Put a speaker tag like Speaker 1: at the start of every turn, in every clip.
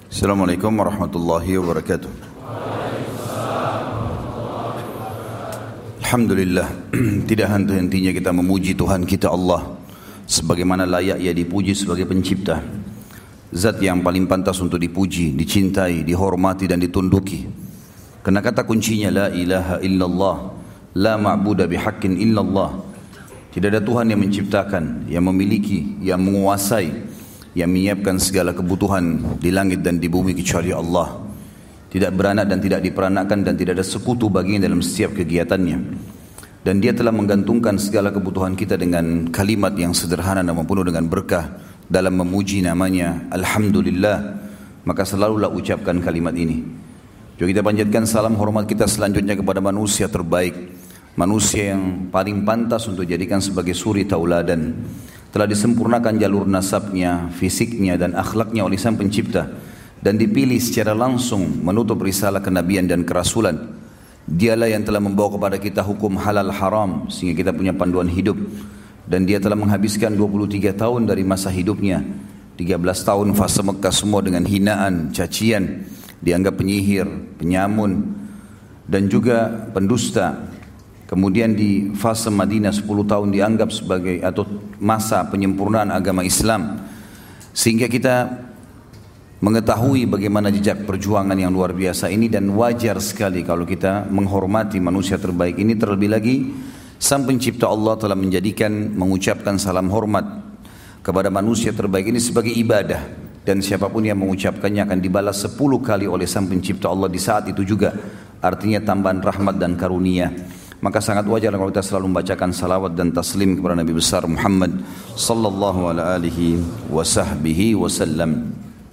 Speaker 1: Assalamualaikum warahmatullahi wabarakatuh. Alhamdulillah, tidak henti-hentinya kita memuji Tuhan kita Allah sebagaimana layak Ia dipuji sebagai pencipta, zat yang paling pantas untuk dipuji, dicintai, dihormati dan ditunduki. Karena kata kuncinya la ilaha illallah, la ma'budu bihaqqin illallah. Tidak ada Tuhan yang menciptakan, yang memiliki, yang menguasai, yang menyiapkan segala kebutuhan di langit dan di bumi kecuali Allah. Tidak beranak dan tidak diperanakkan dan tidak ada sekutu baginya dalam setiap kegiatannya. Dan Dia telah menggantungkan segala kebutuhan kita dengan kalimat yang sederhana namun penuh dengan berkah dalam memuji namanya Alhamdulillah. Maka selalulah ucapkan kalimat ini. Juga kita panjatkan salam hormat kita selanjutnya kepada manusia terbaik, manusia yang paling pantas untuk dijadikan sebagai suri tauladan. Telah disempurnakan jalur nasabnya, fisiknya dan akhlaknya oleh Sang Pencipta dan dipilih secara langsung menutup risalah kenabian dan kerasulan. Dialah yang telah membawa kepada kita hukum halal haram sehingga kita punya panduan hidup, dan Dia telah menghabiskan 23 tahun dari masa hidupnya. 13 tahun fase Mekah semua dengan hinaan, cacian, dianggap penyihir, penyamun dan juga pendusta. Kemudian di fase Madinah 10 tahun dianggap sebagai atau masa penyempurnaan agama Islam. Sehingga kita mengetahui bagaimana jejak perjuangan yang luar biasa ini, dan wajar sekali kalau kita menghormati manusia terbaik ini. Terlebih lagi Sang Pencipta Allah telah menjadikan mengucapkan salam hormat kepada manusia terbaik ini sebagai ibadah, dan siapapun yang mengucapkannya akan dibalas 10 kali oleh Sang Pencipta Allah di saat itu juga. Artinya tambahan rahmat dan karunia. Maka sangat wajar kalau kita selalu membacakan salawat dan taslim kepada Nabi besar Muhammad sallallahu alaihi wasallam.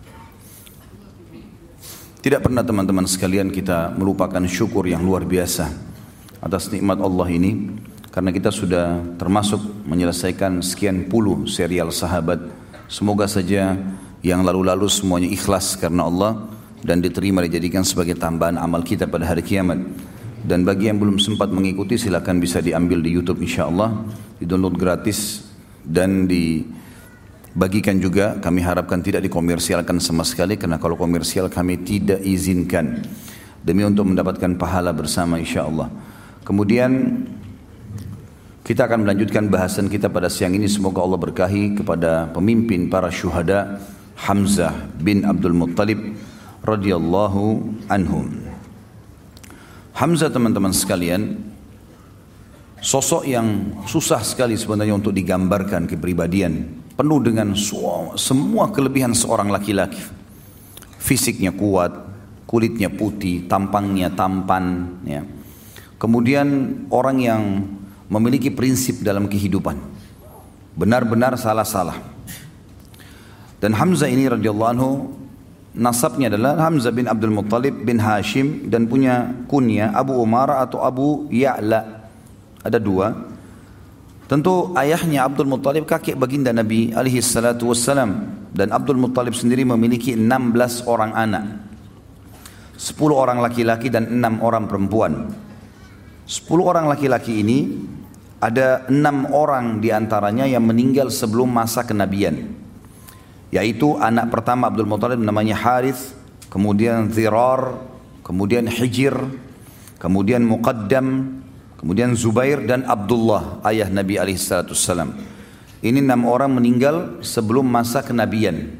Speaker 1: Tidak pernah teman-teman sekalian kita melupakan syukur yang luar biasa atas nikmat Allah ini, karena kita sudah termasuk menyelesaikan sekian puluh serial sahabat. Semoga saja yang lalu-lalu semuanya ikhlas karena Allah dan diterima dijadikan sebagai tambahan amal kita pada hari kiamat. Dan bagi yang belum sempat mengikuti, silakan bisa diambil di YouTube insyaAllah, di-download gratis dan dibagikan juga. Kami harapkan tidak dikomersialkan sama sekali, karena kalau komersial kami tidak izinkan, demi untuk mendapatkan pahala bersama insyaAllah. Kemudian kita akan melanjutkan bahasan kita pada siang ini. Semoga Allah berkahi kepada pemimpin para syuhada Hamzah bin Abdul Muttalib radhiyallahu anhum. Hamzah, teman-teman sekalian, sosok yang susah sekali sebenarnya untuk digambarkan kepribadian. Penuh dengan semua kelebihan seorang laki-laki. Fisiknya kuat, kulitnya putih, tampangnya tampan. Ya. Kemudian orang yang memiliki prinsip dalam kehidupan. Benar-benar salah-salah. Dan Hamzah ini radhiyallahu anhu, nasabnya adalah Hamzah bin Abdul Muttalib bin Hashim, dan punya kunya Abu Umarah atau Abu Ya'la. Ada dua. Tentu ayahnya Abdul Muttalib kakek baginda Nabi alaihi salatu wassalam, dan Abdul Muttalib sendiri memiliki 16 orang anak. 10 orang laki-laki dan 6 orang perempuan. 10 orang laki-laki ini ada 6 orang diantaranya yang meninggal sebelum masa kenabian, yaitu anak pertama Abdul Muttalib namanya Harith, kemudian Zirar, kemudian Hijir, kemudian Muqaddam, kemudian Zubair dan Abdullah, ayah Nabi alaihissalatu wassalam. Ini 6 orang meninggal sebelum masa kenabian.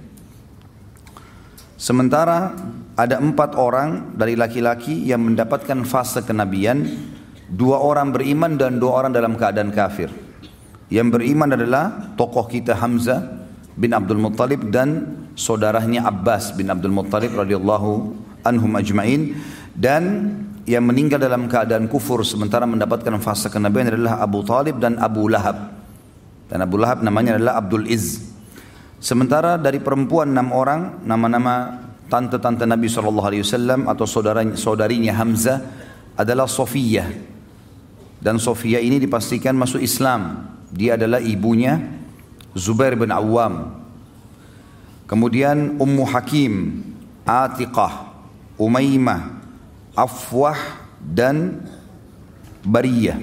Speaker 1: Sementara ada 4 orang dari laki-laki yang mendapatkan fase kenabian. 2 orang beriman dan 2 orang dalam keadaan kafir. Yang beriman adalah tokoh kita Hamzah bin Abdul Muttalib dan saudaranya Abbas bin Abdul Muttalib radhiyallahu anhum ajma'in. Dan yang meninggal dalam keadaan kufur sementara mendapatkan fase kenabian adalah Abu Talib dan Abu Lahab. Dan Abu Lahab namanya adalah Abdul Izz. Sementara dari perempuan 6 orang, nama-nama tante-tante Nabi SAW atau saudarinya Hamzah adalah Sofiyah. Dan Sofiyah ini dipastikan masuk Islam. Dia adalah ibunya Zubair bin Awam. Kemudian Ummu Hakim, Atiqah, Umaymah, Afwah dan Bariyah.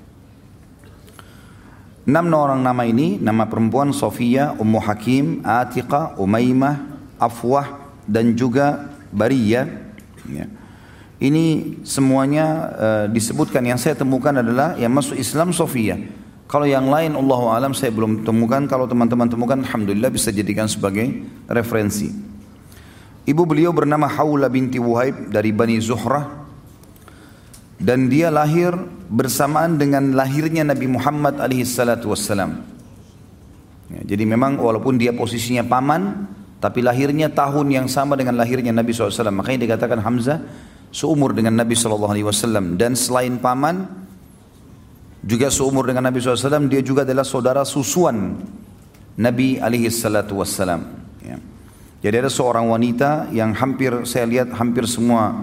Speaker 1: 6 orang nama ini, nama perempuan Sofiyah, Ummu Hakim, Atiqah, Umaymah, Afwah dan juga Bariyah. Ya. Ini semuanya disebutkan. Yang saya temukan adalah yang masuk Islam Sofia. Kalau yang lain Allahu alam saya belum temukan. Kalau teman-teman temukan, alhamdulillah bisa jadikan sebagai referensi. Ibu beliau bernama Hawla binti Wuhaib dari Bani Zuhrah. Dan dia lahir bersamaan dengan lahirnya Nabi Muhammad alaihissalam. Ya, jadi memang walaupun dia posisinya paman, tapi lahirnya tahun yang sama dengan lahirnya Nabi SAW. Makanya dikatakan Hamzah seumur dengan Nabi SAW. Dan selain paman, juga seumur dengan Nabi SAW, dia juga adalah saudara susuan Nabi SAW. Ya. Jadi ada seorang wanita yang saya lihat hampir semua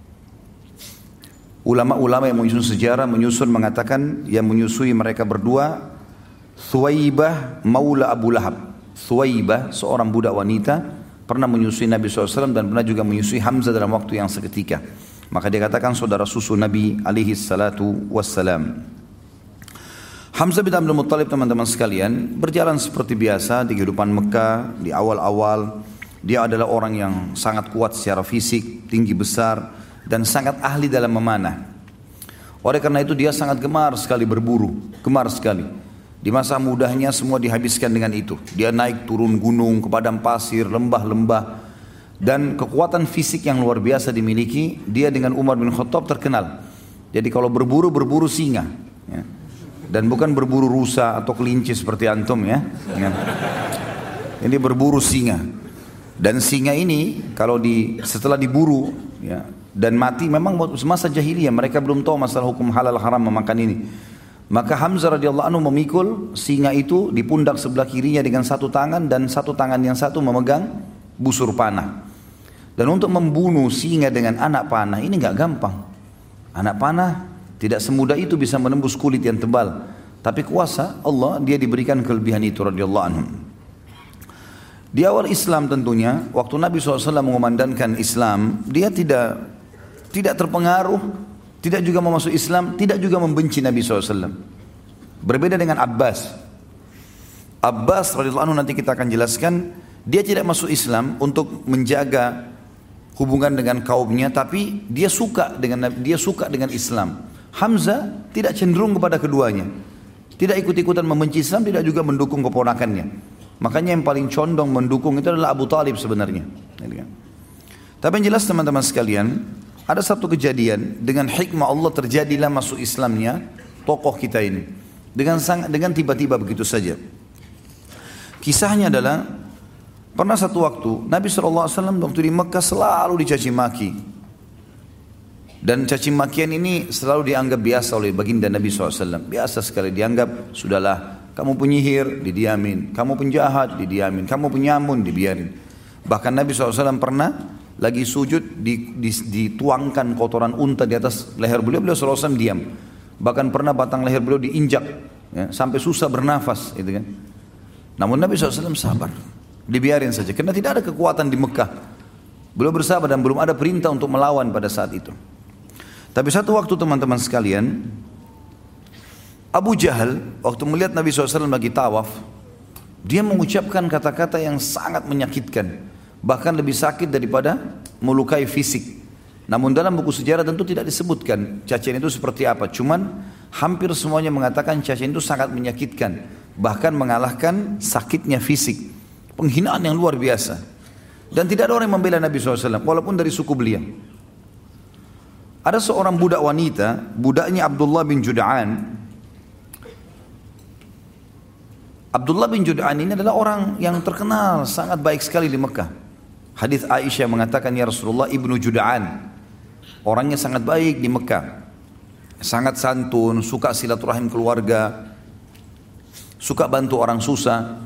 Speaker 1: ulama-ulama yang menyusun sejarah mengatakan yang menyusui mereka berdua, Thuwaibah maula Abu Lahab. Thuwaibah seorang budak wanita pernah menyusui Nabi SAW dan pernah juga menyusui Hamzah dalam waktu yang seketika. Maka dia katakan saudara susu Nabi SAW. Hamzah bin Abdul Muttalib, teman-teman sekalian, berjalan seperti biasa di kehidupan Mekah. Di awal-awal dia adalah orang yang sangat kuat secara fisik, tinggi besar, dan sangat ahli dalam memanah. Oleh karena itu dia sangat gemar sekali berburu, gemar sekali. Di masa mudanya semua dihabiskan dengan itu. Dia naik turun gunung, ke padang pasir, lembah-lembah. Dan kekuatan fisik yang luar biasa dimiliki. Dia dengan Umar bin Khattab terkenal. Jadi kalau berburu singa. Ya. Dan bukan berburu rusa atau kelinci seperti antum ya. Ini berburu singa. Dan singa ini kalau setelah diburu ya, dan mati, memang masa jahiliyah mereka belum tahu masalah hukum halal haram memakan ini. Maka Hamzah radhiyallahu anhu memikul singa itu di pundak sebelah kirinya dengan satu tangan, dan satu tangan yang satu memegang busur panah. Dan untuk membunuh singa dengan anak panah ini enggak gampang. Anak panah tidak semudah itu bisa menembus kulit yang tebal. Tapi kuasa Allah, dia diberikan kelebihan itu radhiyallahu anhu. Di awal Islam tentunya, waktu Nabi SAW mengumandangkan Islam, dia tidak terpengaruh, tidak juga mau masuk Islam, tidak juga membenci Nabi SAW. Berbeda dengan Abbas. Abbas radhiyallahu anhu nanti kita akan jelaskan, dia tidak masuk Islam untuk menjaga hubungan dengan kaumnya, tapi dia suka dengan Islam. Hamzah tidak cenderung kepada keduanya. Tidak ikut-ikutan membenci Islam, tidak juga mendukung keponakannya. Makanya yang paling condong mendukung itu adalah Abu Talib sebenarnya. Tapi yang jelas teman-teman sekalian, ada satu kejadian dengan hikmah Allah terjadilah masuk Islamnya tokoh kita ini dengan tiba-tiba begitu saja. Kisahnya adalah pernah satu waktu Nabi SAW waktu di Mekah selalu dicaci maki, dan caci makian ini selalu dianggap biasa oleh baginda Nabi SAW. Biasa sekali dianggap, sudahlah kamu penyihir didiamin, kamu penjahat didiamin, kamu penyamun dibiarin. Bahkan Nabi SAW pernah lagi sujud dituangkan kotoran unta di atas leher beliau SAW diam. Bahkan pernah batang leher beliau diinjak ya, sampai susah bernafas gitu kan. Namun Nabi SAW sabar, dibiarin saja karena tidak ada kekuatan di Mekah. Beliau bersabar dan belum ada perintah untuk melawan pada saat itu. Tapi satu waktu teman-teman sekalian, Abu Jahal waktu melihat Nabi SAW lagi tawaf, dia mengucapkan kata-kata yang sangat menyakitkan, bahkan lebih sakit daripada melukai fisik. Namun dalam buku sejarah tentu tidak disebutkan cacian itu seperti apa. Cuman hampir semuanya mengatakan cacian itu sangat menyakitkan, bahkan mengalahkan sakitnya fisik. Penghinaan yang luar biasa. Dan tidak ada orang yang membela Nabi SAW walaupun dari suku beliau. Ada seorang budak wanita, budaknya Abdullah bin Jud'an. Abdullah bin Jud'an ini adalah orang yang terkenal sangat baik sekali di Mekah. Hadis Aisyah mengatakan, ya Rasulullah, Ibnu Jud'an orangnya sangat baik di Mekah, sangat santun, suka silaturahim keluarga, suka bantu orang susah.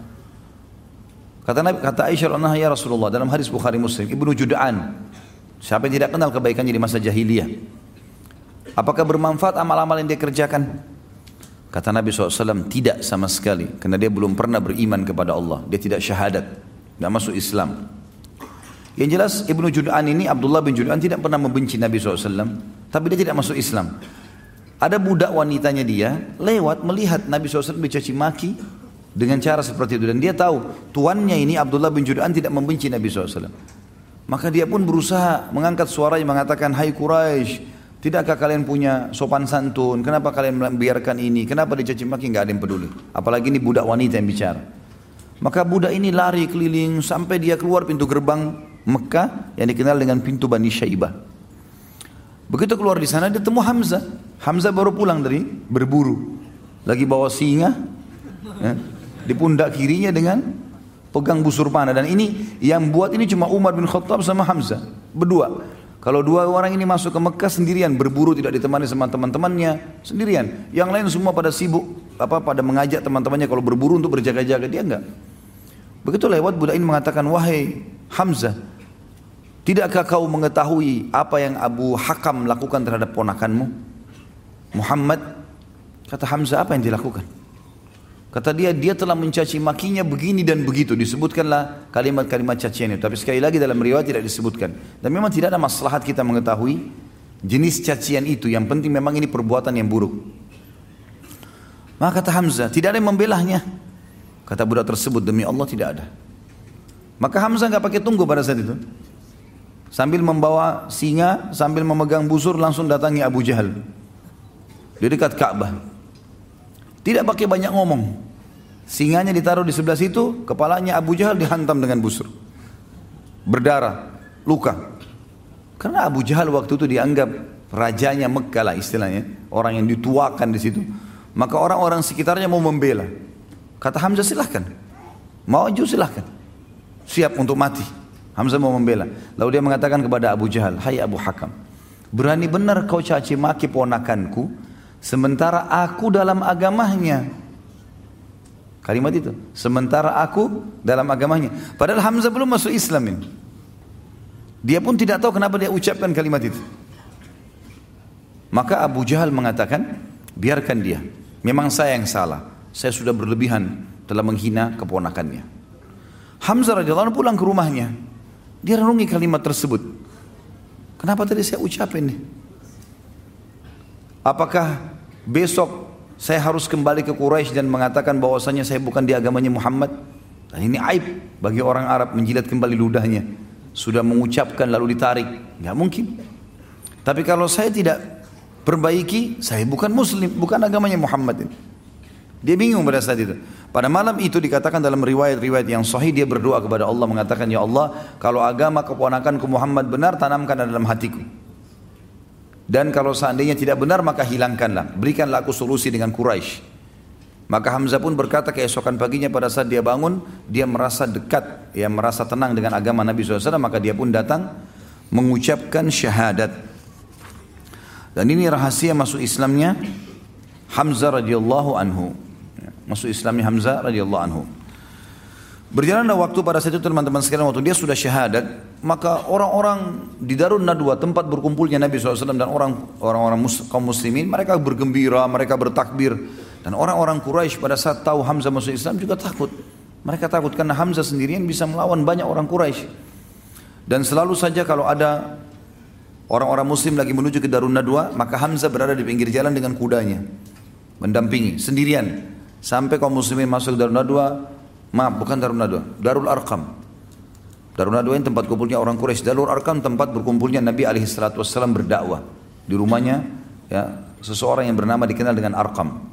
Speaker 1: Kata Aisyah, ya Rasulullah, dalam hadis Bukhari Muslim, Ibnu Jud'an, siapa yang tidak kenal kebaikannya di masa jahiliyah? Apakah bermanfaat amal-amal yang dia kerjakan? Kata Nabi SAW, tidak sama sekali, karena dia belum pernah beriman kepada Allah, dia tidak syahadat, tidak masuk Islam. Yang jelas Ibnu Jud'an ini, Abdullah bin Jud'an, tidak pernah membenci Nabi SAW, tapi dia tidak masuk Islam. Ada budak wanitanya dia lewat melihat Nabi SAW dicaci maki dengan cara seperti itu, dan dia tahu tuannya ini Abdullah bin Jud'an tidak membenci Nabi SAW. Maka dia pun berusaha mengangkat suaranya mengatakan, hai Quraisy, tidakkah kalian punya sopan santun? Kenapa kalian membiarkan ini? Kenapa dicaci maki? Nggak ada yang peduli. Apalagi ini budak wanita yang bicara. Maka budak ini lari keliling sampai dia keluar pintu gerbang Mekah yang dikenal dengan pintu Bani Syaibah. Begitu keluar di sana dia temu Hamzah. Hamzah baru pulang dari berburu. Lagi bawa singa, ya, di pundak kirinya dengan pegang busur panah. Dan ini yang buat ini cuma Umar bin Khattab sama Hamzah berdua. Kalau dua orang ini masuk ke Mekah sendirian, berburu tidak ditemani sama teman-temannya, sendirian. Yang lain semua pada sibuk, pada mengajak teman-temannya kalau berburu untuk berjaga-jaga, dia enggak. Begitu lewat budak ini mengatakan, wahai Hamzah, tidakkah kau mengetahui apa yang Abu Hakam lakukan terhadap ponakanmu Muhammad? Kata Hamzah, apa yang dilakukan? Kata dia telah mencaci makinya begini dan begitu. Disebutkanlah kalimat-kalimat cacian itu. Tapi sekali lagi dalam riwayat tidak disebutkan. Dan memang tidak ada maslahat kita mengetahui jenis cacian itu. Yang penting memang ini perbuatan yang buruk. Maka kata Hamzah, tidak ada yang membelahnya. Kata budak tersebut, demi Allah tidak ada. Maka Hamzah nggak pakai tunggu pada saat itu. Sambil membawa singa, sambil memegang busur, langsung datangi Abu Jahal di dekat Ka'bah. Tidak pakai banyak ngomong. Singanya ditaruh di sebelah situ, kepalanya Abu Jahal dihantam dengan busur. Berdarah, luka. Karena Abu Jahal waktu itu dianggap rajanya Mekah lah istilahnya, orang yang dituakan di situ. Maka orang-orang sekitarnya mau membela. Kata Hamzah, silahkan. Maju silahkan. Siap untuk mati. Hamzah mau membela. Lalu dia mengatakan kepada Abu Jahal, hai Abu Hakam, berani benar kau caci maki ponakanku, sementara aku dalam agamanya. Kalimat itu, sementara aku dalam agamanya. Padahal Hamzah belum masuk Islam ini. Dia pun tidak tahu kenapa dia ucapkan kalimat itu. Maka Abu Jahal mengatakan, biarkan dia. Memang saya yang salah. Saya sudah berlebihan telah menghina keponakannya. Hamzah radhiyallahu anhu pulang ke rumahnya. Dia renungi kalimat tersebut. Kenapa tadi saya ucapin nih? Apakah besok saya harus kembali ke Quraisy dan mengatakan bahwasanya saya bukan di agamanya Muhammad? Dan ini aib bagi orang Arab menjilat kembali ludahnya. Sudah mengucapkan lalu ditarik. Nggak mungkin. Tapi kalau saya tidak perbaiki, saya bukan muslim, bukan agamanya Muhammad ini. Dia bingung pada saat itu. Pada malam itu dikatakan dalam riwayat-riwayat yang sahih, dia berdoa kepada Allah mengatakan, ya Allah, kalau agama keponakanku Muhammad benar, tanamkan dalam hatiku. Dan kalau seandainya tidak benar, maka hilangkanlah. Berikanlah aku solusi dengan Quraisy. Maka Hamzah pun berkata keesokan paginya pada saat dia bangun, dia merasa dekat, ya merasa tenang dengan agama Nabi SAW, maka dia pun datang mengucapkan syahadat. Dan ini rahasia masuk Islamnya Hamzah radhiyallahu anhu. Masuk Islamnya Hamzah radhiyallahu anhu. Berjalanlah waktu pada saat itu teman-teman sekalian, waktu dia sudah syahadat, maka orang-orang di Darun Nadwa, tempat berkumpulnya Nabi SAW dan orang-orang kaum muslimin, mereka bergembira, mereka bertakbir. Dan orang-orang Quraisy pada saat tahu Hamzah masuk Islam juga takut. Mereka takut karena Hamzah sendirian bisa melawan banyak orang Quraisy. Dan selalu saja kalau ada orang-orang muslim lagi menuju ke Darun Nadwa, maka Hamzah berada di pinggir jalan dengan kudanya, mendampingi sendirian. Sampai kaum muslimin masuk ke Darun Nadwa, maaf bukan Darun Nadwa, Darul Arqam. Darun Nadwa ini tempat kumpulnya orang Quraisy. Darul Arqam tempat berkumpulnya Nabi SAW berdakwah. Di rumahnya ya, seseorang yang bernama dikenal dengan Arqam.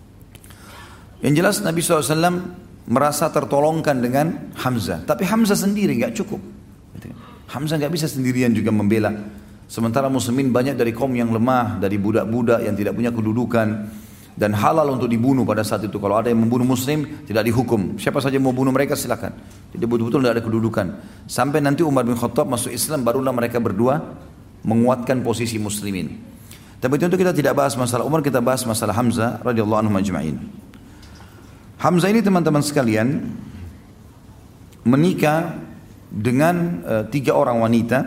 Speaker 1: Yang jelas Nabi SAW merasa tertolongkan dengan Hamzah. Tapi Hamzah sendiri gak cukup. Hamzah gak bisa sendirian juga membela. Sementara muslimin banyak dari kaum yang lemah, dari budak-budak yang tidak punya kedudukan. Dan halal untuk dibunuh pada saat itu. Kalau ada yang membunuh muslim, tidak dihukum. Siapa saja mau bunuh mereka silakan. Jadi betul-betul tidak ada kedudukan. Sampai nanti Umar bin Khattab masuk Islam, barulah mereka berdua menguatkan posisi muslimin. Tapi tentu kita tidak bahas masalah Umar, kita bahas masalah Hamzah radhiyallahu anhu majma'in. Hamzah ini teman-teman sekalian menikah dengan 3 orang wanita.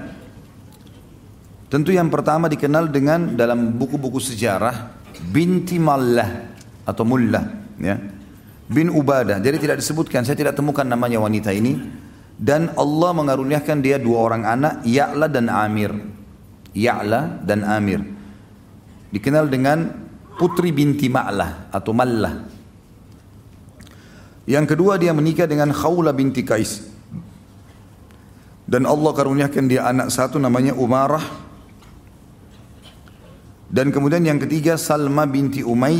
Speaker 1: Tentu yang pertama dikenal dengan dalam buku-buku sejarah binti Mallah atau Mullah, ya, bin Ubadah. Jadi tidak disebutkan, saya tidak temukan namanya wanita ini. Dan Allah mengaruniakan dia 2 orang anak, Ya'la dan Amir. Ya'la dan Amir dikenal dengan putri binti Ma'lah atau Mallah. Yang kedua dia menikah dengan Khawla binti Qais. Dan Allah karuniakan dia anak satu namanya Umarah. Dan kemudian yang ketiga Salma binti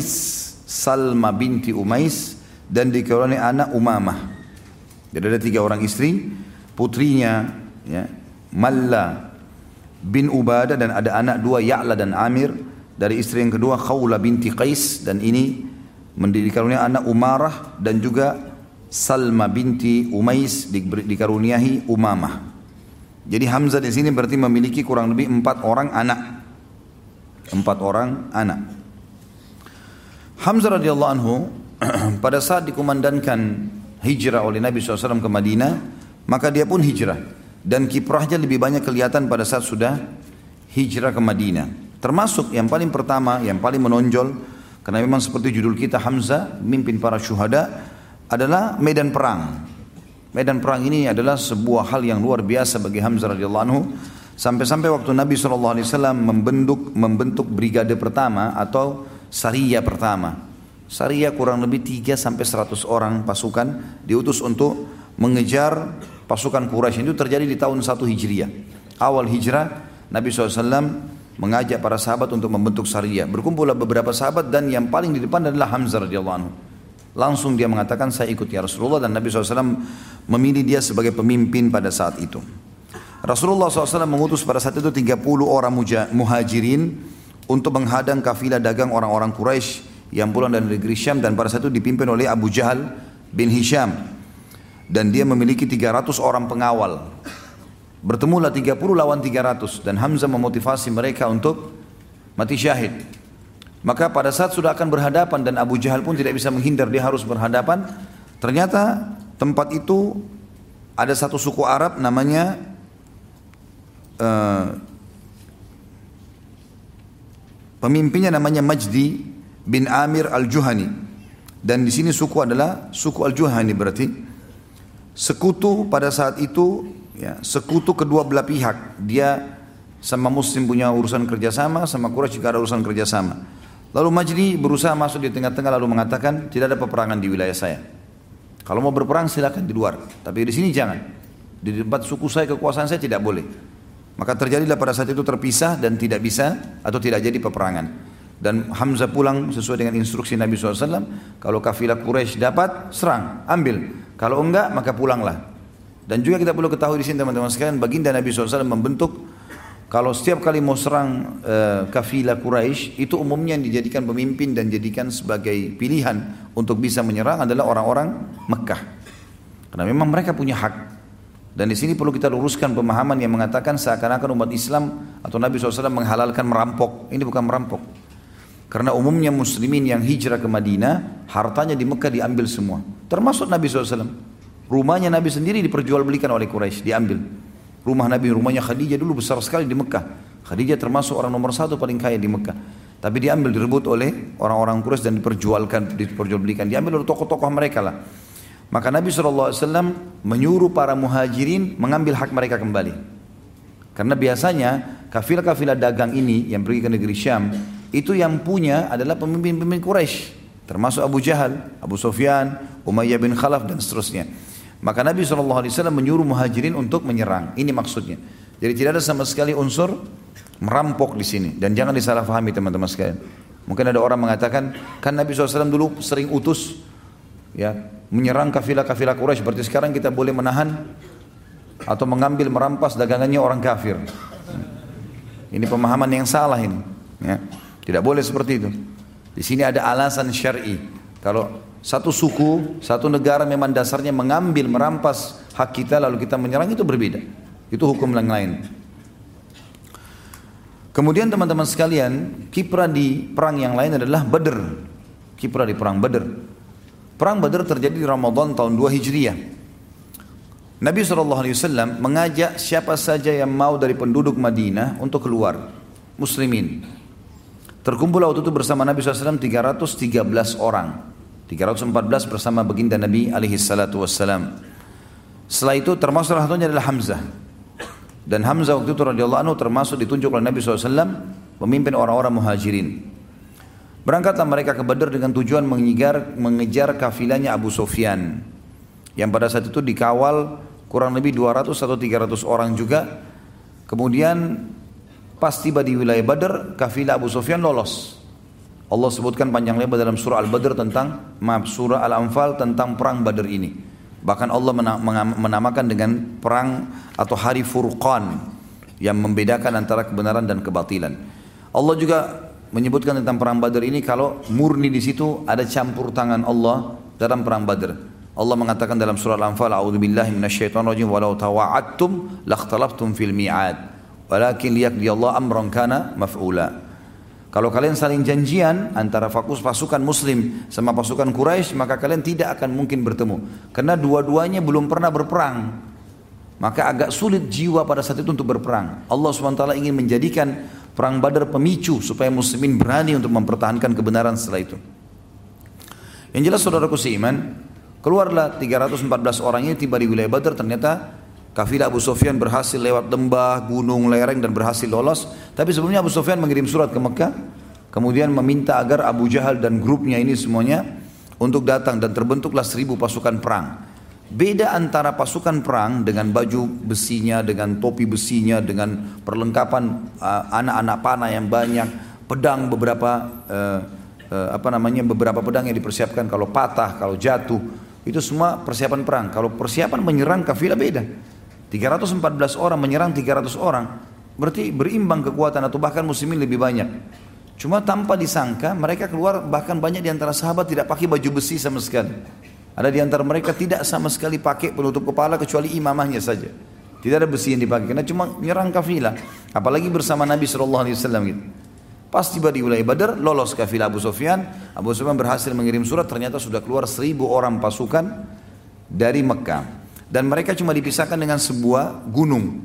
Speaker 1: Umais dan dikaruniai anak Umamah. Jadi ada 3 orang istri, putrinya ya, Malla bin Ubadah, dan ada anak 2 Ya'la dan Amir. Dari istri yang kedua Khawla binti Qais, dan ini dikaruniai anak Umarah, dan juga Salma binti Umais dikaruniai Umamah. Jadi Hamzah di sini berarti memiliki kurang lebih 4 orang anak. 4 orang anak. Hamzah radhiyallahu anhu pada saat dikumandangkan hijrah oleh Nabi SAW ke Madinah, maka dia pun hijrah. Dan kiprahnya lebih banyak kelihatan pada saat sudah hijrah ke Madinah. Termasuk yang paling pertama, yang paling menonjol, karena memang seperti judul kita Hamzah, mimpin para syuhada, adalah medan perang. Medan perang ini adalah sebuah hal yang luar biasa bagi Hamzah radhiyallahu anhu. Sampai-sampai waktu Nabi SAW membentuk brigade pertama atau Sariyah pertama. Sariyah kurang lebih 3-100 orang pasukan diutus untuk mengejar pasukan Quraisy. Itu terjadi di tahun 1 Hijriah. Awal hijrah Nabi SAW mengajak para sahabat untuk membentuk Sariyah. Berkumpullah beberapa sahabat dan yang paling di depan adalah Hamzah radhiyallahu anhu. Langsung dia mengatakan saya ikut ya Rasulullah, dan Nabi SAW memilih dia sebagai pemimpin pada saat itu. Rasulullah SAW mengutus pada saat itu 30 orang muhajirin untuk menghadang kafilah dagang orang-orang Quraisy yang pulang dari negeri Syam, dan pada saat itu dipimpin oleh Abu Jahal bin Hisham, dan dia memiliki 300 orang pengawal. Bertemulah 30 lawan 300, dan Hamzah memotivasi mereka untuk mati syahid. Maka pada saat sudah akan berhadapan dan Abu Jahal pun tidak bisa menghindar, dia harus berhadapan. Ternyata tempat itu ada satu suku Arab namanya pemimpinnya namanya Majdi bin Amir al-Juhani, dan di sini suku adalah suku al-Juhani, berarti sekutu pada saat itu ya, sekutu kedua belah pihak. Dia sama Muslim punya urusan kerjasama, sama Quraisy juga ada urusan kerjasama. Lalu Majdi berusaha masuk di tengah-tengah lalu mengatakan tidak ada peperangan di wilayah saya. Kalau mau berperang silakan di luar, tapi di sini jangan. Di tempat suku saya, kekuasaan saya tidak boleh. Maka terjadilah pada saat itu terpisah dan tidak bisa atau tidak jadi peperangan. Dan Hamzah pulang sesuai dengan instruksi Nabi SAW. Kalau kafilah Quraisy dapat, serang, ambil. Kalau enggak, maka pulanglah. Dan juga kita perlu ketahui di sini teman-teman sekalian, baginda Nabi SAW membentuk, kalau setiap kali mau serang kafilah Quraisy, itu umumnya yang dijadikan pemimpin dan dijadikan sebagai pilihan untuk bisa menyerang adalah orang-orang Mekah. Karena memang mereka punya hak. Dan di sini perlu kita luruskan pemahaman yang mengatakan seakan-akan umat Islam atau Nabi SAW menghalalkan merampok. Ini bukan merampok. Karena umumnya muslimin yang hijrah ke Madinah, hartanya di Mekah diambil semua. Termasuk Nabi SAW. Rumahnya Nabi sendiri diperjualbelikan oleh Quraisy, diambil. Rumah Nabi, rumahnya Khadijah dulu besar sekali di Mekah. Khadijah termasuk orang nomor 1 paling kaya di Mekah. Tapi diambil, direbut oleh orang-orang Quraisy dan diperjualbelikan. Diambil oleh tokoh-tokoh mereka lah. Maka Nabi SAW menyuruh para muhajirin mengambil hak mereka kembali. Karena biasanya kafilah-kafilah dagang ini yang pergi ke negeri Syam, itu yang punya adalah pemimpin-pemimpin Quraisy, termasuk Abu Jahal, Abu Sufyan, Umayyah bin Khalaf dan seterusnya. Maka Nabi SAW menyuruh muhajirin untuk menyerang. Ini maksudnya. Jadi tidak ada sama sekali unsur merampok di sini. Dan jangan disalahfahami teman-teman sekalian. Mungkin ada orang mengatakan, kan Nabi SAW dulu sering utus ya menyerang kafilah-kafilah Quraisy, berarti sekarang kita boleh menahan atau mengambil, merampas dagangannya orang kafir. Ini pemahaman yang salah ini. Ya. Tidak boleh seperti itu. Di sini ada alasan syar'i. Kalau satu suku, satu negara memang dasarnya mengambil, merampas hak kita lalu kita menyerang, itu berbeda. Itu hukum yang lain. Kemudian teman-teman sekalian, kiprah di perang yang lain adalah Badr. Kiprah di perang Badr. Perang Badr terjadi di Ramadan tahun 2 Hijriah. Nabi SAW mengajak siapa saja yang mau dari penduduk Madinah untuk keluar, muslimin. Terkumpul waktu itu bersama Nabi SAW 313 orang. 314 bersama baginda Nabi SAW. Setelah itu termasuk salah satunya adalah Hamzah. Dan Hamzah waktu itu radhiyallahu anhu termasuk ditunjuk oleh Nabi SAW memimpin orang-orang muhajirin. Berangkatlah mereka ke Badr dengan tujuan mengejar kafilahnya Abu Sufyan, yang pada saat itu dikawal kurang lebih 200 atau 300 orang juga. Kemudian pas tiba di wilayah Badr, kafilah Abu Sufyan lolos. Allah sebutkan panjang lebar dalam surah Al-Badr surah Al-Anfal tentang perang Badr ini. Bahkan Allah menamakan dengan perang atau hari Furqan yang membedakan antara kebenaran dan kebatilan. Allah juga menyebutkan tentang perang Badr ini kalau murni di situ ada campur tangan Allah dalam perang Badr. Allah mengatakan dalam surah Al-Anfal, "A'udzubillahi minasyaitonirrajim walau tawa'adtum lakhtalaftum fil mi'ad walakin liyaqdiyallahu amran kana maf'ula." Kalau kalian saling janjian antara pasukan muslim sama pasukan Quraisy, maka kalian tidak akan mungkin bertemu. Karena dua-duanya belum pernah berperang. Maka agak sulit jiwa pada saat itu untuk berperang. Allah SWT ingin menjadikan perang Badar pemicu supaya muslimin berani untuk mempertahankan kebenaran setelah itu. Yang jelas saudaraku seiman, keluarlah 314 orang ini tiba di wilayah Badar. Ternyata kafilah Abu Sufyan berhasil lewat lembah, gunung, lereng dan berhasil lolos. Tapi sebelumnya Abu Sufyan mengirim surat ke Mekah, kemudian meminta agar Abu Jahal dan grupnya ini semuanya untuk datang, dan terbentuklah 1000 pasukan perang. Beda antara pasukan perang dengan baju besinya, dengan topi besinya, dengan perlengkapan anak-anak panah yang banyak, pedang beberapa beberapa pedang yang dipersiapkan kalau patah, kalau jatuh, itu semua persiapan perang. Kalau persiapan menyerang kafilah beda. 314 orang menyerang 300 orang, berarti berimbang kekuatan atau bahkan muslimin lebih banyak. Cuma tanpa disangka mereka keluar, bahkan banyak di antara sahabat tidak pakai baju besi sama sekali. Ada di antara mereka tidak sama sekali pakai penutup kepala kecuali imamahnya saja. Tidak ada besi yang dipakai karena cuma menyerang kafilah, apalagi bersama Nabi SAW gitu. Pas tiba di wilayah Badar, lolos kafilah Abu Sufyan. Abu Sufyan berhasil mengirim surat, ternyata sudah keluar 1000 orang pasukan dari Mekah. Dan mereka cuma dipisahkan dengan sebuah gunung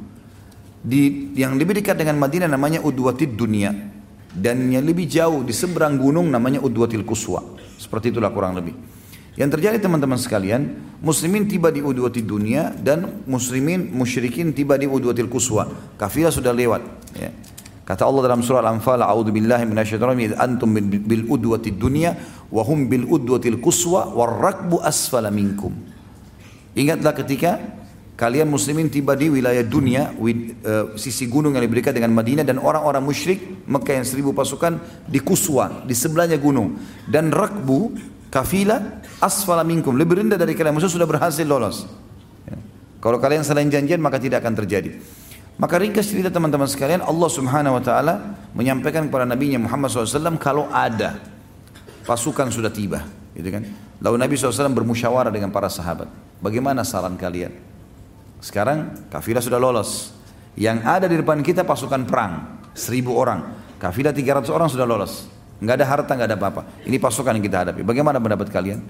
Speaker 1: yang lebih dekat dengan Madinah namanya Udwatid Dunia, dan yang lebih jauh di seberang gunung namanya Udwatil Quswa. Seperti itulah kurang lebih. Yang terjadi teman-teman sekalian, muslimin tiba di Udwatid Dunia dan musyrikin tiba di Udwatil Quswa. Kafilah sudah lewat ya. Kata Allah dalam surah Al-Anfal, "A'udzubillahi minasyaitonir rajim, antum bil udwatid dunya wa hum bil udwatil quswa war rakbu asfala minkum." Ingatlah ketika kalian muslimin tiba di wilayah dunia, sisi gunung yang lebih dekat dengan Madinah, dan orang-orang musyrik Mekah yang 1000 pasukan di Quswa, di sebelahnya gunung, dan rakbu kafilah asfala minkum, lebih rendah dari kalian, maksudnya sudah berhasil lolos ya. Kalau kalian saling janjian maka tidak akan terjadi. Maka ringkas cerita teman-teman sekalian, Allah Subhanahu wa taala menyampaikan kepada Nabi Muhammad SAW kalau ada pasukan sudah tiba, gitu kan. Lalu Nabi SAW bermusyawarah dengan para sahabat, bagaimana saran kalian? Sekarang kafilah sudah lolos, yang ada di depan kita pasukan perang 1000 orang, kafilah 300 orang sudah lolos, nggak ada harta, nggak ada apa-apa. Ini pasukan yang kita hadapi. Bagaimana pendapat kalian?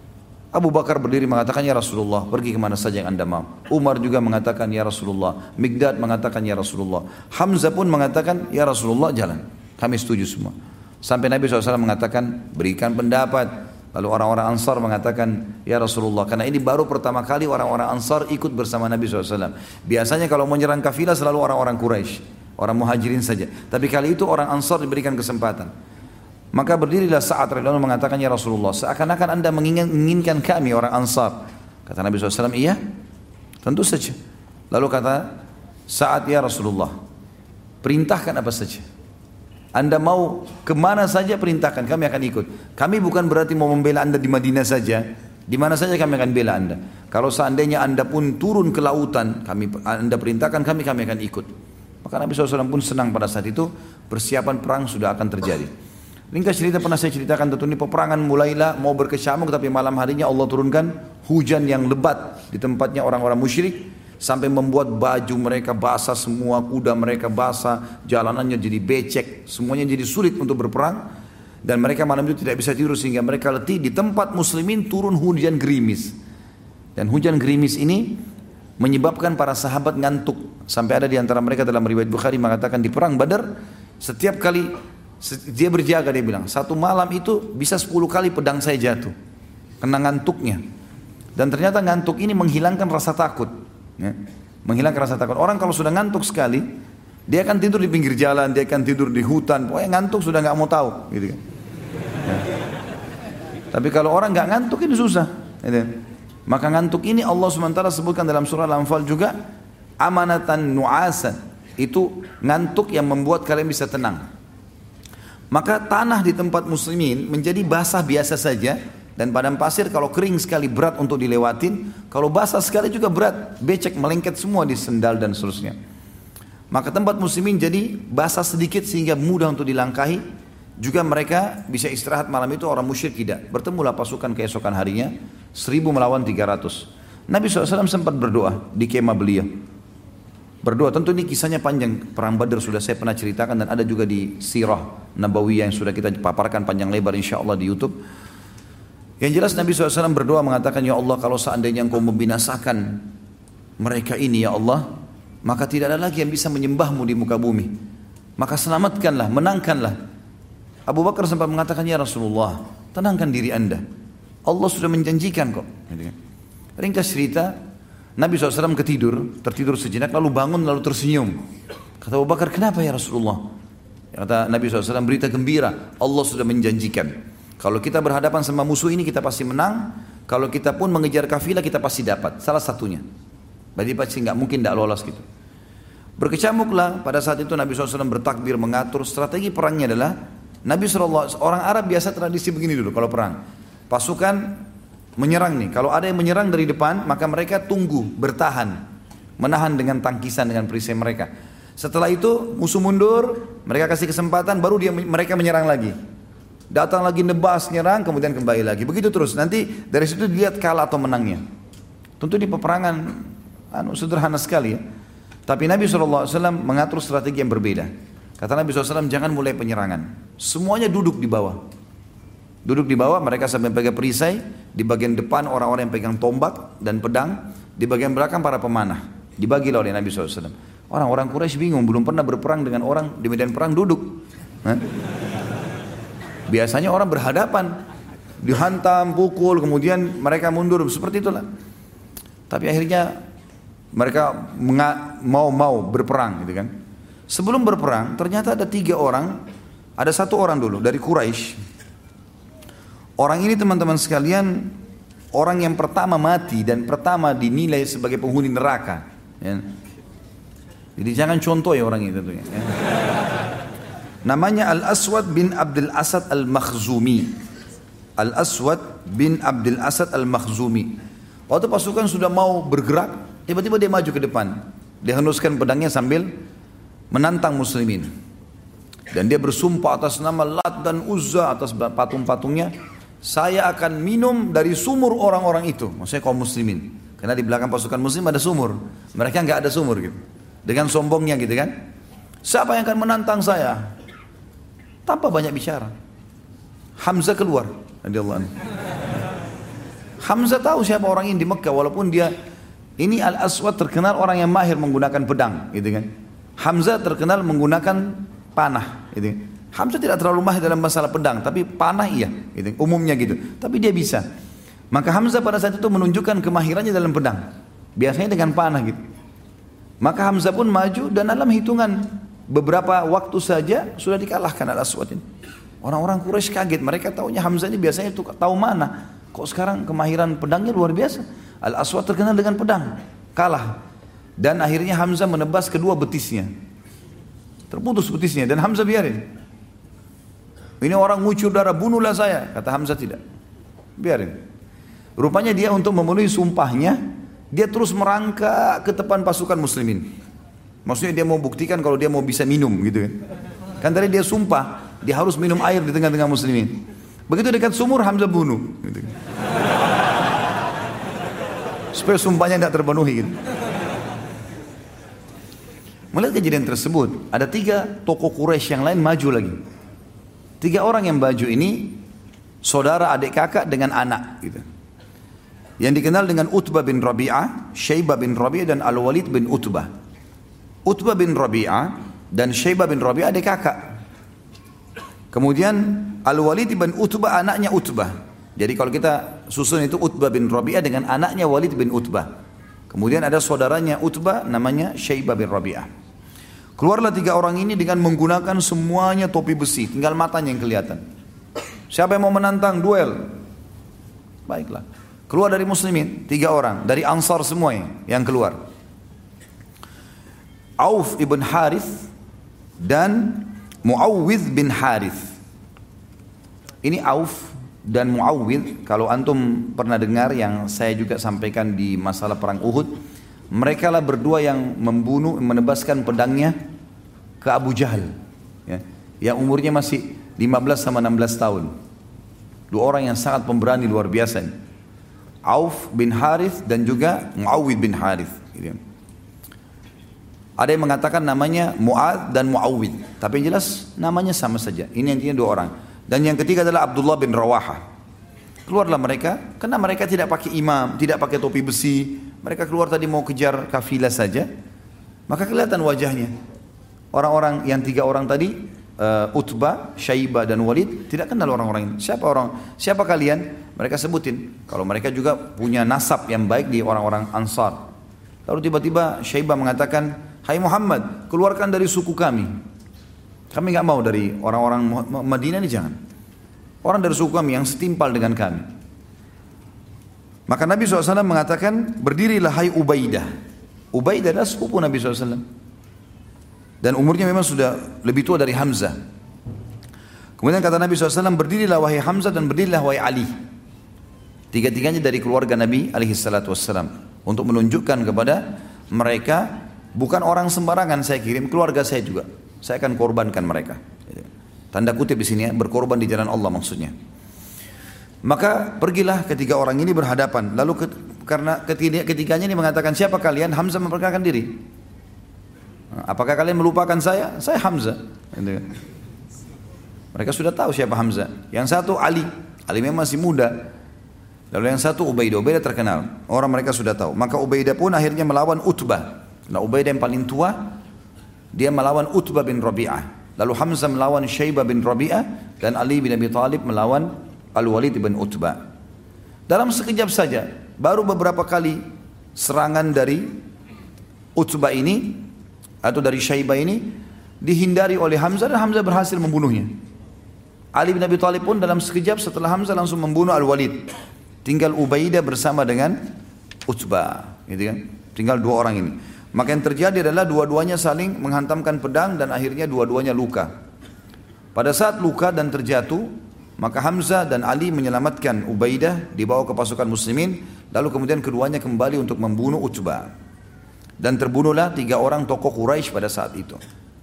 Speaker 1: Abu Bakar berdiri mengatakan, "Ya Rasulullah, pergi kemana saja yang anda mau." Umar juga mengatakan, "Ya Rasulullah." Mikdad mengatakan, "Ya Rasulullah." Hamzah pun mengatakan, "Ya Rasulullah, jalan." Kami setuju semua. Sampai Nabi SAW mengatakan, "Berikan pendapat." Lalu orang-orang Ansar mengatakan, "Ya Rasulullah." Karena ini baru pertama kali orang-orang Ansar ikut bersama Nabi SAW. Biasanya kalau mau nyerang kafilah selalu orang-orang Quraisy, orang Muhajirin saja. Tapi kali itu orang Ansar diberikan kesempatan. Maka berdirilah Sa'ad radhiyallahu anhu mengatakan, "Ya Rasulullah, seakan-akan anda menginginkan kami orang Ansar." Kata Nabi SAW, "Iya, tentu saja." Lalu kata Sa'ad, "Ya Rasulullah, perintahkan apa saja. Anda mau kemana saja perintahkan, kami akan ikut. Kami bukan berarti mau membela anda di Madinah saja, di mana saja kami akan bela anda. Kalau seandainya anda pun turun ke lautan, anda perintahkan kami akan ikut." Maka Nabi SAW pun senang pada saat itu, persiapan perang sudah akan terjadi. Ringkas cerita pernah saya ceritakan, tentu ini peperangan mulailah mau berkecamuk, tapi malam harinya Allah turunkan hujan yang lebat di tempatnya orang-orang musyrik sampai membuat baju mereka basah semua, kuda mereka basah, jalanannya jadi becek, semuanya jadi sulit untuk berperang, dan mereka malam itu tidak bisa tidur sehingga mereka letih. Di tempat muslimin turun hujan gerimis, dan hujan gerimis ini menyebabkan para sahabat ngantuk, sampai ada di antara mereka dalam riwayat Bukhari mengatakan di perang Badar setiap kali dia berjaga, dia bilang, satu malam itu bisa 10 kali pedang saya jatuh kena ngantuknya. Dan ternyata ngantuk ini menghilangkan rasa takut ya. Menghilangkan rasa takut. Orang kalau sudah ngantuk sekali, dia akan tidur di pinggir jalan, dia akan tidur di hutan, pokoknya ngantuk sudah gak mau tahu gitu kan ya. Tapi kalau orang gak ngantuk ini susah gitu. Maka ngantuk ini Allah SWT sebutkan dalam surah Al-Anfal juga, amanatan nu'asan, itu ngantuk yang membuat kalian bisa tenang. Maka tanah di tempat muslimin menjadi basah biasa saja, dan padang pasir kalau kering sekali berat untuk dilewatin, kalau basah sekali juga berat, becek melengket semua di sendal dan seterusnya. Maka tempat muslimin jadi basah sedikit sehingga mudah untuk dilangkahi. Juga mereka bisa istirahat malam itu, orang musyrik tidak. Bertemulah pasukan keesokan harinya, 1000 melawan 300. Nabi SAW sempat berdoa di kemah beliau. Berdoa, tentu ini kisahnya panjang, perang Badar sudah saya pernah ceritakan dan ada juga di Sirah Nabawiyah yang sudah kita paparkan panjang lebar insyaAllah di YouTube. Yang jelas Nabi SAW berdoa mengatakan, ya Allah, kalau seandainya engkau membinasakan mereka ini ya Allah, maka tidak ada lagi yang bisa menyembahmu di muka bumi. Maka selamatkanlah, menangkanlah. Abu Bakar sempat mengatakan, ya Rasulullah, tenangkan diri anda, Allah sudah menjanjikan kok. Ringkas cerita, Nabi SAW tertidur sejenak, lalu bangun, lalu tersenyum. Kata Abu Bakar, kenapa ya Rasulullah? Kata Nabi SAW, berita gembira, Allah sudah menjanjikan. Kalau kita berhadapan sama musuh ini, kita pasti menang. Kalau kita pun mengejar kafilah, kita pasti dapat. Salah satunya. Berarti pasti nggak mungkin tidak lolos gitu. Berkecamuklah pada saat itu Nabi SAW bertakbir, mengatur strategi perangnya adalah, Nabi SAW, orang Arab biasa tradisi begini dulu kalau perang. Pasukan menyerang nih, kalau ada yang menyerang dari depan, maka mereka tunggu, bertahan. Menahan dengan tangkisan, dengan perisai mereka. Setelah itu musuh mundur, mereka kasih kesempatan, baru mereka menyerang lagi. Datang lagi nebas, nyerang, kemudian kembali lagi. Begitu terus, nanti dari situ dilihat kalah atau menangnya. Tentu di peperangan sederhana sekali ya. Tapi Nabi SAW mengatur strategi yang berbeda. Kata Nabi SAW, jangan mulai penyerangan. Semuanya duduk di bawah. Duduk di bawah, mereka sampai pegang perisai. Di bagian depan orang-orang yang pegang tombak dan pedang. Di bagian belakang para pemanah. Dibagilah oleh Nabi SAW. Orang-orang Quraisy bingung, belum pernah berperang dengan orang di medan perang duduk. Biasanya orang berhadapan. Dihantam, pukul, kemudian mereka mundur. Seperti itulah. Tapi akhirnya mereka mau berperang gitu kan. Sebelum berperang, ternyata ada 3 orang, ada 1 orang dulu dari Quraisy. Orang ini teman-teman sekalian, orang yang pertama mati dan pertama dinilai sebagai penghuni neraka. Ya. Jadi jangan contoh ya orang itu tentunya. Ya. Namanya Al-Aswad bin Abdul Asad Al-Makhzumi. Al-Aswad bin Abdul Asad Al-Makhzumi. Waktu pasukan sudah mau bergerak, tiba-tiba dia maju ke depan. Dia henuskan pedangnya sambil menantang muslimin. Dan dia bersumpah atas nama Lat dan Uzza, atas patung-patungnya, saya akan minum dari sumur orang-orang itu. Maksudnya kaum muslimin. Karena di belakang pasukan muslim ada sumur. Mereka nggak ada sumur gitu. Dengan sombongnya gitu kan. Siapa yang akan menantang saya? Tanpa banyak bicara. Hamzah keluar. Hamzah tahu siapa orang ini di Mekah, walaupun dia ini Al-Aswad terkenal orang yang mahir menggunakan pedang gitu kan. Hamzah terkenal menggunakan panah gitu. Hamzah tidak terlalu mahir dalam masalah pedang, tapi panah iya gitu, umumnya gitu. Tapi dia bisa. Maka Hamzah pada saat itu menunjukkan kemahirannya dalam pedang. Biasanya dengan panah gitu. Maka Hamzah pun maju dan dalam hitungan beberapa waktu saja sudah dikalahkan Al-Aswad ini. Orang-orang Quraisy kaget, mereka taunya Hamzah ini biasanya tahu mana. Kok sekarang kemahiran pedangnya luar biasa. Al-Aswad terkenal dengan pedang, kalah. Dan akhirnya Hamzah menebas kedua betisnya. Terputus betisnya dan Hamzah biarin. Ini orang ngucur darah, bunuhlah saya. Kata Hamzah tidak. Biarin. Rupanya dia untuk memenuhi sumpahnya, dia terus merangkak ke depan pasukan muslimin. Maksudnya dia mau buktikan kalau dia mau bisa minum gitu kan. Kan tadi dia sumpah, dia harus minum air di tengah-tengah muslimin. Begitu dekat sumur, Hamzah bunuh. Gitu. Supaya sumpahnya tidak terpenuhi gitu. Melihat kejadian tersebut, ada 3 tokoh Quraisy yang lain maju lagi. 3 orang yang maju ini saudara adik kakak dengan anak gitu. Yang dikenal dengan Utbah bin Rabi'ah, Syaibah bin Rabi'ah dan Al-Walid bin Utbah. Utbah bin Rabi'ah dan Syaibah bin Rabi'ah adik kakak. Kemudian Al-Walid bin Utbah anaknya Utbah. Jadi kalau kita susun itu Utbah bin Rabi'ah dengan anaknya Walid bin Utbah. Kemudian ada saudaranya Utbah namanya Syaibah bin Rabi'ah. Keluarlah 3 orang ini dengan menggunakan semuanya topi besi, tinggal matanya yang kelihatan. Siapa yang mau menantang duel? Baiklah. Keluar dari muslimin 3 orang, dari Ansar semua yang keluar. Auf ibn Harith dan Muawwidh bin Harith. Ini Auf dan Muawwidh, kalau antum pernah dengar yang saya juga sampaikan di masalah perang Uhud, mereka lah berdua yang menebaskan pedangnya ke Abu Jahal, ya, yang umurnya masih 15 sama 16 tahun. 2 orang yang sangat pemberani luar biasa. Auf bin Harith dan juga Muawwidh bin Harith. Gitu. Ada yang mengatakan namanya Mu'ad dan Muawwidh, tapi yang jelas namanya sama saja. Ini intinya 2 orang. Dan yang ketiga adalah Abdullah bin Rawahah. Keluarlah mereka, karena mereka tidak pakai imam, tidak pakai topi besi. Mereka keluar tadi mau kejar kafilah saja. Maka kelihatan wajahnya. Orang-orang yang 3 orang tadi, Utbah, Syaibah dan Walid, tidak kenal orang-orang ini. Siapa kalian? Mereka sebutin. Kalau mereka juga punya nasab yang baik di orang-orang Ansar. Lalu tiba-tiba Syaibah mengatakan, "Hai Muhammad, keluarkan dari suku kami. Kami nggak mau dari orang-orang Madinah ini, jangan. Orang dari suku kami yang setimpal dengan kami." Maka Nabi SAW mengatakan, "Berdirilah hai Ubaidah." Ubaidah adalah sepupu Nabi SAW. Dan umurnya memang sudah lebih tua dari Hamzah. Kemudian kata Nabi SAW, "Berdirilah wahai Hamzah dan berdirilah wahai Ali." 3-tiganya dari keluarga Nabi SAW. Untuk menunjukkan kepada mereka, bukan orang sembarangan saya kirim, keluarga saya juga. Saya akan korbankan mereka. Tanda kutip di sini ya, berkorban di jalan Allah maksudnya. Maka pergilah ketiga orang ini berhadapan. Lalu karena ketiganya ini mengatakan, "Siapa kalian?" Hamzah memperkenalkan diri. "Apakah kalian melupakan saya?" "Saya Hamzah." Mereka sudah tahu siapa Hamzah. Yang satu Ali memang masih muda. Lalu yang satu Ubaidah terkenal. Orang mereka sudah tahu. Maka Ubaidah pun akhirnya melawan Utbah. Nah, Ubaidah yang paling tua, dia melawan Utbah bin Rabi'ah. Lalu Hamzah melawan Syaibah bin Rabi'ah, dan Ali bin Abi Thalib melawan Al-Walid bin Utbah. Dalam sekejap saja, baru beberapa kali serangan dari Utbah ini atau dari Syaibah ini dihindari oleh Hamzah, dan Hamzah berhasil membunuhnya. Ali bin Abi Thalib pun dalam sekejap setelah Hamzah langsung membunuh Al-Walid. Tinggal Ubaidah bersama dengan Utbah, gitu kan? Tinggal 2 orang ini. Maka yang terjadi adalah dua-duanya saling menghantamkan pedang dan akhirnya dua-duanya luka. Pada saat luka dan terjatuh, maka Hamzah dan Ali menyelamatkan Ubaidah, dibawa ke pasukan muslimin, lalu kemudian keduanya kembali untuk membunuh Utbah. Dan terbunuhlah 3 orang tokoh Quraisy pada saat itu.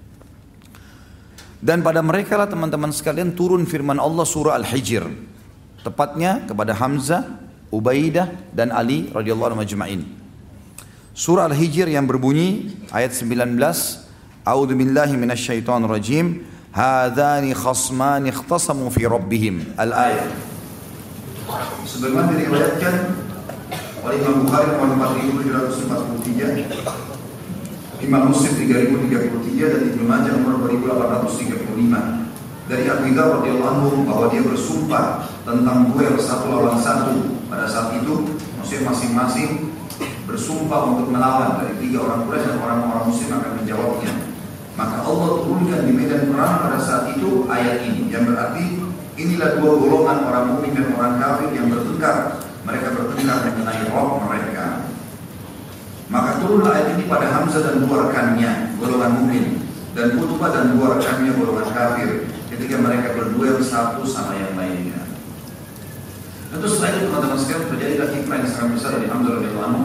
Speaker 1: Dan pada mereka lah teman-teman sekalian turun firman Allah surah Al-Hijr. Tepatnya kepada Hamzah, Ubaidah dan Ali radhiyallahu anhum ajma'in. Surah Al-Hijr yang berbunyi ayat 19, "A'udzu billahi minasyaitonir rajim. Hadzani khasmani ikhtasamu fi rabbihim." Al-ayat. Sebagaimana diriwayatkan oleh Imam Bukhari nomor 4743, Imam Muslim 3033 dan Ibnu Majah nomor 2835. Dari Abu Dzar radhiyallahu anhu bahwa dia bersumpah tentang duel 1 lawan 1. Pada saat itu maksudnya masing-masing bersumpah untuk melawan. Dari 3 orang Quraisy dan orang-orang muslim akan menjawabnya. Maka Allah turunkan di medan perang pada saat itu ayat ini, yang berarti inilah 2 golongan orang mukmin dan orang kafir yang bertengkar. Mereka bertengkar mengenai roh mereka. Maka turunlah ayat ini pada Hamzah dan 2 rekannya, golongan mukmin, dan Utbah dan 2 rekannya, golongan kafir, ketika mereka berduel satu sama yang lainnya. Tentu setelah itu teman-teman sekalian terjadilah hikmah yang sangat besar dari Hamzah radhiyallahu anhu.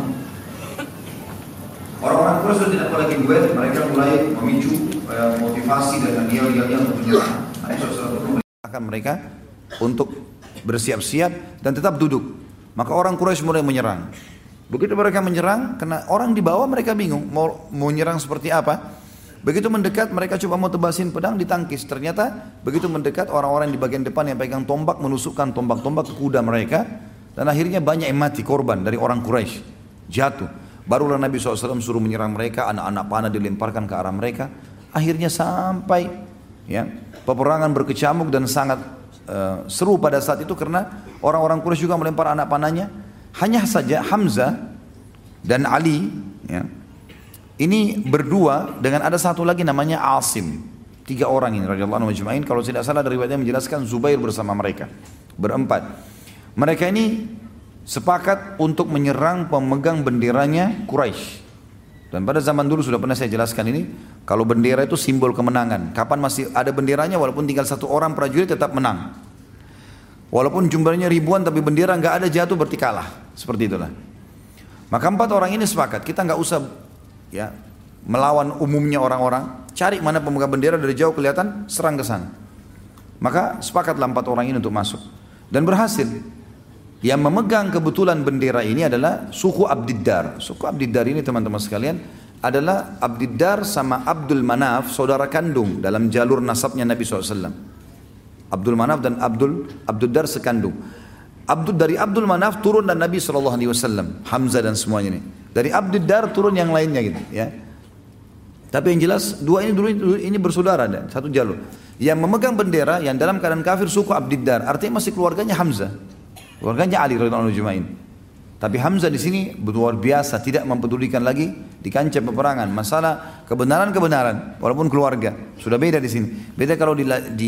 Speaker 1: Orang-orang Quraisy sudah tidak lagi duel, mereka mulai memicu motivasi dan yel-yelnya untuk menyerang. Akan mereka untuk bersiap-siap dan tetap duduk. Maka orang Quraisy mulai menyerang. Begitu mereka menyerang, karena orang di bawah mereka bingung mau menyerang seperti apa. Begitu mendekat, mereka coba mau tebasin pedang, ditangkis. Ternyata begitu mendekat, orang-orang di bagian depan yang pegang tombak menusukkan tombak-tombak ke kuda mereka, dan akhirnya banyak yang mati, korban dari orang Quraisy, jatuh. Barulah Nabi SAW suruh menyerang mereka, anak-anak panah dilemparkan ke arah mereka. Akhirnya sampai ya, peperangan berkecamuk dan sangat seru pada saat itu, karena orang-orang Quraisy juga melempar anak panahnya. Hanya saja Hamzah dan Ali ya, ini berdua dengan ada satu lagi namanya Asim. 3 orang ini radhiyallahu anhu ajma'in. Kalau tidak salah dari riwayatnya menjelaskan Zubair bersama mereka, berempat. Mereka ini sepakat untuk menyerang pemegang benderanya Quraisy. Dan pada zaman dulu sudah pernah saya jelaskan ini, kalau bendera itu simbol kemenangan. Kapan masih ada benderanya, walaupun tinggal satu orang prajurit tetap menang. Walaupun jumlahnya ribuan tapi bendera nggak ada jatuh berarti kalah. Seperti itulah. Maka 4 orang ini sepakat, kita nggak usah ya melawan umumnya orang-orang, cari mana pemegang bendera dari jauh kelihatan, serang ke sana. Maka sepakatlah 4 orang ini untuk masuk dan berhasil. Yang memegang kebetulan bendera ini adalah suku Abdiddar. Suku Abdiddar ini teman-teman sekalian adalah Abdiddar sama Abdul Manaf, saudara kandung dalam jalur nasabnya Nabi SAW. Abdul Manaf dan Abdiddar sekandung. Dari Abdul Manaf turun dan Nabi SAW, Hamzah dan semuanya ini. Dari Abdiddar turun yang lainnya gitu ya. Tapi yang jelas dua ini dulu ini bersaudara dan satu jalur. Yang memegang bendera yang dalam keadaan kafir suku Abdiddar, artinya masih keluarganya Hamzah. Keluarganya Ali radhiyallahu anhu. Tapi Hamzah di sini luar biasa, tidak mempedulikan lagi di kancah peperangan masalah kebenaran walaupun keluarga. Sudah beda di sini. Beda kalau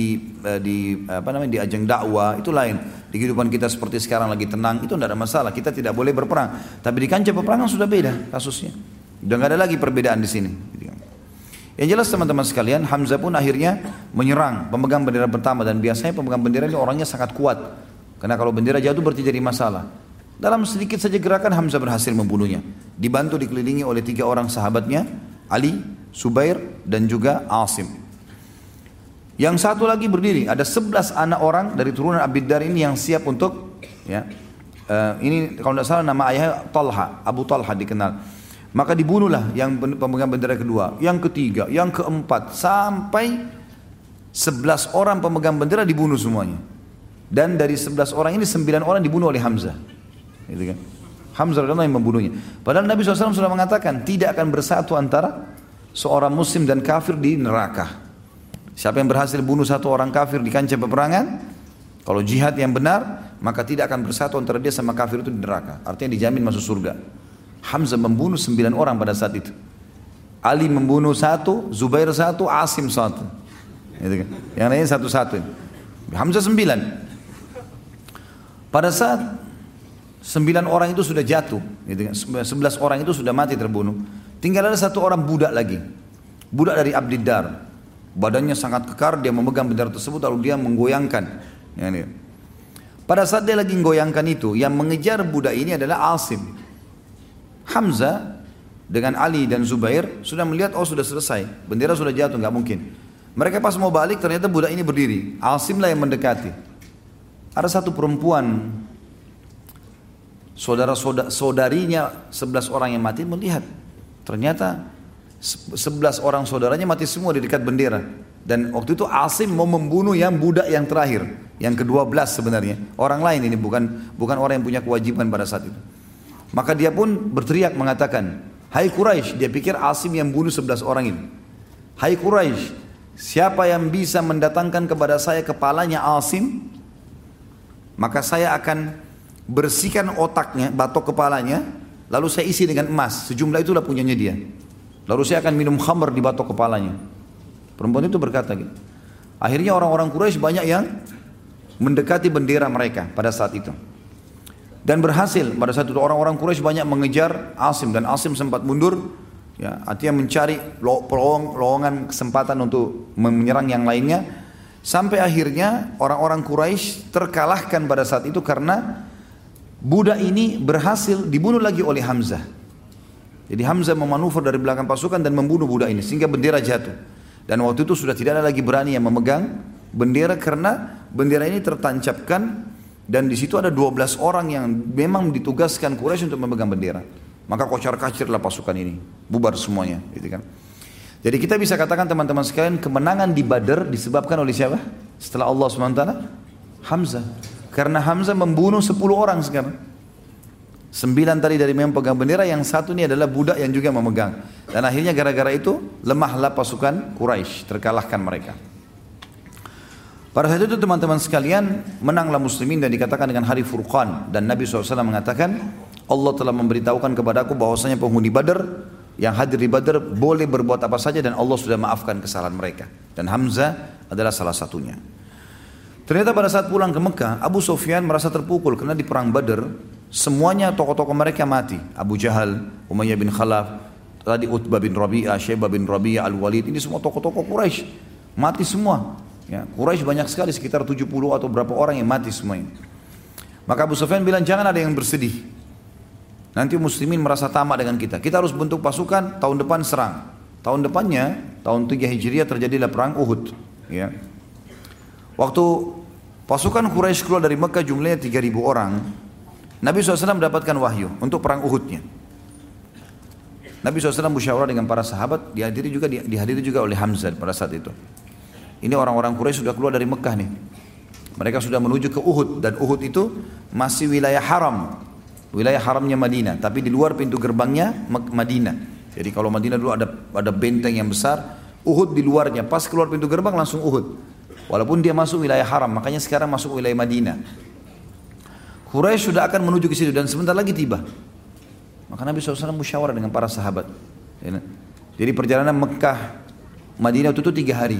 Speaker 1: di ajang dakwah itu lain. Di kehidupan kita seperti sekarang lagi tenang itu tidak ada masalah. Kita tidak boleh berperang. Tapi di kancah peperangan sudah beda kasusnya. Sudah nggak ada lagi perbedaan di sini. Yang jelas teman-teman sekalian, Hamzah pun akhirnya menyerang pemegang bendera pertama, dan biasanya pemegang bendera ini orangnya sangat kuat. Karena kalau bendera jatuh berarti jadi masalah. Dalam sedikit saja gerakan Hamzah berhasil membunuhnya. Dibantu dikelilingi oleh 3 orang sahabatnya, Ali, Subair dan juga Asim. Yang satu lagi berdiri, ada 11 anak orang dari turunan Abdiddar ini yang siap untuk ya. Ini kalau tidak salah nama ayahnya Talha, Abu Talha dikenal. Maka dibunuhlah yang pemegang bendera kedua, yang ketiga, yang keempat, sampai 11 orang pemegang bendera dibunuh semuanya. Dan dari 11 orang ini 9 orang dibunuh oleh Hamzah. Gitu kan? Hamzah adalah yang membunuhnya. Padahal Nabi SAW sudah mengatakan tidak akan bersatu antara seorang muslim dan kafir di neraka. Siapa yang berhasil bunuh satu orang kafir di kancah peperangan, kalau jihad yang benar, maka tidak akan bersatu antara dia sama kafir itu di neraka. Artinya dijamin masuk surga. Hamzah membunuh 9 orang pada saat itu. Ali membunuh 1, Zubair 1, Asim 1. Gitu kan? Yang lainnya 1-1. Hamzah 9. Pada saat 9 orang itu sudah jatuh, gitu kan? 11 orang itu sudah mati terbunuh. Tinggal ada 1 orang budak lagi. Budak dari Abdiddar. Badannya sangat kekar, dia memegang bendera tersebut lalu dia menggoyangkan. Pada saat dia lagi menggoyangkan itu, yang mengejar budak ini adalah Asim. Hamzah dengan Ali dan Zubair sudah melihat, oh sudah selesai, bendera sudah jatuh, nggak mungkin. Mereka pas mau balik ternyata budak ini berdiri. Asim lah yang mendekati. Ada satu perempuan, saudarinya 11 orang yang mati melihat. Ternyata 11 orang saudaranya mati semua di dekat bendera. Dan waktu itu Asim mau membunuh yang budak yang terakhir, yang ke-12 sebenarnya. Orang lain ini bukan orang yang punya kewajiban pada saat itu. Maka dia pun berteriak mengatakan, "Hai Quraisy," dia pikir Asim yang bunuh 11 orang ini. "Hai Quraisy, siapa yang bisa mendatangkan kepada saya kepalanya Asim, maka saya akan bersihkan otaknya, batok kepalanya, lalu saya isi dengan emas, sejumlah itulah punyanya dia. Lalu saya akan minum khamr di batok kepalanya." Perempuan itu berkata gitu. Akhirnya orang-orang Quraisy banyak yang mendekati bendera mereka pada saat itu. Dan berhasil, pada saat itu orang-orang Quraisy banyak mengejar Asim, dan Asim sempat mundur, ya, artinya mencari lowongan kesempatan untuk menyerang yang lainnya. Sampai akhirnya orang-orang Quraisy terkalahkan pada saat itu karena budak ini berhasil dibunuh lagi oleh Hamzah. Jadi Hamzah memanuver dari belakang pasukan dan membunuh budak ini sehingga bendera jatuh. Dan waktu itu sudah tidak ada lagi berani yang memegang bendera karena bendera ini tertancapkan, dan di situ ada 12 orang yang memang ditugaskan Quraisy untuk memegang bendera. Maka kocar-kacirlah pasukan ini, bubar semuanya, gitu kan. Jadi kita bisa katakan teman-teman sekalian, kemenangan di Badar disebabkan oleh siapa? Setelah Allah SWT, Hamzah. Karena Hamzah membunuh 10 orang sekarang. 9 tadi dari memang pegang bendera, yang satu ini adalah budak yang juga memegang. Dan akhirnya gara-gara itu lemahlah pasukan Quraisy, terkalahkan mereka. Pada saat itu teman-teman sekalian, menanglah muslimin dan dikatakan dengan hari Furqan. Dan Nabi SAW mengatakan, Allah telah memberitahukan kepadaku bahwasanya penghuni Badar yang hadir di Badar boleh berbuat apa saja dan Allah sudah maafkan kesalahan mereka. Dan Hamzah adalah salah satunya. Ternyata pada saat pulang ke Mekah, Abu Sufyan merasa terpukul karena di perang Badar Semuanya tokoh-tokoh mereka mati. Abu Jahal, Umayyah bin Khalaf, tadi Utbah bin Rabi'ah, Syaibah bin Rabi'ah, Al-Walid, ini semua tokoh-tokoh Quraisy mati semua. Ya, Quraisy banyak sekali, sekitar 70 atau berapa orang yang mati semuanya. Maka Abu Sufyan bilang jangan ada yang bersedih. Nanti muslimin merasa tamak dengan kita. Kita harus bentuk pasukan, tahun depan serang. Tahun depannya, tahun 3 Hijriah terjadilah perang Uhud. Ya. Waktu pasukan Quraisy keluar dari Mekah jumlahnya 3.000 orang. Nabi SAW mendapatkan wahyu untuk perang Uhudnya. Nabi SAW musyawarah dengan para sahabat, dihadiri juga oleh Hamzah pada saat itu. Ini orang-orang Quraisy sudah keluar dari Mekah nih. Mereka sudah menuju ke Uhud, dan Uhud itu masih wilayah haram. Wilayah haramnya Madinah, tapi di luar pintu gerbangnya Madinah. Jadi kalau Madinah dulu ada benteng yang besar, Uhud di luarnya, pas keluar pintu gerbang langsung Uhud. Walaupun dia masuk wilayah haram, makanya sekarang masuk wilayah Madinah. Quraisy sudah akan menuju ke situ dan sebentar lagi tiba. Maka Nabi SAW musyawarah dengan para sahabat. Jadi perjalanan Mekah Madinah itu 3 hari.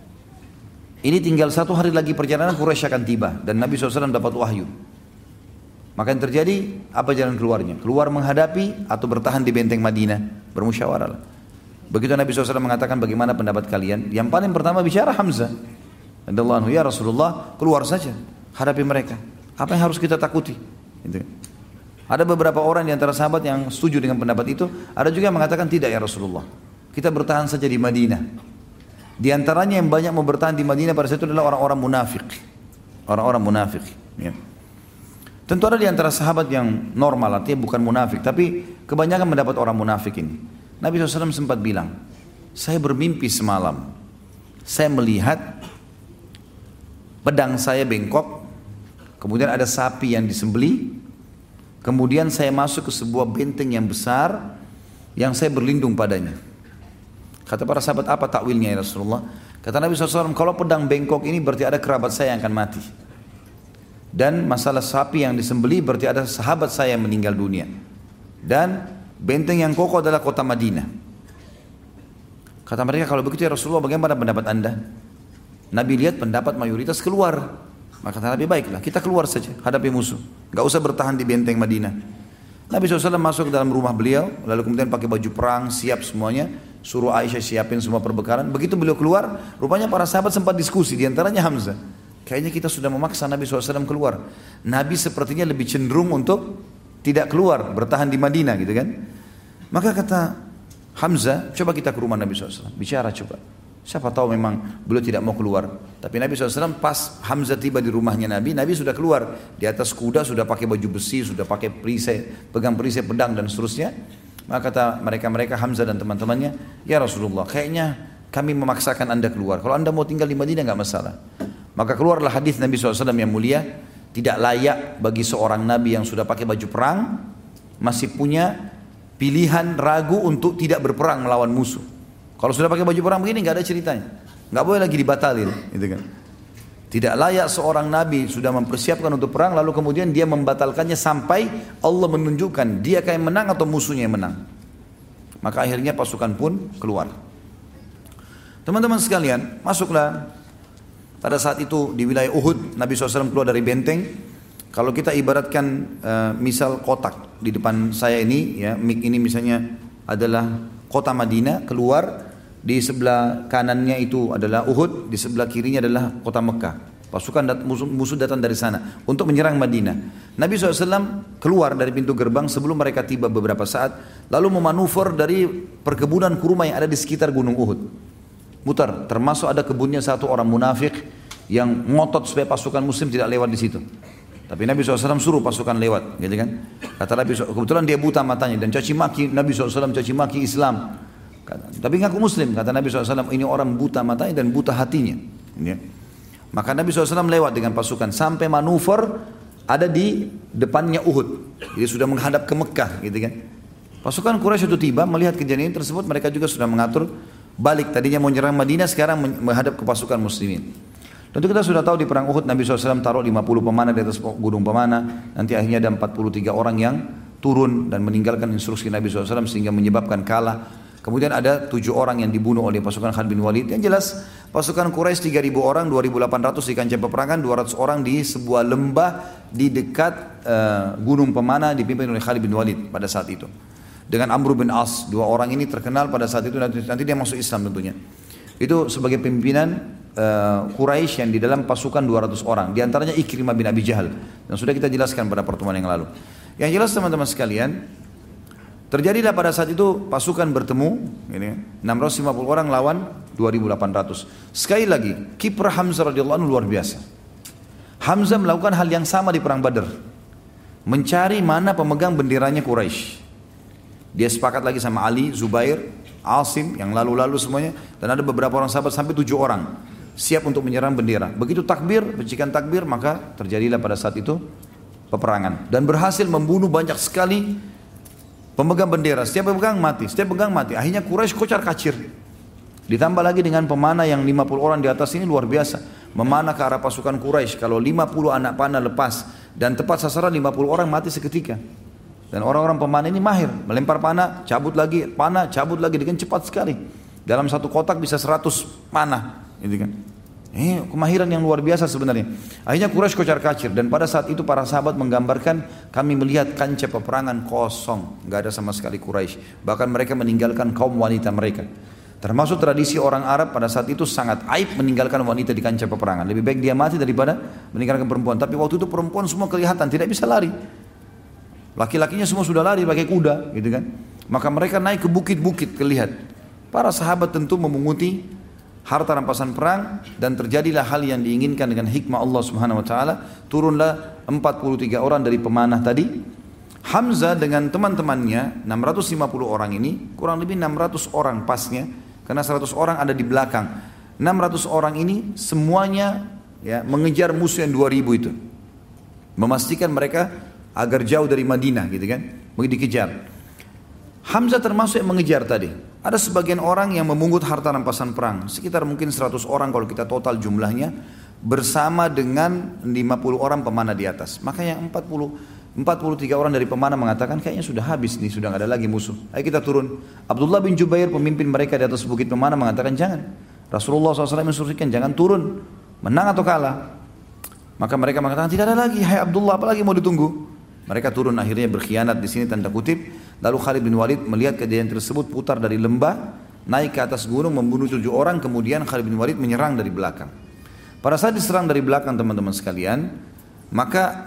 Speaker 1: Ini tinggal 1 hari lagi perjalanan Quraisy akan tiba dan Nabi SAW dapat wahyu. Maka yang terjadi apa jalan keluarnya? Keluar menghadapi atau bertahan di benteng Madinah? Bermusyawarah. Begitu Nabi SAW mengatakan bagaimana pendapat kalian? Yang paling pertama bicara Hamzah. Radhiyallahu anhu, ya Rasulullah, keluar saja hadapi mereka. Apa yang harus kita takuti? Gitu. Ada beberapa orang di antara sahabat yang setuju dengan pendapat itu. Ada juga yang mengatakan tidak ya Rasulullah. Kita bertahan saja di Madinah. Di antaranya yang banyak mau bertahan di Madinah pada saat itu adalah orang-orang munafik. Orang-orang munafik. Ya. Tentu ada di antara sahabat yang normal, artinya bukan munafik. Tapi kebanyakan mendapat orang munafik ini. Nabi SAW sempat bilang, saya bermimpi semalam. Saya melihat pedang saya bengkok. Kemudian ada sapi yang disembelih. Kemudian saya masuk ke sebuah benteng yang besar yang saya berlindung padanya. Kata para sahabat, apa takwilnya ya Rasulullah? Kata Nabi SAW, kalau pedang bengkok ini berarti ada kerabat saya yang akan mati. Dan masalah sapi yang disembelih berarti ada sahabat saya yang meninggal dunia. Dan benteng yang kokoh adalah kota Madinah. Kata mereka, kalau begitu ya Rasulullah, bagaimana pendapat anda? Nabi lihat pendapat mayoritas keluar. Maka kata Nabi, baiklah kita keluar saja hadapi musuh, gak usah bertahan di benteng Madinah. Nabi SAW masuk ke dalam rumah beliau, lalu kemudian pakai baju perang, siap semuanya, suruh Aisyah siapin semua perbekalan. Begitu beliau keluar, rupanya para sahabat sempat diskusi, diantaranya Hamzah. Kayaknya kita sudah memaksa Nabi SAW keluar. Nabi sepertinya lebih cenderung untuk tidak keluar, bertahan di Madinah gitu kan. Maka kata Hamzah, coba kita ke rumah Nabi SAW, bicara coba. Siapa tahu memang beliau tidak mau keluar. Tapi Nabi SAW pas Hamzah tiba di rumahnya Nabi sudah keluar. Di atas kuda, sudah pakai baju besi, sudah pakai perisai, pegang perisai pedang dan seterusnya. Maka kata mereka Hamzah dan teman-temannya, ya Rasulullah, kayaknya kami memaksakan anda keluar. Kalau anda mau tinggal di Madinah nggak masalah. Maka keluarlah hadis Nabi SAW yang mulia, tidak layak bagi seorang Nabi yang sudah pakai baju perang, masih punya pilihan ragu untuk tidak berperang melawan musuh. Kalau sudah pakai baju perang begini nggak ada ceritanya, nggak boleh lagi dibatalin, gitu kan? Tidak layak seorang nabi sudah mempersiapkan untuk perang lalu kemudian dia membatalkannya sampai Allah menunjukkan dia kayak menang atau musuhnya yang menang. Maka akhirnya pasukan pun keluar. Teman-teman sekalian, masuklah pada saat itu di wilayah Uhud. Nabi SAW keluar dari benteng. Kalau kita ibaratkan misal kotak di depan saya ini, ya, mik ini misalnya adalah kota Madinah, keluar di sebelah kanannya itu adalah Uhud, di sebelah kirinya adalah kota Mekah. Pasukan musuh datang dari sana untuk menyerang Madinah. Nabi SAW keluar dari pintu gerbang sebelum mereka tiba beberapa saat, lalu memanuver dari perkebunan kurma yang ada di sekitar gunung Uhud. Mutar, termasuk ada kebunnya satu orang munafik yang ngotot supaya pasukan muslim tidak lewat di situ. Tapi Nabi SAW suruh pasukan lewat, gitu kan? Kata Nabi SAW, kebetulan dia buta matanya dan caci maki Nabi SAW, caci maki Islam. Tapi ngaku muslim, kata Nabi SAW, ini orang buta matanya dan buta hatinya. Ya. Maka Nabi SAW lewat dengan pasukan sampai manuver ada di depannya Uhud. Jadi sudah menghadap ke Mekah, gitu kan? Pasukan Quraisy itu tiba melihat kejadian tersebut, mereka juga sudah mengatur balik. Tadinya mau menyerang Madinah, sekarang menghadap ke pasukan muslimin. Tentu kita sudah tahu di perang Uhud Nabi SAW taruh 50 pemanah di atas gunung pemanah. Nanti akhirnya ada 43 orang yang turun dan meninggalkan instruksi Nabi SAW sehingga menyebabkan kalah. Kemudian ada 7 orang yang dibunuh oleh pasukan Khalid bin Walid. Yang jelas pasukan Quraisy 3.000 orang, 2.800 di kancah peperangan, 200 orang di sebuah lembah di dekat Gunung Pemana dipimpin oleh Khalid bin Walid pada saat itu. Dengan Amr bin As, 2 orang ini terkenal pada saat itu, nanti dia masuk Islam tentunya. Itu sebagai pimpinan Quraisy yang di dalam pasukan 200 orang. Di antaranya Ikrimah bin Abi Jahal. Dan sudah kita jelaskan pada pertemuan yang lalu. Yang jelas teman-teman sekalian, terjadilah pada saat itu pasukan bertemu, ini 650 orang lawan 2.800. Sekali lagi, kiprah Hamzah radhiyallahu anhu luar biasa. Hamzah melakukan hal yang sama di perang Badar, mencari mana pemegang benderanya Quraisy. Dia sepakat lagi sama Ali, Zubair, Asim, yang lalu-lalu semuanya, dan ada beberapa orang sahabat sampai 7 orang siap untuk menyerang bendera. Begitu takbir, percikan takbir, maka terjadilah pada saat itu peperangan dan berhasil membunuh banyak sekali pemegang bendera. Setiap pemegang mati, setiap pemegang mati. Akhirnya Quraisy kocar kacir. Ditambah lagi dengan pemanah yang 50 orang di atas ini luar biasa. Memanah ke arah pasukan Quraisy. Kalau 50 anak panah lepas dan tepat sasaran, 50 orang mati seketika. Dan orang-orang pemanah ini mahir, melempar panah, cabut lagi dengan cepat sekali. Dalam satu kotak bisa 100 panah, gitu kan. Kemahiran yang luar biasa sebenarnya. Akhirnya Quraisy kocar kacir, dan pada saat itu para sahabat menggambarkan, kami melihat kancah peperangan kosong, nggak ada sama sekali Quraisy. Bahkan mereka meninggalkan kaum wanita mereka. Termasuk tradisi orang Arab pada saat itu sangat aib meninggalkan wanita di kancah peperangan. Lebih baik dia mati daripada meninggalkan perempuan. Tapi waktu itu perempuan semua kelihatan tidak bisa lari. Laki-lakinya semua sudah lari pakai kuda, gitu kan. Maka mereka naik ke bukit-bukit kelihat. Para sahabat tentu memunguti harta rampasan perang, dan terjadilah hal yang diinginkan dengan hikmah Allah Subhanahu wa taala. Turunlah 43 orang dari pemanah tadi. Hamzah dengan teman-temannya 650 orang ini, kurang lebih 600 orang pasnya, karena 100 orang ada di belakang. 600 orang ini semuanya ya mengejar musuh yang 2000 itu. Memastikan mereka agar jauh dari Madinah, gitu kan. Begitu dikejar. Hamzah termasuk yang mengejar tadi. Ada sebagian orang yang memungut harta rampasan perang, sekitar mungkin 100 orang kalau kita total jumlahnya, bersama dengan 50 orang pemanah di atas. Maka yang 43 orang dari pemanah mengatakan kayaknya sudah habis nih, sudah nggak ada lagi musuh. Ayo kita turun. Abdullah bin Jubair, pemimpin mereka di atas bukit pemanah, mengatakan jangan. Rasulullah SAW menginstruksikan jangan turun, menang atau kalah. Maka mereka mengatakan tidak ada lagi, hai Abdullah, apalagi mau ditunggu. Mereka turun, akhirnya berkhianat di sini tanda kutip. Lalu Khalid bin Walid melihat kejadian tersebut, putar dari lembah, naik ke atas gunung, membunuh 7 orang. Kemudian Khalid bin Walid menyerang dari belakang. Pada saat diserang dari belakang teman-teman sekalian, maka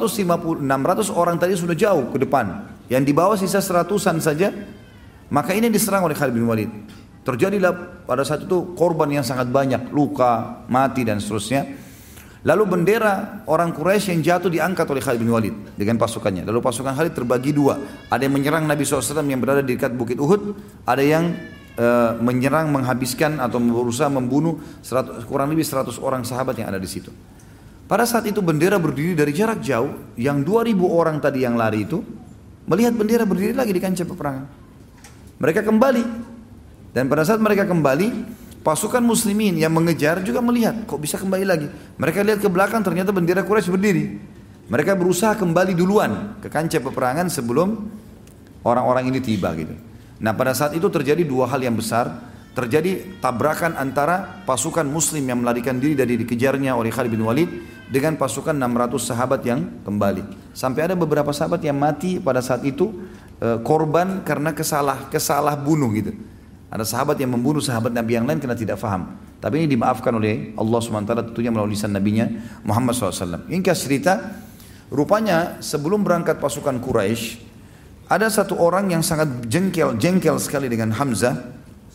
Speaker 1: 600 orang tadi sudah jauh ke depan, yang di bawah sisa 100-an saja. Maka ini diserang oleh Khalid bin Walid. Terjadilah pada saat itu korban yang sangat banyak, luka, mati dan seterusnya. Lalu bendera orang Quraisy yang jatuh diangkat oleh Khalid bin Walid dengan pasukannya. Lalu pasukan Khalid terbagi 2. Ada yang menyerang Nabi SAW yang berada di dekat bukit Uhud. Ada yang menyerang, menghabiskan atau berusaha membunuh kurang lebih 100 orang sahabat yang ada di situ. Pada saat itu bendera berdiri dari jarak jauh. Yang 2000 orang tadi yang lari itu melihat bendera berdiri lagi di kancah peperangan. Mereka kembali. Dan pada saat mereka kembali, pasukan muslimin yang mengejar juga melihat, kok bisa kembali lagi. Mereka lihat ke belakang, ternyata bendera Quraisy berdiri. Mereka berusaha kembali duluan ke kancah peperangan sebelum orang-orang ini tiba gitu. Nah pada saat itu terjadi 2 hal yang besar. Terjadi tabrakan antara pasukan muslim yang melarikan diri dari dikejarnya oleh Khalid bin Walid dengan pasukan 600 sahabat yang kembali. Sampai ada beberapa sahabat yang mati pada saat itu, korban karena kesalah bunuh gitu. Ada sahabat yang membunuh sahabat Nabi yang lain karena tidak faham. Tapi ini dimaafkan oleh Allah SWT tentunya melalui lisan Nabinya Muhammad SAW. Ringkas cerita, rupanya sebelum berangkat pasukan Quraisy, ada satu orang yang sangat jengkel sekali dengan Hamzah.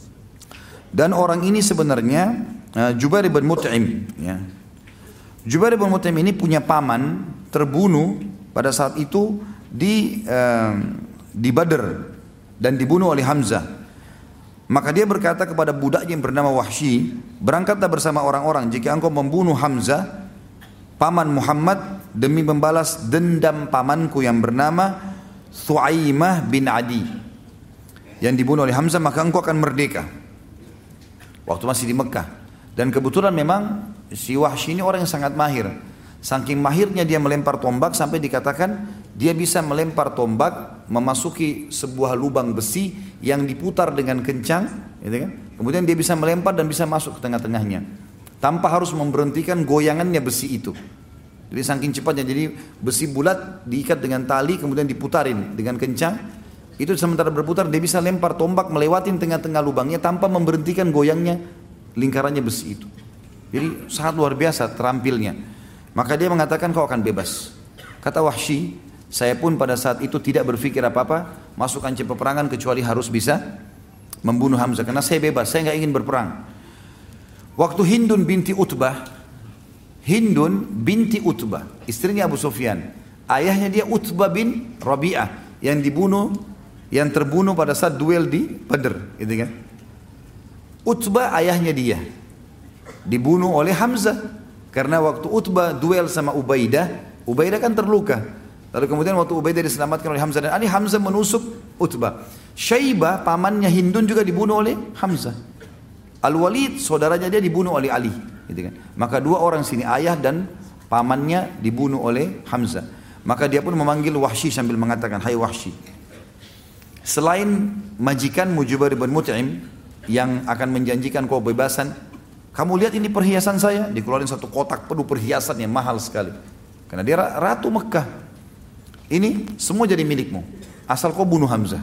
Speaker 1: Dan orang ini sebenarnya Jubair bin Mut'im. Ya. Jubair bin Mut'im ini punya paman terbunuh pada saat itu di Badr dan dibunuh oleh Hamzah. Maka dia berkata kepada budaknya yang bernama Wahsy, berangkatlah bersama orang-orang jika engkau membunuh Hamzah, paman Muhammad, demi membalas dendam pamanku yang bernama Thu'aimah bin Adi yang dibunuh oleh Hamzah, maka engkau akan merdeka. Waktu masih di Mekah. Dan kebetulan memang si Wahsy ini orang yang sangat mahir. Saking mahirnya dia melempar tombak sampai dikatakan dia bisa melempar tombak memasuki sebuah lubang besi yang diputar dengan kencang, gitu kan? Kemudian dia bisa melempar dan bisa masuk ke tengah-tengahnya, tanpa harus memberhentikan goyangannya besi itu. Jadi saking cepatnya, jadi besi bulat diikat dengan tali, kemudian diputarin dengan kencang. Itu sementara berputar, dia bisa lempar tombak melewatin tengah-tengah lubangnya tanpa memberhentikan goyangnya lingkarannya besi itu. Jadi sangat luar biasa terampilnya. Maka dia mengatakan kau akan bebas. Kata Wahsy, saya pun pada saat itu tidak berpikir apa-apa, masuk kancah peperangan kecuali harus bisa membunuh Hamzah. Karena saya bebas, saya nggak ingin berperang. Waktu Hindun binti Utbah, istrinya Abu Sufyan, ayahnya dia Utbah bin Rabi'ah yang terbunuh pada saat duel di Badr, gitu kan? Utbah ayahnya dia dibunuh oleh Hamzah karena waktu Utbah duel sama Ubaidah kan terluka. Lalu kemudian waktu Ubaidah diselamatkan oleh Hamzah dan Ali, Hamzah menusuk Utbah. Syaibah pamannya Hindun juga dibunuh oleh Hamzah. Al-Walid saudaranya dia dibunuh oleh Ali, gitu kan? Maka dua orang sini, ayah dan pamannya dibunuh oleh Hamzah. Maka dia pun memanggil Wahsy sambil mengatakan, hai Wahsy, selain majikanmu Jubair bin Mut'im yang akan menjanjikan kau bebasan, kamu lihat ini perhiasan saya. Dikeluarin satu kotak penuh perhiasan yang mahal sekali, karena dia ratu Mekah. Ini semua jadi milikmu, asal kau bunuh Hamzah.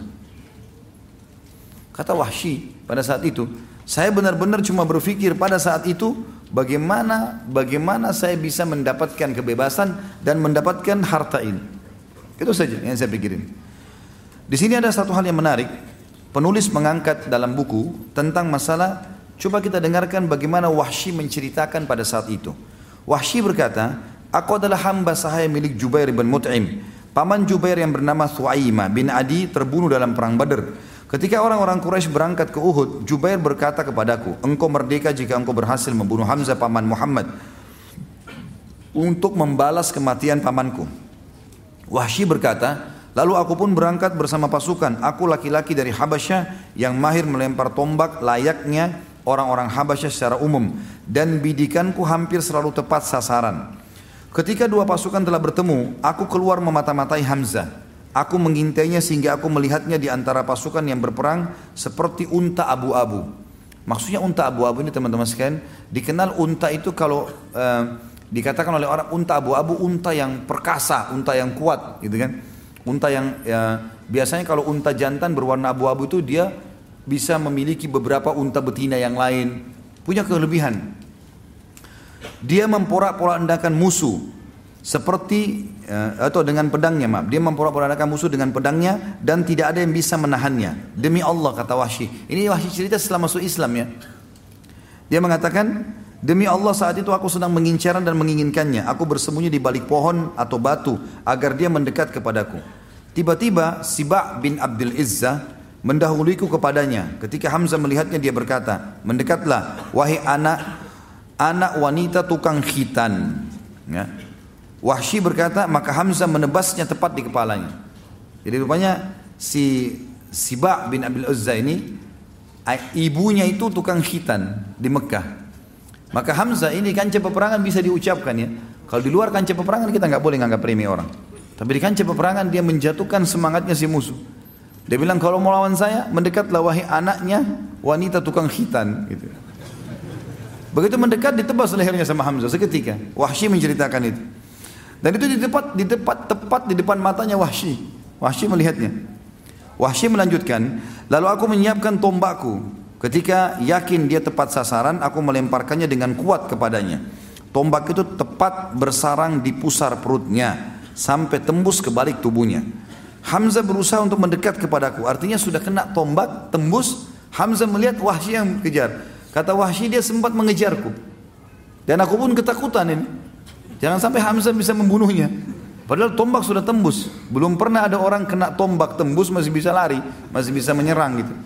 Speaker 1: Kata Wahsy pada saat itu, saya benar-benar cuma berpikir pada saat itu bagaimana saya bisa mendapatkan kebebasan dan mendapatkan harta ini. Itu saja yang saya pikirin. Di sini ada satu hal yang menarik. Penulis mengangkat dalam buku tentang masalah, coba kita dengarkan bagaimana Wahsy menceritakan pada saat itu. Wahsy berkata, aku adalah hamba sahaya milik Jubair bin Mut'im. Paman Jubair yang bernama Thu'aimah bin Adi terbunuh dalam perang Badr. Ketika orang-orang Quraisy berangkat ke Uhud, Jubair berkata kepadaku, engkau merdeka jika engkau berhasil membunuh Hamzah paman Muhammad untuk membalas kematian pamanku. Wahsy berkata, lalu aku pun berangkat bersama pasukan. Aku laki-laki dari Habasyah yang mahir melempar tombak layaknya orang-orang Habasyah secara umum, dan bidikanku hampir selalu tepat sasaran. Ketika dua pasukan telah bertemu, aku keluar memata-matai Hamzah. Aku mengintainya sehingga aku melihatnya di antara pasukan yang berperang seperti unta abu-abu. Maksudnya unta abu-abu ini teman-teman sekalian, dikenal unta itu kalau dikatakan oleh orang unta abu-abu, unta yang perkasa, unta yang kuat, gitu kan? Unta yang biasanya kalau unta jantan berwarna abu-abu itu dia bisa memiliki beberapa unta betina yang lain, punya kelebihan. Dia memporak-porandakan musuh seperti atau dengan pedangnya, dia memporak-porandakan musuh dengan pedangnya dan tidak ada yang bisa menahannya. Demi Allah, kata Wahsy. Ini Wahsy cerita setelah masuk Islam ya. Dia mengatakan, demi Allah saat itu aku sedang mengincarnya dan menginginkannya. Aku bersembunyi di balik pohon atau batu agar dia mendekat kepadaku. Tiba-tiba Siba' bin Abdul Izzah mendahuliku kepadanya. Ketika Hamzah melihatnya, dia berkata, mendekatlah wahai anak wanita tukang khitan. Ya. Wahsy berkata, maka Hamzah menebasnya tepat di kepalanya. Jadi rupanya si Siba' bin Abdul Izzah ini ibunya itu tukang khitan di Mekah. Maka Hamzah ini kancah peperangan bisa diucapkan ya. Kalau di luar kancah peperangan kita nggak boleh nganggap remeh orang. Tapi di kancah peperangan dia menjatuhkan semangatnya si musuh. Dia bilang, kalau mau lawan saya, mendekatlah wahai anaknya wanita tukang khitan. Gitu. Begitu mendekat, ditebas lehernya sama Hamzah seketika. Wahsy menceritakan itu. Dan itu tepat di depan matanya Wahsy. Wahsy melihatnya. Wahsy melanjutkan, lalu aku menyiapkan tombakku. Ketika yakin dia tepat sasaran, aku melemparkannya dengan kuat kepadanya. Tombak itu tepat bersarang di pusar perutnya sampai tembus ke balik tubuhnya. Hamzah berusaha untuk mendekat kepadaku, artinya sudah kena tombak, tembus. Hamzah melihat Wahsy yang kejar. Kata Wahsy, dia sempat mengejarku. Dan aku pun ketakutan ini. Jangan sampai Hamzah bisa membunuhnya. Padahal tombak sudah tembus. Belum pernah ada orang kena tombak tembus masih bisa lari, masih bisa menyerang gitu.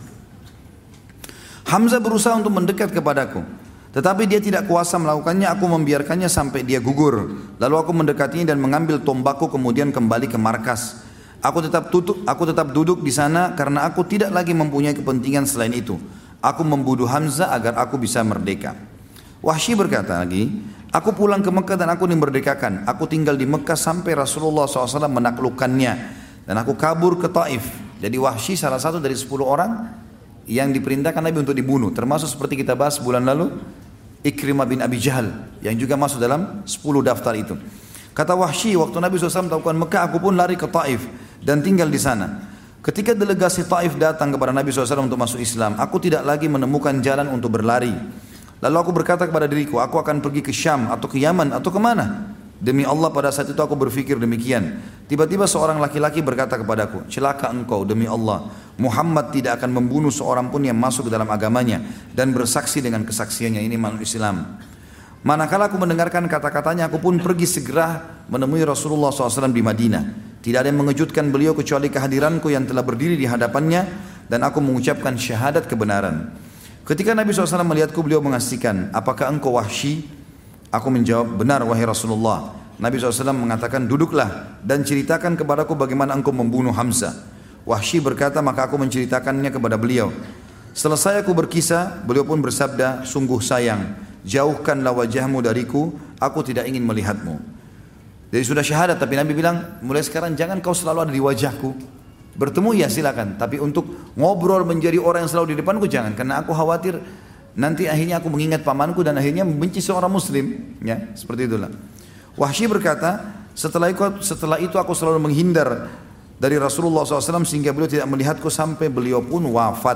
Speaker 1: Hamzah berusaha untuk mendekat kepadaku, tetapi dia tidak kuasa melakukannya. Aku membiarkannya sampai dia gugur. Lalu aku mendekatinya dan mengambil tombakku, kemudian kembali ke markas. Aku tetap duduk di sana karena aku tidak lagi mempunyai kepentingan selain itu. Aku membunuh Hamzah agar aku bisa merdeka. Wahsy berkata lagi, aku pulang ke Mekah dan aku dimerdekakan. Aku tinggal di Mekah sampai Rasulullah SAW menaklukkannya. dan aku kabur ke Taif. Jadi Wahsy salah satu dari 10 orang yang diperintahkan Nabi untuk dibunuh, termasuk seperti kita bahas bulan lalu Ikrimah bin Abi Jahal yang juga masuk dalam 10 daftar itu. Kata Wahsy, waktu Nabi SAW melakukan Mekah, aku pun lari ke Taif dan tinggal di sana. Ketika delegasi Taif datang kepada Nabi SAW untuk masuk Islam, aku tidak lagi menemukan jalan untuk berlari. Lalu aku berkata kepada diriku, aku akan pergi ke Syam atau ke Yaman atau kemana? Demi Allah pada saat itu aku berpikir demikian. Tiba-tiba seorang laki-laki berkata kepadaku, celaka engkau demi Allah. Muhammad tidak akan membunuh seorang pun yang masuk ke dalam agamanya dan bersaksi dengan kesaksiannya. Ini makhluk Islam. Manakala aku mendengarkan kata-katanya, aku pun pergi segera menemui Rasulullah SAW di Madinah. Tidak ada yang mengejutkan beliau kecuali kehadiranku yang telah berdiri di hadapannya dan aku mengucapkan syahadat kebenaran. Ketika Nabi SAW melihatku, beliau mengasihkan, apakah engkau Wahsy? Aku menjawab, benar wahai Rasulullah. Nabi SAW mengatakan, duduklah dan ceritakan kepadaku bagaimana engkau membunuh Hamzah. Wahsy berkata, maka aku menceritakannya kepada beliau. Selesai aku berkisah, beliau pun bersabda, sungguh sayang, jauhkanlah wajahmu dariku, aku tidak ingin melihatmu. Jadi sudah syahadat, tapi Nabi bilang, mulai sekarang jangan kau selalu ada di wajahku. Bertemu ya silakan, tapi untuk ngobrol menjadi orang yang selalu di depanku jangan, karena aku khawatir nanti akhirnya aku mengingat pamanku dan akhirnya membenci seorang muslim, ya seperti itulah. Wahsy berkata, setelah itu aku selalu menghindar dari Rasulullah SAW sehingga beliau tidak melihatku sampai beliau pun wafat.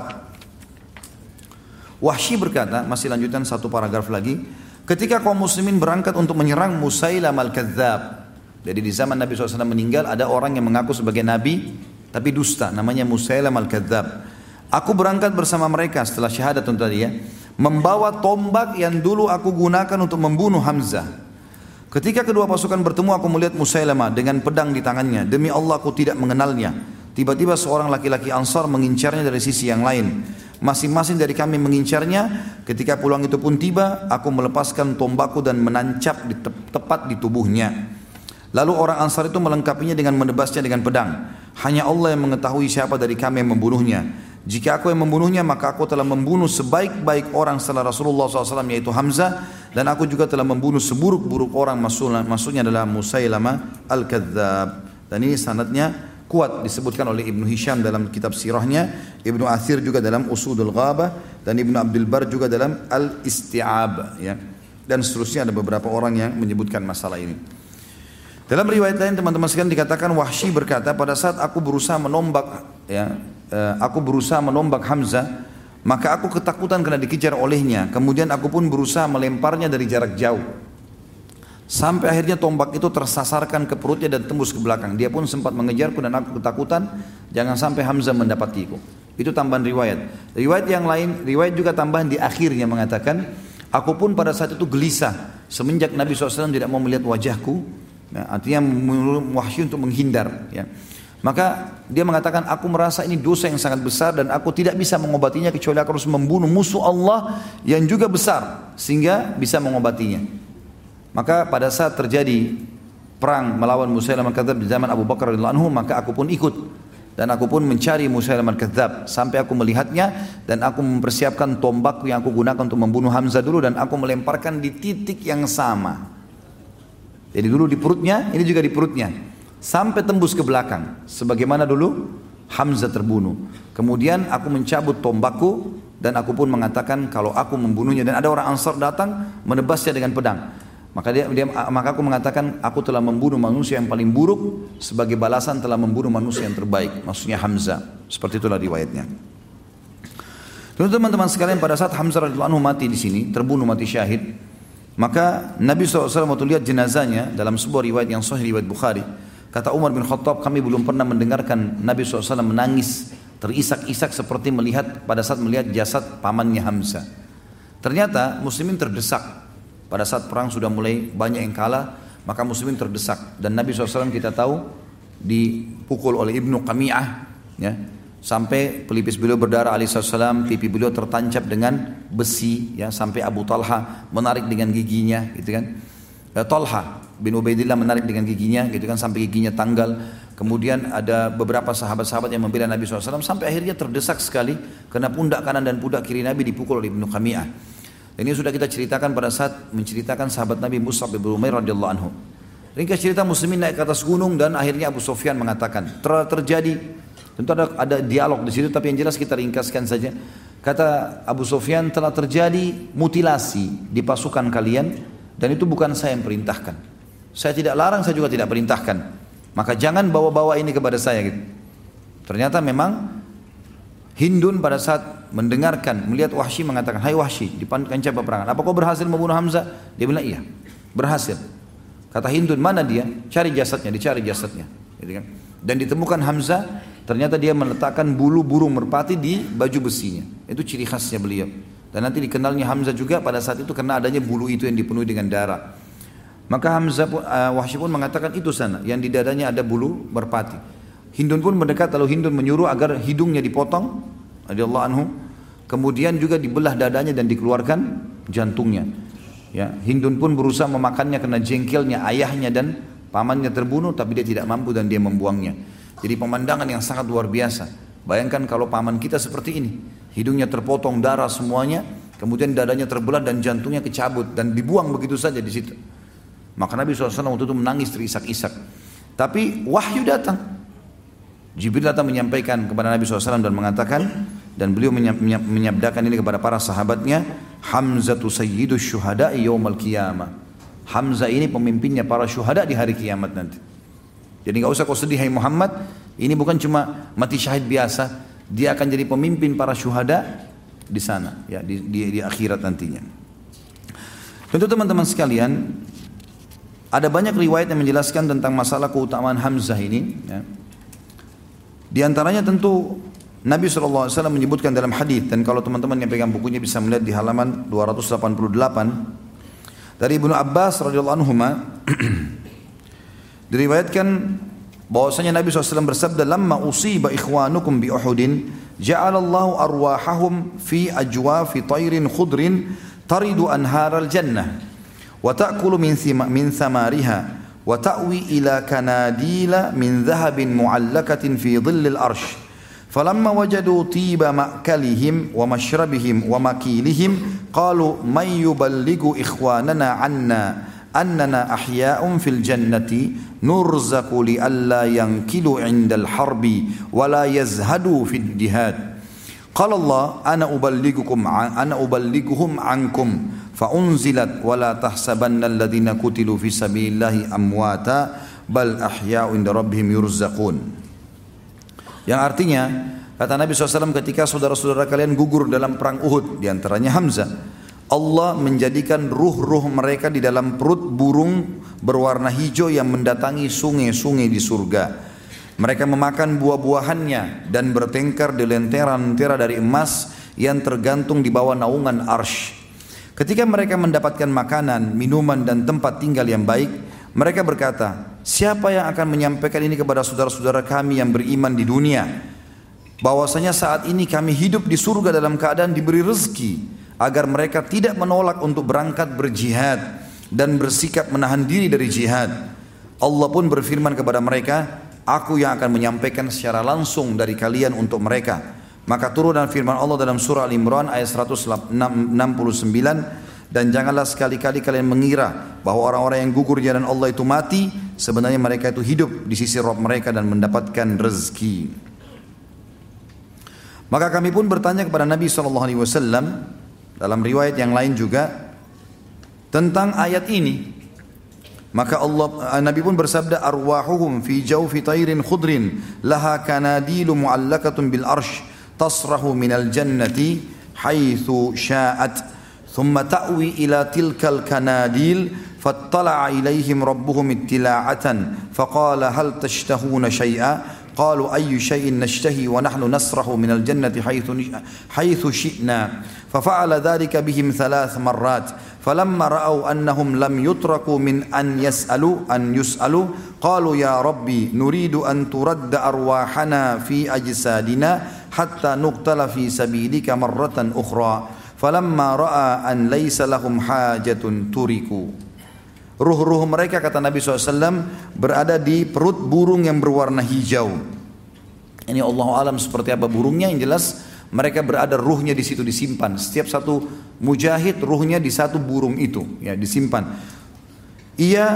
Speaker 1: Wahsy berkata, masih lanjutan satu paragraf lagi, ketika kaum muslimin berangkat untuk menyerang Musailamah al-Kadzdzab. Jadi di zaman Nabi SAW meninggal ada orang yang mengaku sebagai nabi tapi dusta, namanya Musailamah al-Kadzdzab. Aku berangkat bersama mereka setelah syahadat tadi ya, membawa tombak yang dulu aku gunakan untuk membunuh Hamzah. Ketika kedua pasukan bertemu, aku melihat Musailamah dengan pedang di tangannya. Demi Allah aku tidak mengenalnya. Tiba-tiba seorang laki-laki Ansar mengincarnya dari sisi yang lain. Masing-masing dari kami mengincarnya. Ketika pulang itu pun tiba, aku melepaskan tombakku dan menancap tepat di tubuhnya. Lalu orang Ansar itu melengkapinya dengan menebasnya dengan pedang. Hanya Allah yang mengetahui siapa dari kami yang membunuhnya. Jika aku yang membunuhnya, maka aku telah membunuh sebaik-baik orang setelah Rasulullah SAW, yaitu Hamzah. Dan aku juga telah membunuh seburuk-buruk orang, maksudnya adalah Musailamah al-Kadzdzab. Dan ini sanadnya kuat, disebutkan oleh Ibnu Hisham dalam kitab sirahnya, Ibnu Athir juga dalam Usudul Ghabah, dan Ibnu Abdul Bar juga dalam Al-Isti'ab, ya. Dan seterusnya ada beberapa orang yang menyebutkan masalah ini. Dalam riwayat lain teman-teman sekalian dikatakan Wahsy berkata, pada saat aku berusaha menombak Hamzah, maka aku ketakutan karena dikejar olehnya. Kemudian aku pun berusaha melemparnya dari jarak jauh. Sampai akhirnya tombak itu tersasarkan ke perutnya dan tembus ke belakang. Dia pun sempat mengejarku dan aku ketakutan jangan sampai Hamzah mendapatiku. Itu tambahan riwayat. Riwayat yang lain, riwayat juga tambahan di akhirnya mengatakan, aku pun pada saat itu gelisah semenjak Nabi SAW tidak mau melihat wajahku. Ya, artinya Wahsy untuk menghindar, ya. Maka dia mengatakan, aku merasa ini dosa yang sangat besar dan aku tidak bisa mengobatinya kecuali aku harus membunuh musuh Allah yang juga besar sehingga bisa mengobatinya. Maka pada saat terjadi perang melawan Musailamah al-Kadzdzab di zaman Abu Bakar radhiyallahu anhu, maka aku pun ikut dan aku pun mencari Musailamah al-Kadzdzab sampai aku melihatnya dan aku mempersiapkan tombakku yang aku gunakan untuk membunuh Hamzah dulu dan aku melemparkan di titik yang sama. Jadi dulu di perutnya, ini juga di perutnya, sampai tembus ke belakang, sebagaimana dulu Hamzah terbunuh. Kemudian aku mencabut tombakku dan aku pun mengatakan kalau aku membunuhnya, dan ada orang Ansar datang menebasnya dengan pedang. Maka aku mengatakan aku telah membunuh manusia yang paling buruk sebagai balasan telah membunuh manusia yang terbaik, maksudnya Hamzah. Seperti itulah riwayatnya. Teman-teman sekalian, pada saat Hamzah radhiyallahu anhu mati di sini, terbunuh mati syahid, maka Nabi SAW waktu lihat jenazahnya dalam sebuah riwayat yang sahih, riwayat Bukhari, kata Umar bin Khattab, kami belum pernah mendengarkan Nabi SAW menangis terisak-isak seperti pada saat melihat jasad pamannya Hamzah. Ternyata muslimin terdesak pada saat perang sudah mulai banyak yang kalah, maka muslimin terdesak dan Nabi SAW kita tahu dipukul oleh Ibnu Qami'ah, ya, sampai pelipis beliau berdarah alaihissalam, pipi beliau tertancap dengan besi, ya, sampai Abu Talha menarik dengan giginya, gitu kan. Talha bin Ubaidillah menarik dengan giginya, gitu kan, sampai giginya tanggal. Kemudian ada beberapa sahabat-sahabat yang membela Nabi SAW sampai akhirnya terdesak sekali karena pundak kanan dan pundak kiri Nabi dipukul oleh Ibnu Qami'ah. Dan ini sudah kita ceritakan pada saat menceritakan sahabat Nabi Mus'ab bin Umair radhiyallahu anhu. Ringkas cerita muslimin naik ke atas gunung dan akhirnya Abu Sufyan mengatakan, terjadi, tentu ada dialog di situ tapi yang jelas kita ringkaskan saja. Kata Abu Sufyan, telah terjadi mutilasi di pasukan kalian dan itu bukan saya yang perintahkan. Saya tidak larang, saya juga tidak perintahkan. Maka jangan bawa-bawa ini kepada saya gitu. Ternyata memang Hindun pada saat mendengarkan, melihat Wahsy mengatakan, hai Wahsy, di kancah peperangan, apa kau berhasil membunuh Hamzah? Dia bilang iya, berhasil. Kata Hindun, mana dia? Cari jasadnya, dicari jasadnya. Gitu kan? Dan ditemukan Hamzah, ternyata dia meletakkan bulu burung merpati di baju besinya. Itu ciri khasnya beliau. Dan nanti dikenalnya Hamzah juga pada saat itu karena adanya bulu itu yang dipenuhi dengan darah. Maka Wahsy pun mengatakan itu sana, yang di dadanya ada bulu merpati. Hindun pun mendekat, lalu Hindun menyuruh agar hidungnya dipotong, radhiyallahu anhu. Kemudian juga dibelah dadanya dan dikeluarkan jantungnya. Ya, Hindun pun berusaha memakannya karena jengkelnya ayahnya dan pamannya terbunuh, tapi dia tidak mampu dan dia membuangnya. Jadi pemandangan yang sangat luar biasa. Bayangkan kalau paman kita seperti ini, hidungnya terpotong, darah semuanya, kemudian dadanya terbelah dan jantungnya kecabut dan dibuang begitu saja di situ. Maka Nabi SAW waktu itu menangis terisak-isak. Tapi wahyu datang. Jibril datang menyampaikan kepada Nabi SAW dan mengatakan, dan beliau menyabdakan ini kepada para sahabatnya, Hamzatu sayyidus syuhada'i yawmal qiyamah. Hamzah ini pemimpinnya para syuhada di hari kiamat nanti. Jadi enggak usah kau sedih hai Muhammad, ini bukan cuma mati syahid biasa, dia akan jadi pemimpin para syuhada di sana, ya, di akhirat nantinya. Tentu teman-teman sekalian, ada banyak riwayat yang menjelaskan tentang masalah keutamaan Hamzah ini, ya. Di antaranya tentu Nabi SAW menyebutkan dalam hadis, dan kalau teman-teman yang pegang bukunya bisa melihat di halaman 288 dari Ibnu Abbas radhiyallahu anhuma diriwayatkan bahwasanya Nabi SAW bersabda, "Lamma usiba ikhwanukum bi Uhudin, ja'alallahu arwahahum fi ajwafi tayrin khudrin taridu anharal jannah wa ta'kulu min thamariha wa ta'wi ila kanadila min dhahabin mu'allakatin fi dhillil arsh." فلما وجدوا طيب مأكلهم ومشربهم ومكيلهم قالوا من يبلغ إخواننا عنا أننا أحياء في الجنة نرزق لئلا ينكلوا عند الحرب ولا يزهدوا في الجهاد قال الله أنا أبلغهم عنكم فأنزلت ولا تحسبن الذين قتلوا في سبيل الله أمواتا بل أحياء عند ربهم يرزقون. Yang artinya, kata Nabi SAW, ketika saudara-saudara kalian gugur dalam perang Uhud, diantaranya Hamzah, Allah menjadikan ruh-ruh mereka di dalam perut burung berwarna hijau yang mendatangi sungai-sungai di surga. Mereka memakan buah-buahannya dan bertengkar di lentera-lentera dari emas yang tergantung di bawah naungan arsy. Ketika mereka mendapatkan makanan, minuman dan tempat tinggal yang baik, mereka berkata, siapa yang akan menyampaikan ini kepada saudara-saudara kami yang beriman di dunia? Bahwasanya saat ini kami hidup di surga dalam keadaan diberi rezeki, agar mereka tidak menolak untuk berangkat berjihad dan bersikap menahan diri dari jihad. Allah pun berfirman kepada mereka, aku yang akan menyampaikan secara langsung dari kalian untuk mereka. Maka turun dan firman Allah dalam surah Al-Imran ayat 169, dan janganlah sekali-kali kalian mengira bahwa orang-orang yang gugur di jalan Allah itu mati, sebenarnya mereka itu hidup di sisi Rabb mereka dan mendapatkan rezeki. Maka kami pun bertanya kepada Nabi SAW dalam riwayat yang lain juga tentang ayat ini. Maka Nabi pun bersabda, arwahuhum fi jawfi tayrin khudrin laha kanadilu mu'allakatun bil arsh tasrahu minal jannati haitsu sya'at ثم تأوي إلى تلك الكناديل فاطلع إليهم ربهم اطلاعة فقال هل تشتهون شيئا قالوا أي شيء نشتهي ونحن نسرح من الجنة حيث شئنا ففعل ذلك بهم 3 مرات فلما رأوا أنهم لم يتركوا من أن يسألوا قالوا يا ربي نريد أن ترد أرواحنا في أجسادنا حتى نقتل في سبيلك مرة أخرى falamma ra'a an laisa lahum hajatun turiku. Ruh-ruh mereka, kata Nabi SAW, berada di perut burung yang berwarna hijau. Ini Allah alam seperti apa burungnya, yang jelas mereka berada ruhnya di situ disimpan. Setiap satu mujahid ruhnya di satu burung itu, ya, disimpan. Ia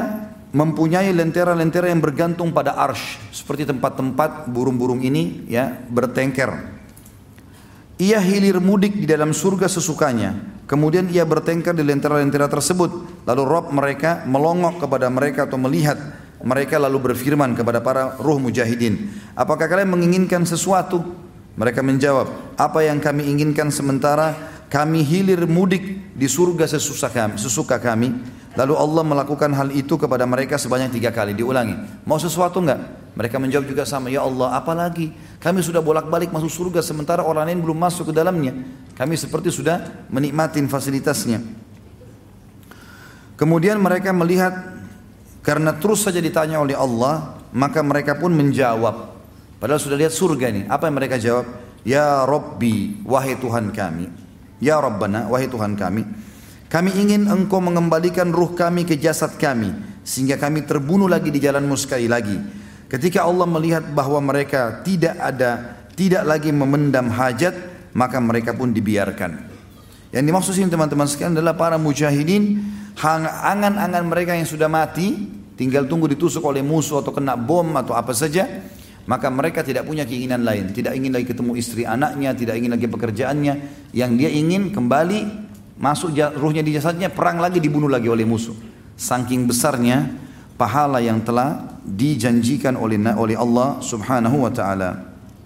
Speaker 1: mempunyai lentera-lentera yang bergantung pada arsy, seperti tempat-tempat burung-burung ini ya bertengker. Ia hilir mudik di dalam surga sesukanya, kemudian ia bertengkar di lentera-lentera tersebut. Lalu Rabb mereka melongok kepada mereka atau melihat mereka lalu berfirman kepada para ruh mujahidin, apakah kalian menginginkan sesuatu? Mereka menjawab, apa yang kami inginkan sementara kami hilir mudik di surga sesuka kami. Lalu Allah melakukan hal itu kepada mereka sebanyak 3 kali, diulangi. Mau sesuatu enggak? Mereka menjawab juga sama, ya Allah apalagi? Kami sudah bolak-balik masuk surga sementara orang lain belum masuk ke dalamnya. Kami seperti sudah menikmati fasilitasnya. Kemudian mereka melihat, karena terus saja ditanya oleh Allah, maka mereka pun menjawab. Padahal sudah lihat surga ini. Apa yang mereka jawab? Ya Rabbi, wahai Tuhan kami. Ya Rabbana, wahai Tuhan kami. Kami ingin engkau mengembalikan ruh kami ke jasad kami, sehingga kami terbunuh lagi di jalanmu sekali lagi. Ketika Allah melihat bahwa mereka tidak lagi memendam hajat, maka mereka pun dibiarkan. Yang dimaksud sini teman-teman sekalian adalah para mujahidin, angan-angan mereka yang sudah mati, tinggal tunggu ditusuk oleh musuh atau kena bom atau apa saja, maka mereka tidak punya keinginan lain, tidak ingin lagi ketemu istri anaknya, tidak ingin lagi pekerjaannya, yang dia ingin kembali masuk ruhnya di jasadnya, perang lagi, dibunuh lagi oleh musuh. Saking besarnya pahala yang telah dijanjikan oleh Allah subhanahu wa ta'ala.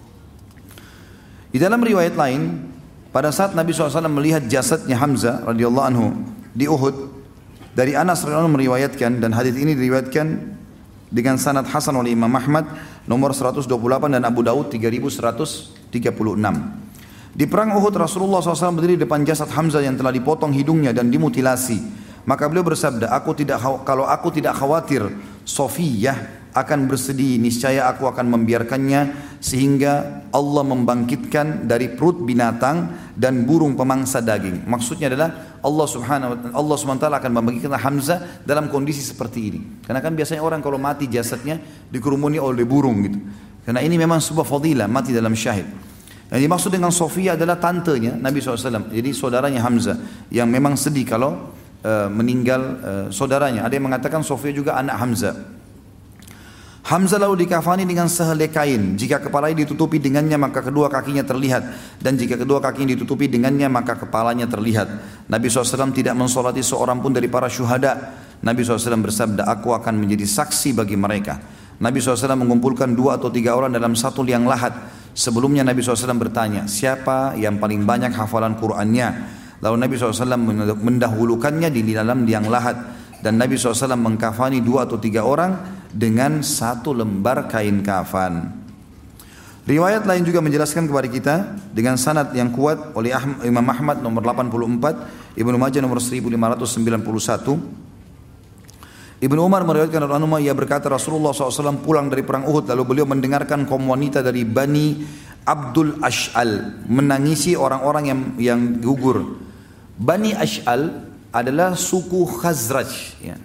Speaker 1: Di dalam riwayat lain, pada saat Nabi SAW melihat jasadnya Hamzah radhiyallahu anhu di Uhud, dari Anas radhiyallahu anhu meriwayatkan, dan hadis ini diriwayatkan dengan sanad hasan oleh Imam Ahmad nomor 128 dan Abu Daud 3136. Di perang Uhud Rasulullah SAW berdiri di depan jasad Hamzah yang telah dipotong hidungnya dan dimutilasi. Maka beliau bersabda, kalau aku tidak khawatir Sofiyah akan bersedih, niscaya aku akan membiarkannya sehingga Allah membangkitkan dari perut binatang dan burung pemangsa daging. Maksudnya adalah Allah SWT akan membangkitkan Hamzah dalam kondisi seperti ini. Karena kan biasanya orang kalau mati jasadnya dikerumuni oleh burung gitu. Karena ini memang sebuah fadilah, mati dalam syahid. Yang dimaksud dengan Sofiyah adalah tantenya Nabi SAW. Jadi saudaranya Hamzah yang memang sedih kalau meninggal saudaranya. Ada yang mengatakan Sofiyah juga anak Hamzah. Hamzah lalu dikafani dengan sehelai kain. Jika kepalanya ditutupi dengannya maka kedua kakinya terlihat. Dan jika kedua kakinya ditutupi dengannya maka kepalanya terlihat. Nabi SAW tidak mensolati seorang pun dari para syuhada. Nabi SAW bersabda, aku akan menjadi saksi bagi mereka. Nabi SAW mengumpulkan 2 atau 3 orang dalam satu liang lahat. Sebelumnya Nabi SAW bertanya, siapa yang paling banyak hafalan Qur'annya? Lalu Nabi SAW mendahulukannya di dalam liang lahat. Dan Nabi SAW mengkafani 2 atau 3 orang dengan 1 lembar kain kafan. Riwayat lain juga menjelaskan kepada kita dengan sanad yang kuat oleh Imam Ahmad nomor 84, Ibnu Majah nomor 1591. Ibnu Umar meriwayatkan dari Anuma, ia berkata Rasulullah SAW pulang dari perang Uhud, lalu beliau mendengarkan kaum wanita dari Bani Abdul Ash'al menangisi orang-orang yang gugur. Bani Ash'al adalah suku Khazraj, ya.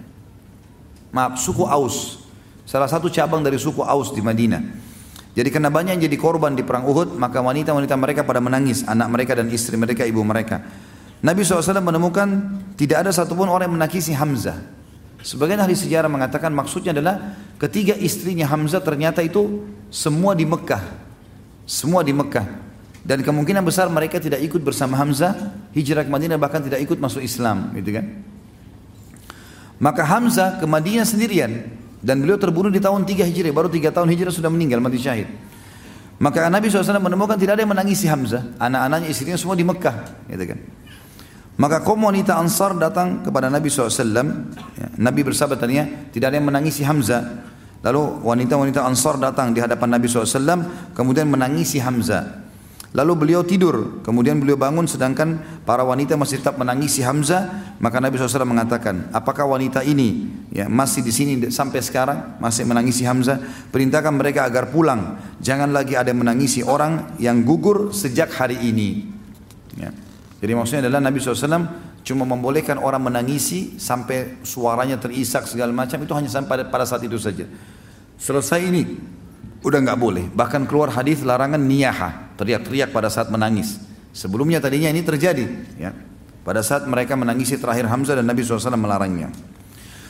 Speaker 1: Suku Aus, salah satu cabang dari suku Aus di Madinah. Jadi karena banyak yang jadi korban di perang Uhud, maka wanita-wanita mereka pada menangis, anak mereka dan istri mereka, ibu mereka. Nabi SAW menemukan tidak ada satupun orang yang menangisi Hamzah. Sebagian ahli sejarah mengatakan maksudnya adalah ketiga istrinya Hamzah ternyata itu semua di Mekah. Semua di Mekah. Dan kemungkinan besar mereka tidak ikut bersama Hamzah hijrah ke Madinah, bahkan tidak ikut masuk Islam, gitu kan. Maka Hamzah ke Madinah sendirian dan beliau terbunuh di tahun 3 Hijriah, baru 3 tahun Hijrah sudah meninggal, mati syahid. Maka Nabi SAW menemukan tidak ada yang menangisi Hamzah, anak-anaknya, istrinya semua di Mekah, gitu kan. Maka kaum wanita Ansar datang kepada Nabi SAW. Nabi bersabda tadinya tidak ada yang menangisi Hamzah. Lalu wanita-wanita Ansar datang di hadapan Nabi SAW, kemudian menangisi Hamzah. Lalu beliau tidur, kemudian beliau bangun sedangkan para wanita masih tetap menangisi Hamzah. Maka Nabi SAW mengatakan, apakah wanita ini masih di sini sampai sekarang masih menangisi Hamzah? Perintahkan mereka agar pulang. Jangan lagi ada yang menangisi orang yang gugur sejak hari ini. Ya. Jadi maksudnya adalah Nabi SAW cuma membolehkan orang menangisi sampai suaranya terisak segala macam, itu hanya sampai pada saat itu saja. Selesai ini udah nggak boleh. Bahkan keluar hadis larangan niyaha, teriak-teriak pada saat menangis. Sebelumnya tadinya ini terjadi, ya. Pada saat mereka menangisi terakhir Hamzah dan Nabi SAW melarangnya.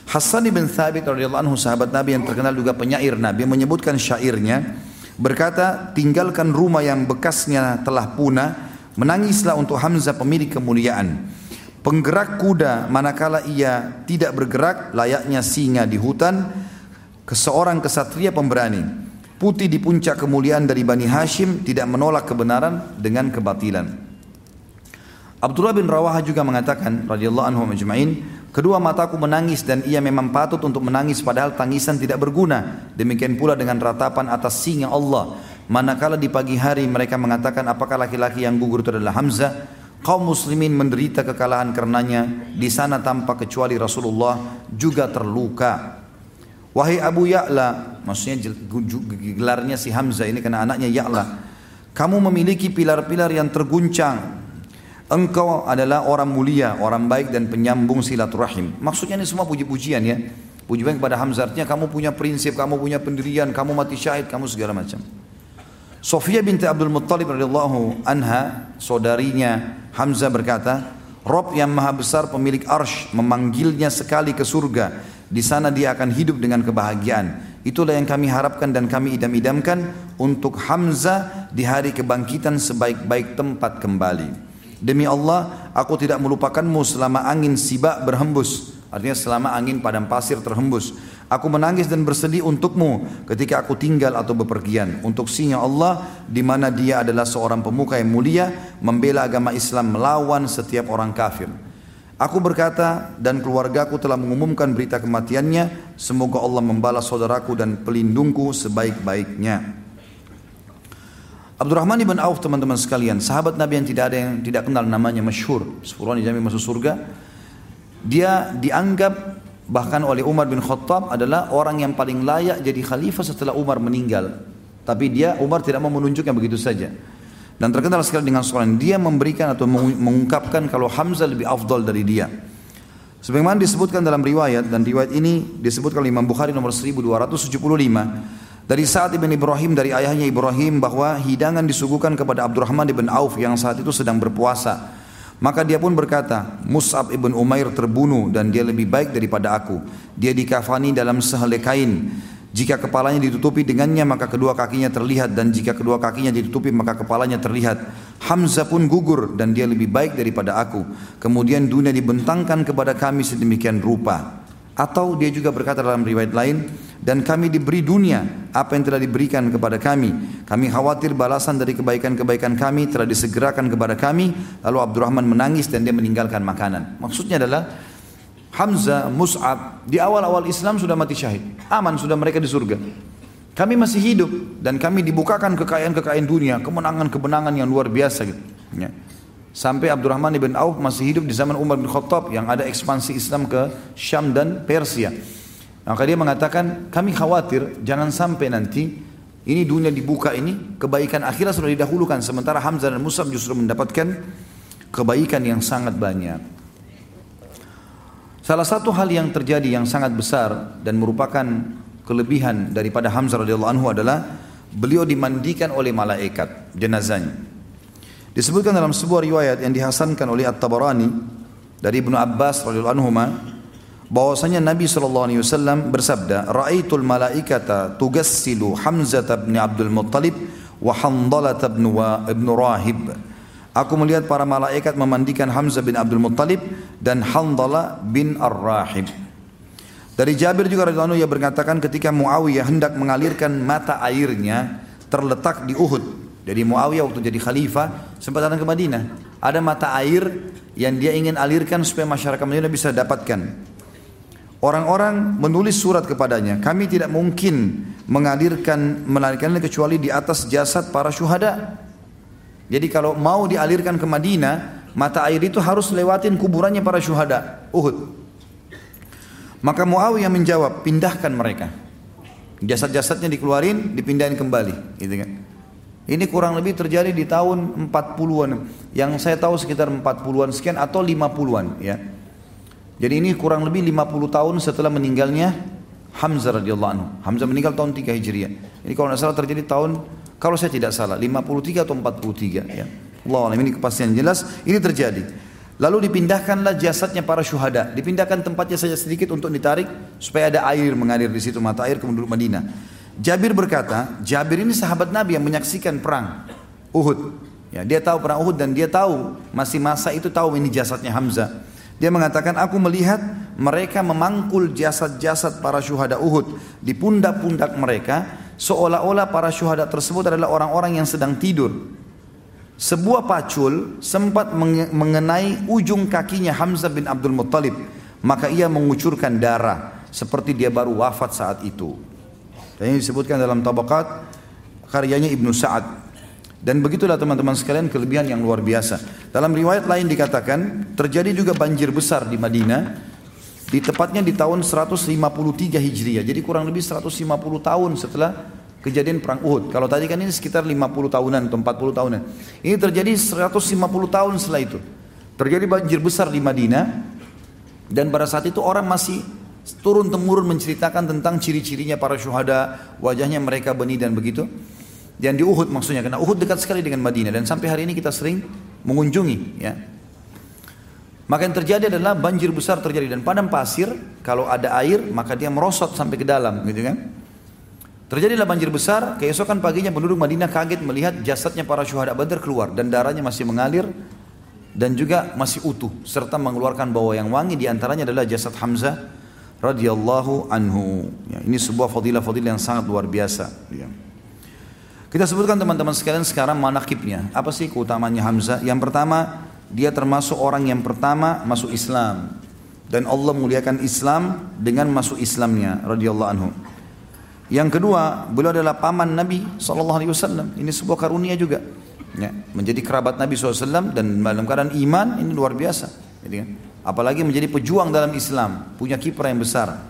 Speaker 1: Hassan bin Thabit radhiyallahu anhu, sahabat Nabi yang terkenal juga penyair Nabi, menyebutkan syairnya, berkata, tinggalkan rumah yang bekasnya telah punah, menangislah untuk Hamzah pemilik kemuliaan. Penggerak kuda manakala ia tidak bergerak, layaknya singa di hutan, seorang kesatria pemberani. Putih di puncak kemuliaan dari Bani Hashim, tidak menolak kebenaran dengan kebatilan. Abdullah bin Rawaha juga mengatakan radhiyallahu anhu majma'in, kedua mataku menangis dan ia memang patut untuk menangis padahal tangisan tidak berguna. Demikian pula dengan ratapan atas singa Allah. Manakala di pagi hari mereka mengatakan apakah laki-laki yang gugur itu adalah Hamzah, kaum muslimin menderita kekalahan karenanya. Di sana tanpa kecuali Rasulullah juga terluka. Wahai Abu Ya'la, maksudnya gelarnya si Hamzah ini karena anaknya Ya'la, kamu memiliki pilar-pilar yang terguncang. Engkau adalah orang mulia, orang baik dan penyambung silaturahim. Maksudnya ini semua puji-pujian ya. Puji-pujian kepada Hamzah, artinya kamu punya prinsip, kamu punya pendirian, kamu mati syahid, kamu segala macam. Sofiyah binti Abdul Muttalib radhiyallahu anha, saudarinya Hamzah berkata, Rob yang maha besar pemilik arsh memanggilnya sekali ke surga. Di sana dia akan hidup dengan kebahagiaan. Itulah yang kami harapkan dan kami idam-idamkan untuk Hamzah di hari kebangkitan sebaik-baik tempat kembali. Demi Allah, aku tidak melupakanmu selama angin sibak berhembus. Artinya selama angin padang pasir terhembus. Aku menangis dan bersedih untukmu ketika aku tinggal atau bepergian. Untuk singa Allah, di mana dia adalah seorang pemuka yang mulia, membela agama Islam melawan setiap orang kafir. Aku berkata dan keluargaku telah mengumumkan berita kematiannya. Semoga Allah membalas saudaraku dan pelindungku sebaik-baiknya. Abdurrahman ibn Auf, teman-teman sekalian, sahabat Nabi yang tidak kenal namanya, masyhur, 10 orang dijamin masuk surga. Dia dianggap bahkan oleh Umar bin Khattab adalah orang yang paling layak jadi khalifah setelah Umar meninggal. Tapi Umar tidak mau menunjuknya begitu saja. Dan terkenal sekali dengan soalan, dia memberikan atau mengungkapkan kalau Hamzah lebih afdal dari dia. Sebagaimana disebutkan dalam riwayat, dan riwayat ini disebutkan oleh Imam Bukhari nomor 1275. Dari Sa'ad ibn Ibrahim dari ayahnya Ibrahim bahwa hidangan disuguhkan kepada Abdurrahman ibn Auf yang saat itu sedang berpuasa. Maka dia pun berkata, Mus'ab ibn Umair terbunuh dan dia lebih baik daripada aku. Dia dikafani dalam sehelai kain. Jika kepalanya ditutupi dengannya maka kedua kakinya terlihat, dan jika kedua kakinya ditutupi maka kepalanya terlihat. Hamzah pun gugur dan dia lebih baik daripada aku. Kemudian dunia dibentangkan kepada kami sedemikian rupa. Atau dia juga berkata dalam riwayat lain, dan kami diberi dunia apa yang telah diberikan kepada kami. Kami khawatir balasan dari kebaikan-kebaikan kami telah disegerakan kepada kami. Lalu Abdurrahman menangis dan dia meninggalkan makanan. Maksudnya adalah Hamzah, Mus'ab di awal-awal Islam sudah mati syahid, aman sudah mereka di surga. Kami masih hidup dan kami dibukakan kekayaan-kekayaan dunia, kemenangan-kemenangan yang luar biasa gitu. Ya. Sampai Abdurrahman ibn Auf masih hidup di zaman Umar bin Khattab yang ada ekspansi Islam ke Syam dan Persia. Maka dia mengatakan, kami khawatir jangan sampai nanti ini dunia dibuka ini, kebaikan akhirat sudah didahulukan. Sementara Hamzah dan Mus'ab justru mendapatkan kebaikan yang sangat banyak. Salah satu hal yang terjadi yang sangat besar dan merupakan kelebihan daripada Hamzah radhiyallahu anhu adalah beliau dimandikan oleh malaikat jenazahnya. Disebutkan dalam sebuah riwayat yang dihasankan oleh At-Tabarani dari Ibnu Abbas radhiyallahu anhuma bahwasanya Nabi SAW bersabda, "Ra'aitul malaikata tugassilu Hamzah bin Abdul Muttalib wa Handalah ibn Rahib." Aku melihat para malaikat memandikan Hamzah bin Abdul Muttalib dan Handalah bin Ar-Rahib. Dari Jabir juga radhiyallahu anhu ia berkatakan ketika Muawiyah hendak mengalirkan mata airnya terletak di Uhud. Jadi Muawiyah waktu jadi khalifah sempat datang ke Madinah. Ada mata air yang dia ingin alirkan supaya masyarakat Madinah bisa dapatkan. Orang-orang menulis surat kepadanya, kami tidak mungkin mengalirkannya kecuali di atas jasad para syuhada. Jadi kalau mau dialirkan ke Madinah, mata air itu harus lewatin kuburannya para syuhada Uhud. Maka Muawiyah menjawab, pindahkan mereka. Jasad-jasadnya dikeluarin, dipindahin kembali, gitu kan. Ini kurang lebih terjadi di tahun 40-an. Yang saya tahu sekitar 40-an sekian atau 50-an ya. Jadi ini kurang lebih 50 tahun setelah meninggalnya Hamzah radhiyallahu anhu. Hamzah meninggal tahun 3 Hijriah. Ini kalau tidak salah terjadi tahun, kalau saya tidak salah 53 atau 43 ya. Allah alam, ini kepastian jelas ini terjadi. Lalu dipindahkanlah jasadnya para syuhada. Dipindahkan tempatnya saja sedikit untuk ditarik supaya ada air mengalir di situ, mata air ke penduduk Madinah. Jabir berkata, Jabir ini sahabat Nabi yang menyaksikan perang Uhud. Ya, dia tahu perang Uhud dan dia tahu masih masa itu tahu ini jasadnya Hamzah. Dia mengatakan, aku melihat mereka memangkul jasad-jasad para syuhada Uhud di pundak-pundak mereka, seolah-olah para syuhada tersebut adalah orang-orang yang sedang tidur. Sebuah pacul sempat mengenai ujung kakinya Hamzah bin Abdul Muttalib, maka ia mengucurkan darah seperti dia baru wafat saat itu. Dan ini disebutkan dalam Tabaqat karyanya Ibnu Sa'ad. Dan begitulah teman-teman sekalian kelebihan yang luar biasa. Dalam riwayat lain dikatakan terjadi juga banjir besar di Madinah, di tepatnya di tahun 153 Hijriah. Jadi kurang lebih 150 tahun setelah kejadian perang Uhud. Kalau tadi kan ini sekitar 50 tahunan atau 40 tahunan. Ini terjadi 150 tahun setelah itu. Terjadi banjir besar di Madinah. Dan pada saat itu orang masih turun-temurun menceritakan tentang ciri-cirinya para syuhada, wajahnya mereka benih dan begitu. Dan di Uhud maksudnya, karena Uhud dekat sekali dengan Madinah. Dan sampai hari ini kita sering mengunjungi. Ya. Maka yang terjadi adalah banjir besar terjadi. Dan padang pasir, kalau ada air, maka dia merosot sampai ke dalam. Gitu kan? Terjadilah banjir besar, keesokan paginya penduduk Madinah kaget melihat jasadnya para syuhada Badar keluar dan darahnya masih mengalir dan juga masih utuh serta mengeluarkan bau yang wangi, di antaranya adalah jasad Hamzah radhiyallahu anhu. Ya, ini sebuah fadilah-fadilah yang sangat luar biasa. Ya. Kita sebutkan teman-teman sekalian sekarang manaqibnya. Apa sih keutamanya Hamzah? Yang pertama, dia termasuk orang yang pertama masuk Islam dan Allah muliakan Islam dengan masuk Islamnya radhiyallahu anhu. Yang kedua, beliau adalah paman Nabi SAW. Ini sebuah karunia juga. Ya, menjadi kerabat Nabi SAW dan dalam keadaan iman, ini luar biasa. Jadi, apalagi menjadi pejuang dalam Islam, punya kiprah yang besar.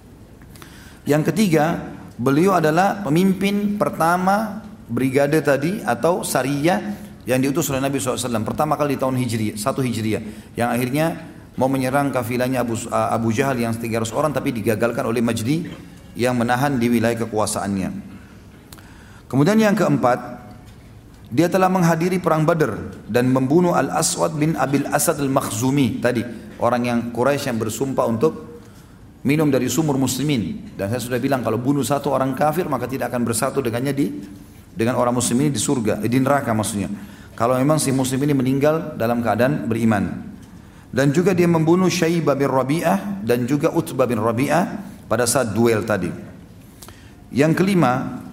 Speaker 1: Yang ketiga, beliau adalah pemimpin pertama brigade tadi atau sariyah yang diutus oleh Nabi SAW. Pertama kali di tahun Hijriah, 1 Hijriah. Yang akhirnya mau menyerang kafilahnya Abu Jahal yang 300 orang tapi digagalkan oleh Majdi yang menahan di wilayah kekuasaannya. Kemudian yang keempat, dia telah menghadiri perang Badr dan membunuh Al-Aswad bin Abil Asad Al-Makhzumi tadi, orang yang Quraisy yang bersumpah untuk minum dari sumur muslimin. Dan saya sudah bilang kalau bunuh satu orang kafir maka tidak akan bersatu dengannya dengan orang muslim ini di surga, di neraka maksudnya. Kalau memang si muslim ini meninggal dalam keadaan beriman. Dan juga dia membunuh Syaibah bin Rabi'ah dan juga Utbah bin Rabi'ah pada saat duel tadi. Yang kelima,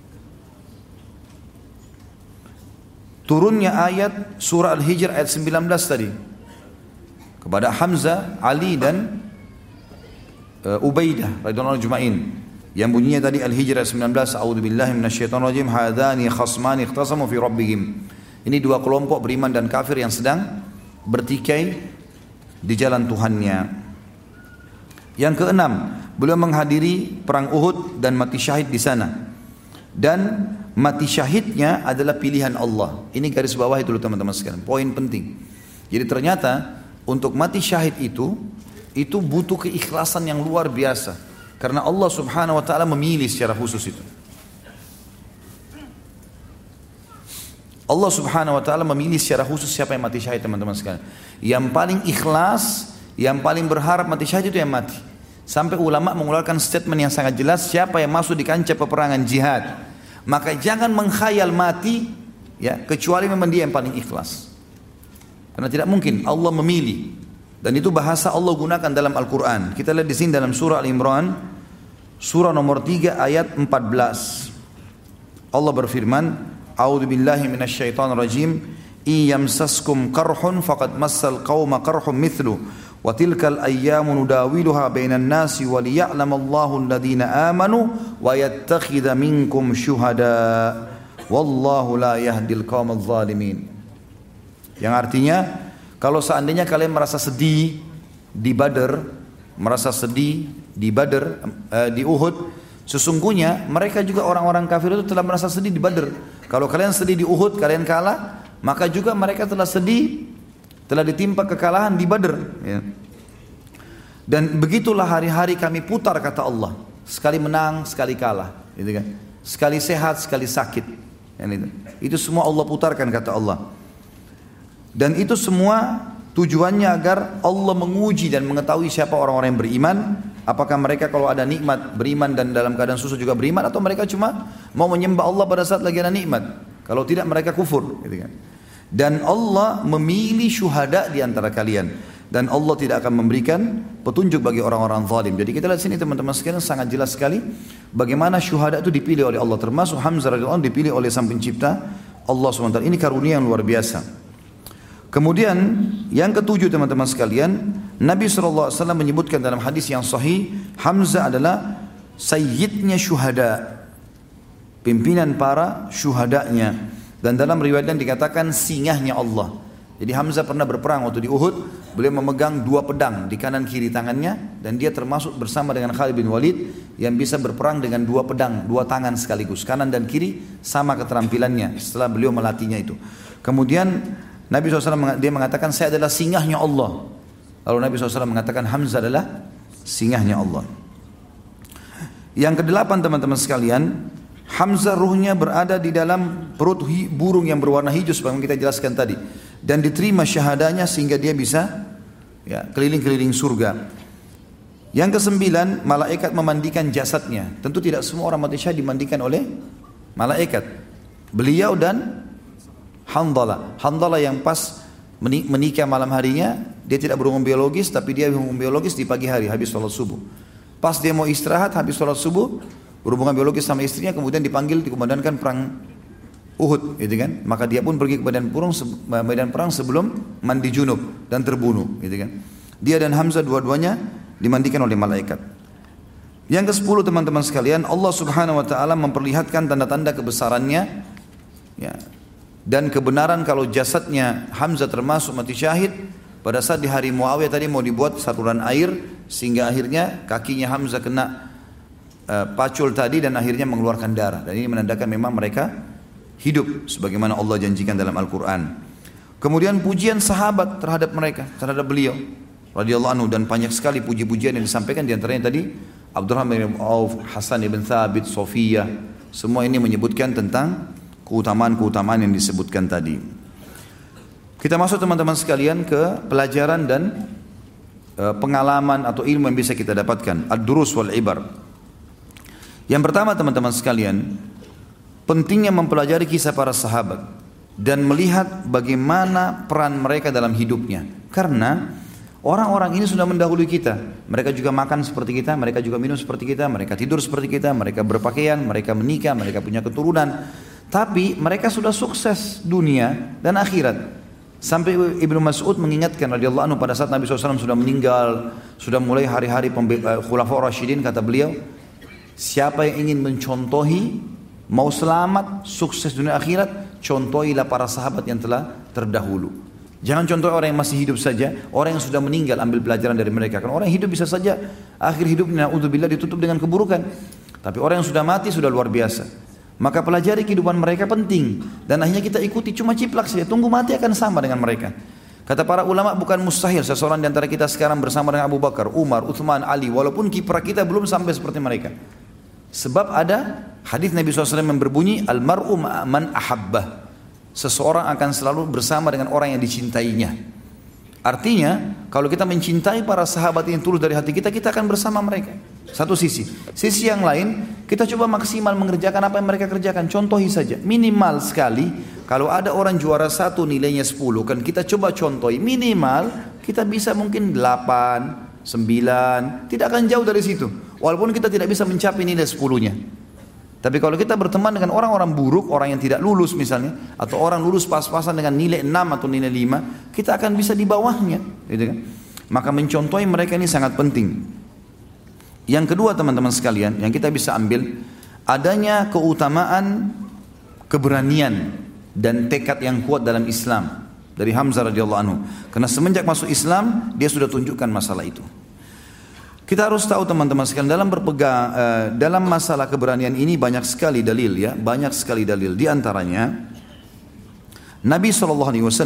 Speaker 1: turunnya ayat surah Al-Hijr ayat 19 tadi kepada Hamzah, Ali dan Ubaidah radhiyallahu ajma'in. Yang bunyinya tadi Al-Hijr ayat 19, a'udzubillahi minasyaitonir rajim, hadzani khasmani ikhtasamu fi rabbihim. Ini dua kelompok beriman dan kafir yang sedang bertikai di jalan Tuhannya. Yang keenam, beliau menghadiri perang Uhud dan mati syahid di sana. Dan mati syahidnya adalah pilihan Allah. Ini garis bawah itu teman-teman sekalian, poin penting. Jadi ternyata untuk mati syahid itu butuh keikhlasan yang luar biasa. Karena Allah Subhanahu wa taala memilih secara khusus itu. Allah Subhanahu wa taala memilih secara khusus siapa yang mati syahid teman-teman sekalian. Yang paling ikhlas, yang paling berharap mati syahid itu yang mati. Sampai ulama mengeluarkan statement yang sangat jelas, siapa yang masuk di kancah peperangan jihad, maka jangan mengkhayal mati, ya, kecuali memang dia yang paling ikhlas. Karena tidak mungkin Allah memilih. Dan itu bahasa Allah gunakan dalam Al-Quran. Kita lihat di sini dalam surah Al-Imran, surah nomor 3 ayat 14. Allah berfirman, A'udzubillahi minasyaitonirrajim, iyamsaskum qarhun faqad massal qauma qarhum mithlu wa tilkal ayyamu nudawiluha bainan nasi wa liya'lamallahu alladhina amanu wa yattakhidha minkum syuhada wallahu la yahdil qaumadh dhalimin. Yang artinya, kalau seandainya kalian merasa sedih di Badr, merasa sedih di Badr, di Uhud, sesungguhnya mereka juga orang-orang kafir itu telah merasa sedih di Badr. Kalau kalian sedih di Uhud, kalian kalah, maka juga mereka telah sedih, telah ditimpa kekalahan di Badr. Ya. Dan begitulah hari-hari kami putar, kata Allah. Sekali menang, sekali kalah, gitu kan? Sekali sehat, sekali sakit. Itu semua Allah putarkan, kata Allah. Dan itu semua Tujuannya agar Allah menguji dan mengetahui siapa orang-orang yang beriman. Apakah mereka kalau ada nikmat beriman dan dalam keadaan susah juga beriman, atau mereka cuma mau menyembah Allah pada saat lagi ada nikmat. Kalau tidak mereka kufur, gitu kan. Dan Allah memilih syuhada di antara kalian, dan Allah tidak akan memberikan petunjuk bagi orang-orang zalim. Jadi kita lihat sini teman-teman sekalian, sangat jelas sekali bagaimana syuhada itu dipilih oleh Allah, termasuk Hamzah radhiyallahu anhu dipilih oleh Sang Pencipta Allah SWT. Ini karunia yang luar biasa. Kemudian yang ketujuh teman-teman sekalian, Nabi SAW menyebutkan dalam hadis yang sahih, Hamzah adalah sayyidnya syuhada, pimpinan para syuhadanya. Dan dalam riwayat yang dikatakan singahnya Allah. Jadi Hamzah pernah berperang waktu di Uhud, beliau memegang 2 pedang di kanan kiri tangannya, dan dia termasuk bersama dengan Khalid bin Walid yang bisa berperang dengan 2 pedang, 2 tangan sekaligus, kanan dan kiri sama keterampilannya setelah beliau melatihnya itu. Kemudian Nabi SAW dia mengatakan, saya adalah singahnya Allah. Lalu Nabi SAW mengatakan Hamzah adalah singahnya Allah. Yang kedelapan teman-teman sekalian, Hamzah ruhnya berada di dalam perut burung yang berwarna hijau seperti kita jelaskan tadi, dan diterima syahadanya sehingga dia bisa keliling-keliling surga. Yang kesembilan, malaikat memandikan jasadnya. Tentu tidak semua orang mati syahid dimandikan oleh malaikat. Beliau dan Handalah yang pas menikah malam harinya, dia tidak berhubungan biologis, tapi dia berhubungan biologis di pagi hari habis sholat subuh. Pas dia mau istirahat habis sholat subuh, berhubungan biologis sama istrinya, kemudian dipanggil dikomandankan perang Uhud, gitu kan? Maka dia pun pergi ke medan perang sebelum mandi junub dan terbunuh, gitu kan? Dia dan Hamzah dua-duanya dimandikan oleh malaikat. Yang ke-10 teman-teman sekalian, Allah Subhanahu wa taala memperlihatkan tanda-tanda kebesarannya, ya, dan kebenaran kalau jasadnya Hamzah termasuk mati syahid pada saat di hari Muawiyah tadi mau dibuat saluran air sehingga akhirnya kakinya Hamzah kena pacul tadi dan akhirnya mengeluarkan darah, dan ini menandakan memang mereka hidup sebagaimana Allah janjikan dalam Al-Quran. Kemudian pujian sahabat terhadap mereka, terhadap beliau radhiyallahu anhu, dan banyak sekali puji-pujian yang disampaikan, diantaranya tadi Abdurrahman bin Auf, Hasan bin Thabit, Sofiyah, semua ini menyebutkan tentang keutamaan-keutamaan yang disebutkan tadi. Kita masuk teman-teman sekalian ke pelajaran dan pengalaman atau ilmu yang bisa kita dapatkan, ad-durus wal ibar. Yang pertama teman-teman sekalian, pentingnya mempelajari kisah para sahabat dan melihat bagaimana peran mereka dalam hidupnya. Karena orang-orang ini sudah mendahului kita. Mereka juga makan seperti kita, mereka juga minum seperti kita, mereka tidur seperti kita, mereka berpakaian, mereka menikah, mereka punya keturunan. Tapi mereka sudah sukses dunia dan akhirat. Sampai Ibnu Mas'ud mengingatkan radhiyallahu anhu pada saat Nabi SAW sudah meninggal, sudah mulai hari-hari Khulafaur Rasyidin, kata beliau, siapa yang ingin mencontohi, mau selamat, sukses dunia akhirat, contohilah para sahabat yang telah terdahulu. Jangan contoh orang yang masih hidup saja, orang yang sudah meninggal ambil pelajaran dari mereka. Karena orang yang hidup bisa saja akhir hidupnya na'udzubillah ditutup dengan keburukan. Tapi orang yang sudah mati sudah luar biasa. Maka pelajari kehidupan mereka penting, dan akhirnya kita ikuti cuma ciplak saja, tunggu mati akan sama dengan mereka. Kata para ulama, bukan mustahil seseorang di antara kita sekarang bersama dengan Abu Bakar, Umar, Uthman, Ali, walaupun kiprah kita belum sampai seperti mereka. Sebab ada hadis Nabi SAW yang berbunyi, al-mar'u man ahabbah, seseorang akan selalu bersama dengan orang yang dicintainya. Artinya kalau kita mencintai para sahabat yang tulus dari hati kita, kita akan bersama mereka. Satu sisi. Sisi yang lain, kita coba maksimal mengerjakan apa yang mereka kerjakan. Contohi saja, minimal sekali, kalau ada orang juara 1 nilainya 10, kan kita coba contohi, minimal kita bisa mungkin 8, 9, tidak akan jauh dari situ. Walaupun kita tidak bisa mencapai nilai 10-nya. Tapi kalau kita berteman dengan orang-orang buruk, orang yang tidak lulus misalnya, atau orang lulus pas-pasan dengan nilai 6 atau nilai 5, kita akan bisa di bawahnya, gitu kan? Maka mencontohi mereka ini sangat penting. Yang kedua teman-teman sekalian, yang kita bisa ambil, adanya keutamaan keberanian dan tekad yang kuat dalam Islam dari Hamzah radhiyallahu anhu. Karena semenjak masuk Islam, dia sudah tunjukkan masalah itu. Kita harus tahu teman-teman sekalian, dalam masalah keberanian ini banyak sekali dalil, ya, banyak sekali dalil. Di antaranya Nabi SAW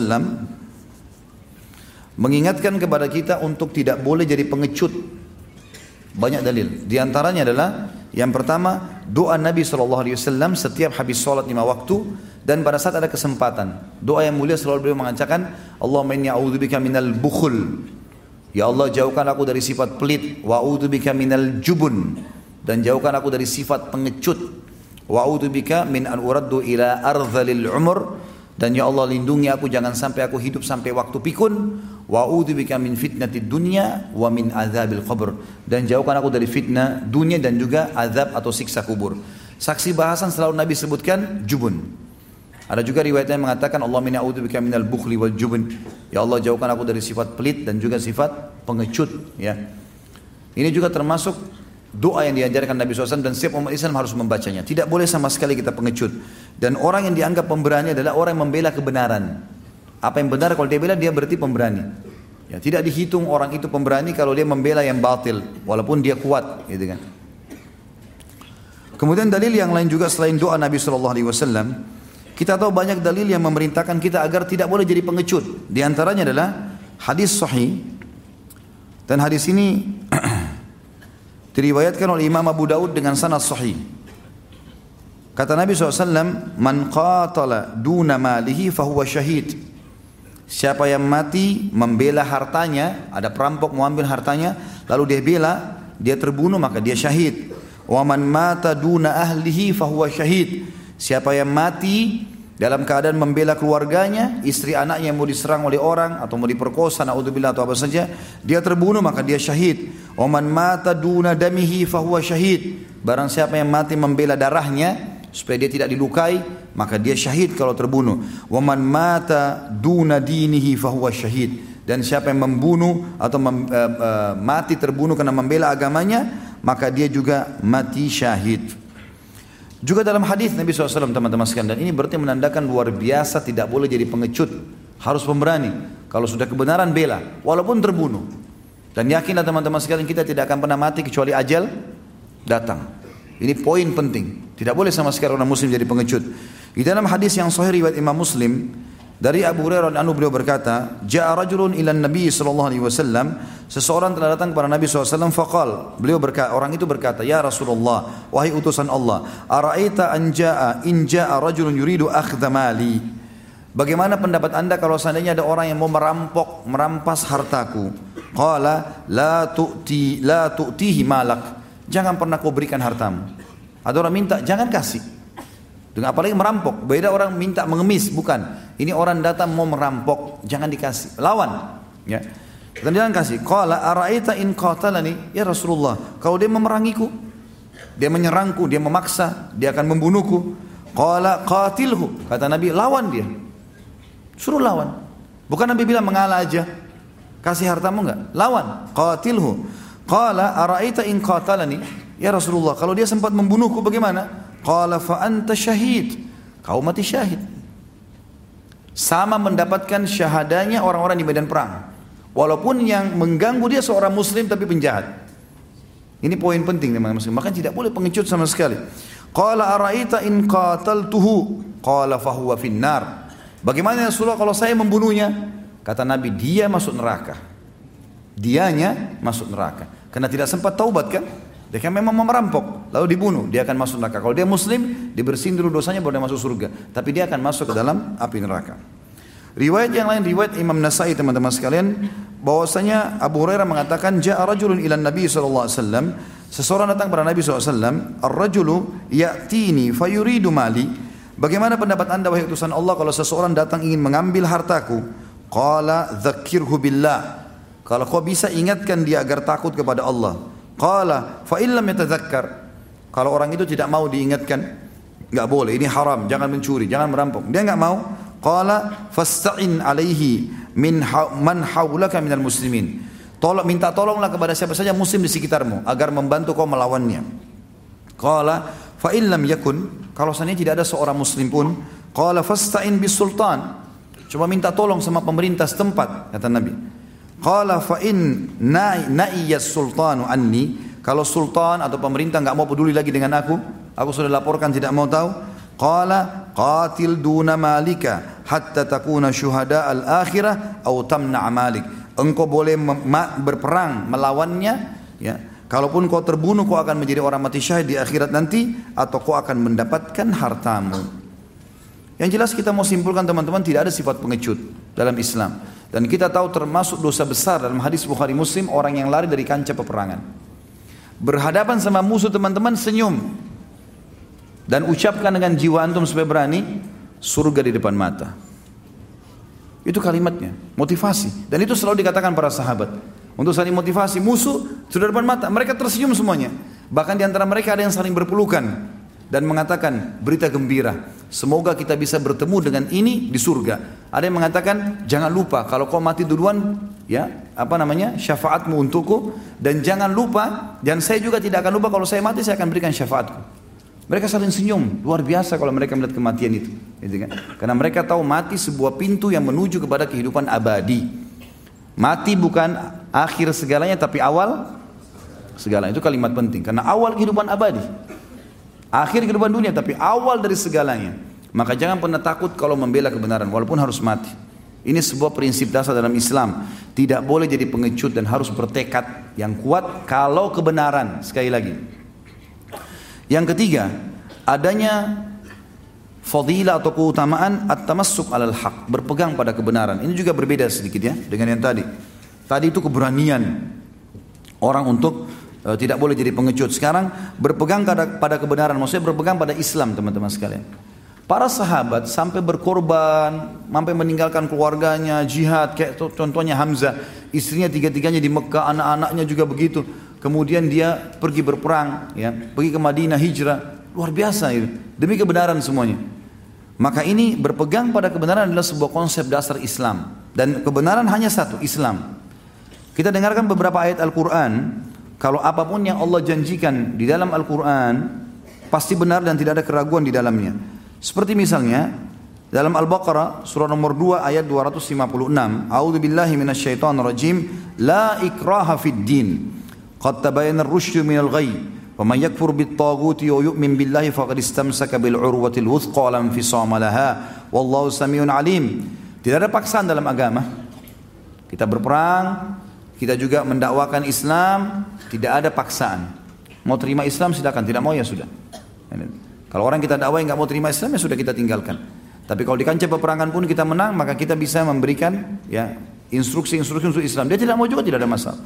Speaker 1: mengingatkan kepada kita untuk tidak boleh jadi pengecut. Banyak dalil. Di antaranya adalah yang pertama, doa Nabi SAW setiap habis sholat 5 waktu dan pada saat ada kesempatan. Doa yang mulia selalu beliau mengatakan, Allahumma inni a'udzubika minal bukhul. Ya Allah, jauhkan aku dari sifat pelit. Wa a'udzubika minal jubun. Dan jauhkan aku dari sifat pengecut. Wa a'udzubika min an uraddu ila ardhalil umur. Dan ya Allah, lindungi aku jangan sampai aku hidup sampai waktu pikun. Wa a'udzubika min fitnatid dunya wa min adzabil qabr. Dan jauhkan aku dari fitnah dunia dan juga azab atau siksa kubur. Saksi bahasan selalu Nabi sebutkan jubun. Ada juga riwayatnya yang mengatakan Allah minna a'udzubika minal bukhli wal jubun. Ya Allah, jauhkan aku dari sifat pelit dan juga sifat pengecut, ya. Ini juga termasuk doa yang diajarkan Nabi SAW dan setiap umat Islam harus membacanya. Tidak boleh sama sekali kita pengecut. Dan orang yang dianggap pemberani adalah orang yang membela kebenaran. Apa yang benar kalau dia bela, dia berarti pemberani. Ya, tidak dihitung orang itu pemberani kalau dia membela yang batil, walaupun dia kuat, gitu kan. Kemudian dalil yang lain juga selain doa Nabi SAW, kita tahu banyak dalil yang memerintahkan kita agar tidak boleh jadi pengecut. Di antaranya adalah hadis sahih. Dan hadis ini diriwayatkan oleh Imam Abu Daud dengan sanad sahih. Kata Nabi SAW, Man qatala duna malihi fahuwa syahid. Siapa yang mati membela hartanya, ada perampok mau ambil hartanya, lalu dia bela, dia terbunuh, maka dia syahid. Wa man mata duna ahlihi fahuwa syahid. Siapa yang mati dalam keadaan membela keluarganya, istri anaknya yang mau diserang oleh orang atau mau diperkosa, naudzubillah atau apa saja, dia terbunuh maka dia syahid. Wa man mata duna damihi fahuwa syahid. Barang siapa yang mati membela darahnya supaya dia tidak dilukai, maka dia syahid kalau terbunuh. Wa man mata duna dinihi fahuwa syahid. Dan siapa yang membunuh atau mati terbunuh karena membela agamanya, maka dia juga mati syahid. Juga dalam hadis Nabi SAW, teman-teman sekalian, dan ini berarti menandakan luar biasa tidak boleh jadi pengecut, harus pemberani. Kalau sudah kebenaran bela, walaupun terbunuh. Dan yakinlah teman-teman sekalian, kita tidak akan pernah mati kecuali ajal datang. Ini poin penting. Tidak boleh sama sekali orang muslim jadi pengecut. Di dalam hadis yang sahih riwayat Imam Muslim dari Abu Hurairah radhiyallahu anhu, beliau berkata, Ja'a rajulun ila Nabi sallallahu alaihi wasallam, seseorang telah datang kepada Nabi SAW, faqal, beliau berkata, orang itu berkata, ya Rasulullah, wahai utusan Allah, ara'aita in ja'a rajulun yuridu akhdha mali. Bagaimana pendapat anda kalau seandainya ada orang yang mau merampas hartaku? Qala la tu'tihi malak. Jangan pernah kau berikan hartamu. Ada orang minta, jangan kasih. Dengan apalagi merampok, beda orang minta mengemis, bukan. Ini orang datang mau merampok, jangan dikasih, lawan, ya. Dan jangan kasih. Qala ara'aita in qatalani, ya Rasulullah, kalau dia memerangiku, dia menyerangku, dia memaksa, dia akan membunuhku. Qala qatilhu, kata Nabi, lawan dia. Suruh lawan. Bukan Nabi bilang mengalah aja. Kasih hartamu enggak? Lawan. Qatilhu. Qala ara'aita in qatalani, ya Rasulullah, kalau dia sempat membunuhku bagaimana? Qala fa anta syahid. Kau mati syahid. Sama mendapatkan syahadanya orang-orang di medan perang. Walaupun yang mengganggu dia seorang muslim tapi penjahat. Ini poin penting teman-teman muslim. Maka tidak boleh pengecut sama sekali. Qala ara'aita in qataltuhu. Qala fa huwa finnar. Bagaimana Rasulullah kalau saya membunuhnya? Kata Nabi, dia masuk neraka. Dianya masuk neraka. Karena tidak sempat taubat kan? Dia kan memang merampok, lalu dibunuh, dia akan masuk neraka. Kalau dia muslim, dibersihin dulu dosanya baru dia masuk surga. Tapi dia akan masuk ke dalam api neraka. Riwayat yang lain, riwayat Imam Nasai teman-teman sekalian, bahwasanya Abu Hurairah mengatakan, Ja'a rajulun ila Nabi SAW, seseorang datang kepada Nabi SAW, Ar-rajulu ya'tini fayuridu mali. Bagaimana pendapat anda wahai utusan Allah kalau seseorang datang ingin mengambil hartaku? Qala dzakirhu billah. Kalau kau bisa ingatkan dia agar takut kepada Allah. Qala fa illam yatadzakkar. Kalau orang itu tidak mau diingatkan, enggak boleh, ini haram, jangan mencuri, jangan merampok. Dia enggak mau. Qala fasta'in alaihi man haulaka minal muslimin. Minta tolonglah kepada siapa saja muslim di sekitarmu agar membantu kau melawannya. Qala fa illam yakun, kalau seandainya tidak ada seorang muslim pun, qala fasta'in bis sultan. Coba minta tolong sama pemerintah setempat, kata Nabi. Qala fa in na'iyas sultanu anni, kalau sultan atau pemerintah enggak mau peduli lagi dengan aku sudah laporkan tidak mau tahu. Qala qatil duna malika hatta takuna syuhada al-akhirah atau tamna' malik. Engkau boleh berperang melawannya, ya, Kalaupun kau terbunuh, kau akan menjadi orang mati syahid di akhirat nanti, atau kau akan mendapatkan hartamu. Yang jelas kita mau simpulkan teman-teman, tidak ada sifat pengecut dalam Islam. Dan kita tahu termasuk dosa besar dalam hadis Bukhari Muslim, orang yang lari dari kancah peperangan. Berhadapan sama musuh teman-teman, senyum. Dan ucapkan dengan jiwa antum supaya berani, surga di depan mata. Itu kalimatnya, motivasi. Dan itu selalu dikatakan para sahabat. Untuk saling motivasi, musuh sudah depan mata, mereka tersenyum semuanya. Bahkan di antara mereka ada yang saling berpelukan dan mengatakan berita gembira, semoga kita bisa bertemu dengan ini di surga. Ada yang mengatakan jangan lupa kalau kau mati duluan, ya syafaatmu untukku, dan jangan lupa, dan saya juga tidak akan lupa kalau saya mati saya akan berikan syafaatku. Mereka saling senyum, luar biasa kalau mereka melihat kematian itu, gitu kan? Karena mereka tahu mati sebuah pintu yang menuju kepada kehidupan abadi. Mati bukan akhir segalanya, tapi awal segalanya. Itu kalimat penting, karena awal kehidupan abadi. Akhir kehidupan dunia, tapi awal dari segalanya. Maka jangan pernah takut kalau membela kebenaran, walaupun harus mati. Ini sebuah prinsip dasar dalam Islam. Tidak boleh jadi pengecut dan harus bertekad yang kuat kalau kebenaran. Sekali lagi. Yang ketiga, adanya fadilah atau keutamaan at-tamassuk alal haq, berpegang pada kebenaran. Ini juga berbeda sedikit ya dengan yang tadi. Tadi itu keberanian orang untuk tidak boleh jadi pengecut. Sekarang berpegang pada kebenaran, maksudnya berpegang pada Islam, teman-teman sekalian. Para sahabat sampai berkorban, sampai meninggalkan keluarganya, jihad, kayak contohnya Hamzah, istrinya tiga-tiganya di Mekah, anak-anaknya juga begitu. Kemudian dia pergi berperang, ya, pergi ke Madinah, hijrah, luar biasa itu, demi kebenaran semuanya. Maka ini berpegang pada kebenaran adalah sebuah konsep dasar Islam. Dan kebenaran hanya satu, Islam. Kita dengarkan beberapa ayat Al-Quran. Kalau apapun yang Allah janjikan di dalam Al-Quran, pasti benar dan tidak ada keraguan di dalamnya. Seperti misalnya, dalam Al-Baqarah, surah nomor 2 ayat 256. A'udzu billahi minasyaitonir rajim. La ikraha fid din. Qad tabayyana ar-rusydu minal ghayy. وَمَنْ يَكْفُرْ بِالطَّاغُوتِ وَيُؤْمِنْ بِاللَّهِ فَقَدِ اسْتَمْسَكَ بِالْعُرْوَةِ الْوُثْقَى لَا انفِصَامَ لَهَا وَاللَّهُ سَمِيعٌ عَلِيمٌ. Tidak ada paksaan dalam agama. Kita berperang, kita juga mendakwakan Islam, tidak ada paksaan. Mau terima Islam silakan, tidak mau ya sudah. Kalau orang kita dakwai enggak mau terima Islam ya sudah kita tinggalkan. Tapi kalau di kancah peperangan pun kita menang, maka kita bisa memberikan ya instruksi-instruksi untuk Islam. Dia tidak mau juga tidak ada masalah.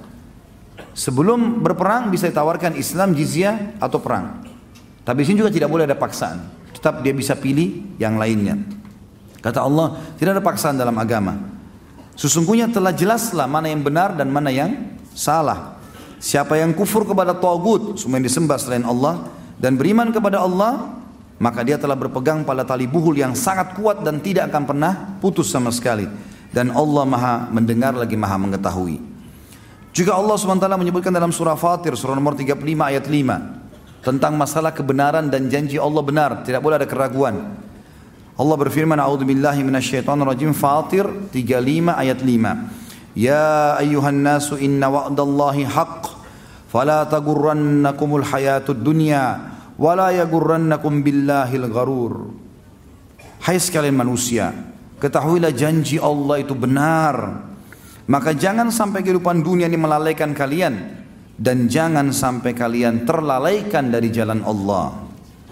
Speaker 1: Sebelum berperang bisa ditawarkan Islam, jizyah atau perang. Tapi di sini juga tidak boleh ada paksaan. Tetap dia bisa pilih yang lainnya. Kata Allah, tidak ada paksaan dalam agama. Sesungguhnya telah jelaslah mana yang benar dan mana yang salah. Siapa yang kufur kepada tagut, semua yang disembah selain Allah, dan beriman kepada Allah, maka dia telah berpegang pada tali buhul yang sangat kuat dan tidak akan pernah putus sama sekali. Dan Allah maha mendengar lagi maha mengetahui. Juga Allah SWT menyebutkan dalam surah Fatir, surah nomor 35 ayat 5, tentang masalah kebenaran dan janji Allah benar, tidak boleh ada keraguan. Allah berfirman, A'udzubillahi minasyaitonirrajim, Fatir 35 ayat 5. Ya ayyuhan nasu inna wa'dallahi haqq, fala tagurrannakumul hayatud dunya, wala yagurrannakum billahil gharur. Hai sekalian manusia, ketahuilah janji Allah itu benar. Maka jangan sampai kehidupan dunia ini melalaikan kalian, dan jangan sampai kalian terlalaikan dari jalan Allah.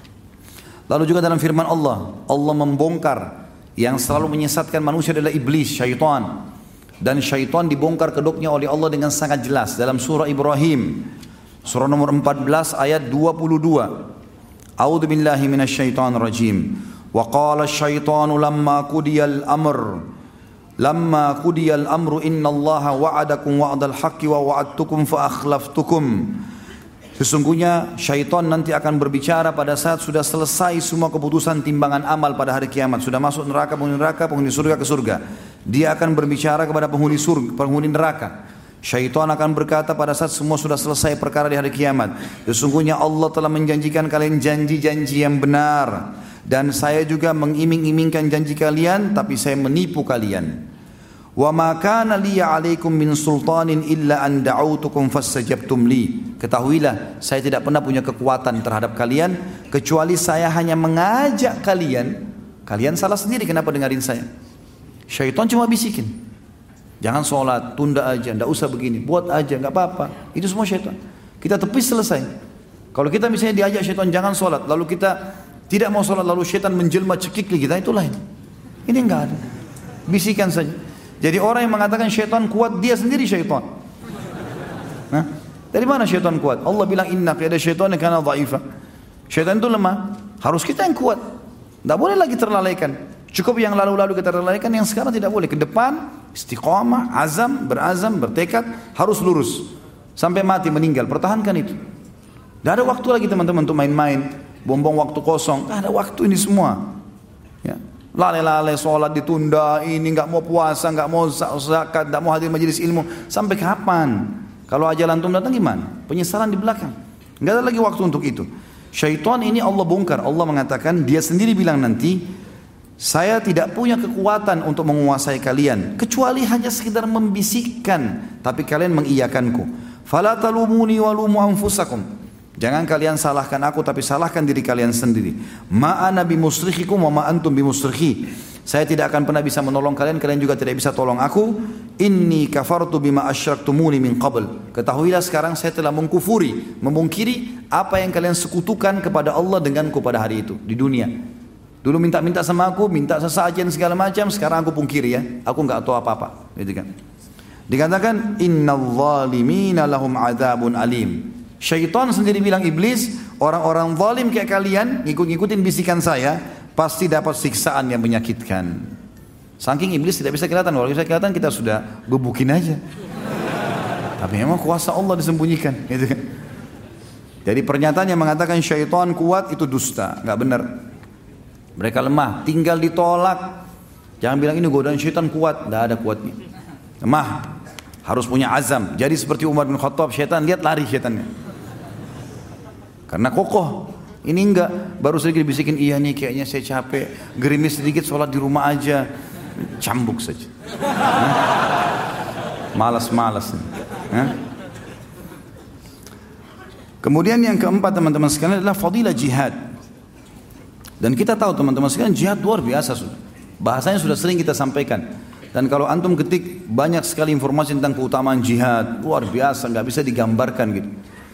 Speaker 1: Lalu juga dalam firman Allah, Allah membongkar yang selalu menyesatkan manusia adalah iblis, syaitan. Dan syaitan dibongkar kedoknya oleh Allah dengan sangat jelas dalam surah Ibrahim, surah nomor 14 ayat 22. A'udzu billahi minasyaitonir rajim. Wa qala asy-syaitanu lamma qudiyal amr Lamma qudiyal amru innallaha wa'adakum wa'dal haqqi wa wa'adtukum fa akhlaftukum. Sesungguhnya syaitan nanti akan berbicara pada saat sudah selesai semua keputusan timbangan amal pada hari kiamat. Sudah masuk neraka, penghuni surga ke surga. Dia akan berbicara kepada penghuni surga, penghuni neraka. Syaitan akan berkata pada saat semua sudah selesai perkara di hari kiamat, sesungguhnya Allah telah menjanjikan kalian janji-janji yang benar. Dan saya juga mengiming-imingkan janji kalian, tapi saya menipu kalian. Wa ma kana li 'alaikum min sultanin illa an da'autukum fastajabtum li. Ketahuilah, saya tidak pernah punya kekuatan terhadap kalian kecuali saya hanya mengajak kalian. Kalian salah sendiri kenapa dengarin saya? Syaitan cuma bisikin. Jangan sholat, tunda aja, enggak usah begini, buat aja, enggak apa-apa. Itu semua syaitan. Kita tepis selesai. Kalau kita misalnya diajak syaitan jangan sholat, lalu kita tidak mau sholat, lalu syaitan menjelma cekik kita, itu lain. Ini enggak ada. Bisikan saja. Jadi orang yang mengatakan syaitan kuat, dia sendiri syaitan. Nah, dari mana syaitan kuat? Allah bilang inna qiyada syaitani kana dha'ifa. Syaitan itu lemah, harus kita yang kuat. Tidak boleh lagi terlalaikan. Cukup yang lalu-lalu kita terlalaikan, yang sekarang tidak boleh. Ke depan istiqamah, berazam, bertekad, harus lurus sampai mati meninggal. Pertahankan itu. Tidak ada waktu lagi teman-teman untuk main-main, buang-buang waktu kosong. Tidak ada waktu ini semua. Ya. Lale-lale sholat ditunda, ini nggak mau puasa, nggak mau zakat, nggak mau hadir majelis ilmu. Sampai kapan? Kalau ajal antum datang gimana? Penyesalan di belakang. Nggak ada lagi waktu untuk itu. Syaitan ini Allah bongkar. Allah mengatakan, dia sendiri bilang nanti, saya tidak punya kekuatan untuk menguasai kalian, kecuali hanya sekedar membisikkan, tapi kalian mengiyakanku. Fala talumuni walumu anfusakum. Jangan kalian salahkan aku, tapi salahkan diri kalian sendiri. Ma ana bimusrikhikum wa ma antum bimusrikhi. Saya tidak akan pernah bisa menolong kalian, kalian juga tidak bisa tolong aku. Inni kafartu bima asyraktumuni min qabl. Ketahuilah sekarang saya telah mengkufuri, memungkiri apa yang kalian sekutukan kepada Allah denganku pada hari itu di dunia. Dulu minta-minta sama aku, minta sesajen segala macam, sekarang aku pungkiri ya. Aku enggak tahu apa-apa, gitu kan. Dikatakan innal zalimina lahum adzabun alim. Syaitan sendiri bilang, iblis, orang-orang zalim kayak kalian ngikut-ngikutin bisikan saya pasti dapat siksaan yang menyakitkan. Saking iblis tidak bisa kelihatan, kalau bisa kelihatan kita sudah gebukin aja. Tapi memang kuasa Allah disembunyikan, gitu kan. Jadi pernyataan yang mengatakan syaitan kuat itu dusta, nggak benar. Mereka lemah, tinggal ditolak. Jangan bilang ini godaan syaitan kuat, nggak ada kuatnya. Lemah, harus punya azam. Jadi seperti Umar bin Khattab, syaitan lihat lari syaitannya. Karena kokoh. Ini enggak, baru sedikit bisikin, iya nih kayaknya saya capek, gerimis sedikit sholat di rumah aja, cambuk saja. Malas-malas. Kemudian yang keempat teman-teman sekalian adalah fadilah jihad. Dan kita tahu teman-teman sekalian jihad luar biasa sudah. Bahasanya sudah sering kita sampaikan. Dan kalau antum ketik banyak sekali informasi tentang keutamaan jihad, luar biasa, nggak bisa digambarkan gitu.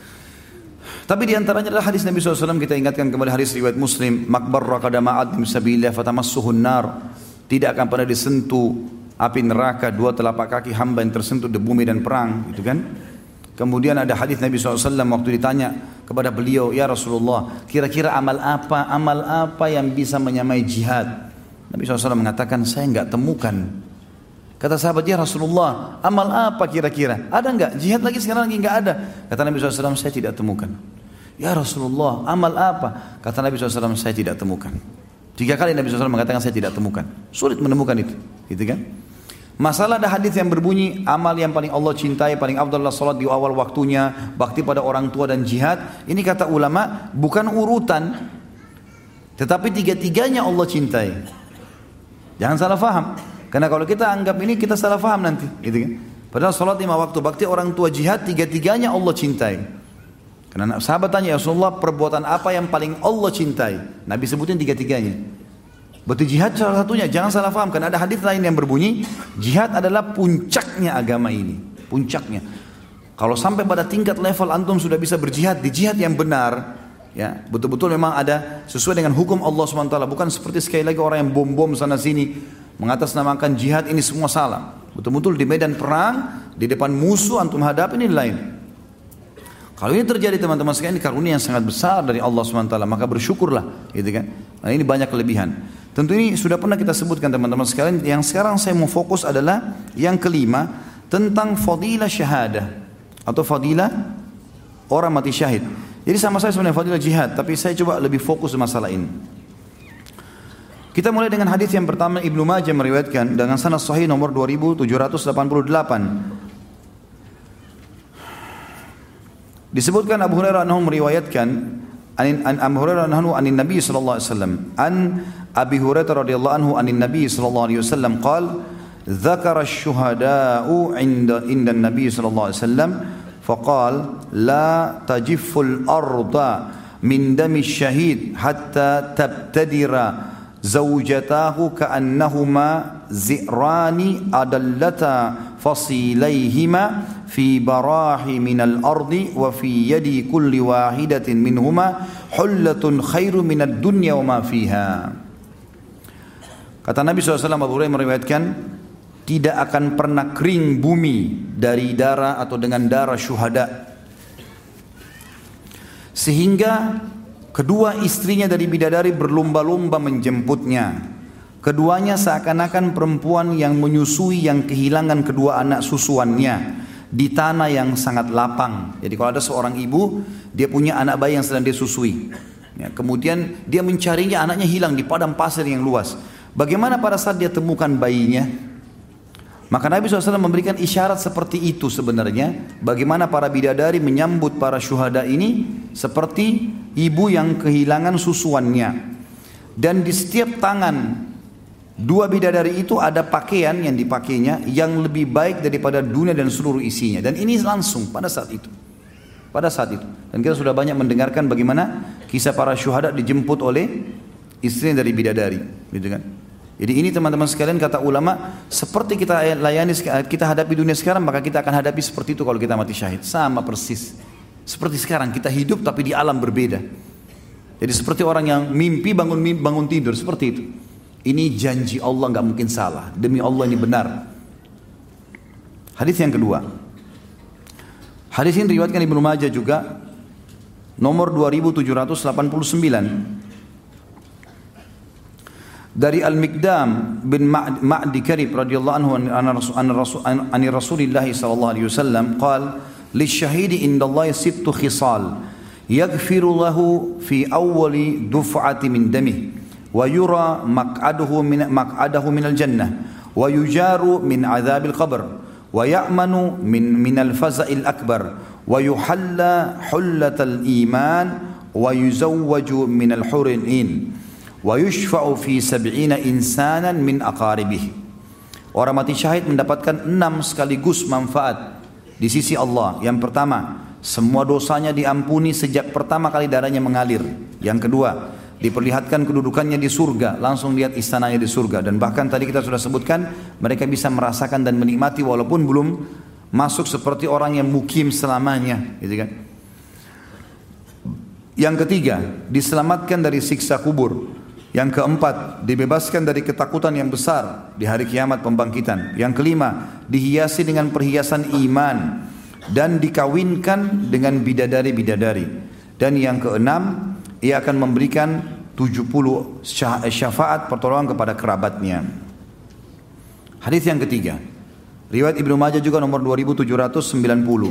Speaker 1: Tapi diantaranya adalah hadis Nabi SAW, kita ingatkan kembali hadis riwayat Muslim, makbarra qadama'ad misabilillah fatamassuhun nar. Tidak akan pernah disentuh api neraka dua telapak kaki hamba yang tersentuh debu medan perang, gitu kan? Kemudian ada hadis Nabi SAW waktu ditanya kepada beliau, ya Rasulullah, kira-kira amal apa yang bisa menyamai jihad? Nabi SAW mengatakan, saya enggak temukan. Kata sahabat, ya Rasulullah, amal apa kira-kira? Ada enggak? Jihad lagi sekarang lagi enggak ada. Kata Nabi SAW, saya tidak temukan. Ya Rasulullah, amal apa? Kata Nabi SAW, saya tidak temukan. 3 kali Nabi SAW mengatakan saya tidak temukan. Sulit menemukan itu, gitu kan? Masalah ada hadis yang berbunyi amal yang paling Allah cintai, paling afdal adalah salat di awal waktunya, bakti pada orang tua dan jihad. Ini kata ulama bukan urutan, tetapi 3-tiganya Allah cintai. Jangan salah faham. Karena kalau kita anggap ini kita salah faham nanti, gitu kan? Padahal salat 5 waktu, bakti orang tua, jihad, 3-tiganya Allah cintai. Karena sahabat tanya, ya Rasulullah, perbuatan apa yang paling Allah cintai? Nabi sebutin 3-tiganya. Berarti jihad salah satunya, jangan salah faham. Karena ada hadis lain yang berbunyi, jihad adalah puncaknya agama ini. Puncaknya. Kalau sampai pada tingkat level antum sudah bisa berjihad, di jihad yang benar, ya betul-betul memang ada sesuai dengan hukum Allah SWT. Bukan seperti sekali lagi orang yang bom-bom sana sini, mengatasnamakan jihad, ini semua salah. Betul-betul di medan perang, di depan musuh antum hadapi, ini lain. Kalau ini terjadi teman-teman sekalian, ini karunia yang sangat besar dari Allah SWT, maka bersyukurlah, gitu kan. Nah, ini banyak kelebihan. Tentu ini sudah pernah kita sebutkan teman-teman sekalian. Yang sekarang saya mau fokus adalah yang kelima, tentang fadilah syahadah atau fadilah orang mati syahid. Jadi sama saya sebenarnya fadilah jihad, tapi saya coba lebih fokus masalah ini. Kita mulai dengan hadis yang pertama, Ibnu Majah meriwayatkan dengan sanad sahih nomor 2788. Disebutkan Abu Hurairah anhu meriwayatkan an Abu Hurairah anhu anin Nabi sallallahu alaihi wasallam, an Abi Hurairah radhiyallahu anhu anin Nabi sallallahu alaihi wasallam qala dzakara asy-syuhada'u 'inda an-nabi sallallahu alaihi wasallam faqala la tajifful arda min dami syahid hatta tabtadira zawjatahu ka'annahuma zi'rani adallata fasilayhima fi barahi minal ardi wa fi yadi kulli wahidatin minhuma hullatun khairu minad dunya wa ma fiha. Kata Nabi SAW, Abu Hurairah meriwayatkan, tidak akan pernah kering bumi dari darah atau dengan darah syuhada, sehingga kedua istrinya dari bidadari berlomba-lomba menjemputnya. Keduanya seakan-akan perempuan yang menyusui yang kehilangan kedua anak susuannya di tanah yang sangat lapang. Jadi kalau ada seorang ibu, dia punya anak bayi yang sedang dia susui, ya, kemudian dia mencarinya, anaknya hilang di padang pasir yang luas. Bagaimana pada saat dia temukan bayinya? Maka Nabi SAW memberikan isyarat seperti itu sebenarnya. Bagaimana para bidadari menyambut para syuhada ini seperti ibu yang kehilangan susuannya. Dan di setiap tangan dua bidadari itu ada pakaian yang dipakainya yang lebih baik daripada dunia dan seluruh isinya. Dan ini langsung pada saat itu. Pada saat itu. Dan kita sudah banyak mendengarkan bagaimana kisah para syuhada dijemput oleh istrinya dari bidadari, gitu kan? Jadi ini teman-teman sekalian, kata ulama, seperti kita layani, kita hadapi dunia sekarang, maka kita akan hadapi seperti itu kalau kita mati syahid. Sama persis. Seperti sekarang kita hidup tapi di alam berbeda. Jadi seperti orang yang mimpi bangun tidur, seperti itu. Ini janji Allah, nggak mungkin salah. Demi Allah ini benar. Hadis yang kedua. Hadis ini diriwayatkan Ibnu Majah juga, nomor 2789. Dari Al-Miqdam bin Ma'di Karib radhiyallahu anhu an Rasulillah sallallahu alaihi wasallam qala lisyahidi indallahi sittu khisal yaghfiru lahu fi awwali duf'ati min damihi wa yura maq'adahu min al-jannah wa yujaru min 'adzabil qabr wa ya'manu min al-faza'il akbar wa yuhalla hullatal iman wa yuzawwaju min al-hurin wa yushfa'u fi 70 insanan min aqaribih. Orang mati syahid mendapatkan 6 sekaligus manfaat di sisi Allah. Yang pertama, semua dosanya diampuni sejak pertama kali darahnya mengalir. Yang kedua, diperlihatkan kedudukannya di surga, langsung lihat istananya di surga. Dan bahkan tadi kita sudah sebutkan, mereka bisa merasakan dan menikmati walaupun belum masuk seperti orang yang mukim selamanya, gitu kan. Yang ketiga, diselamatkan dari siksa kubur. Yang keempat, dibebaskan dari ketakutan yang besar di hari kiamat pembangkitan. Yang kelima, dihiasi dengan perhiasan iman dan dikawinkan dengan bidadari-bidadari. Dan yang keenam, ia akan memberikan 70 syafaat pertolongan kepada kerabatnya. Hadis yang ketiga, riwayat Ibnu Majah juga nomor 2790.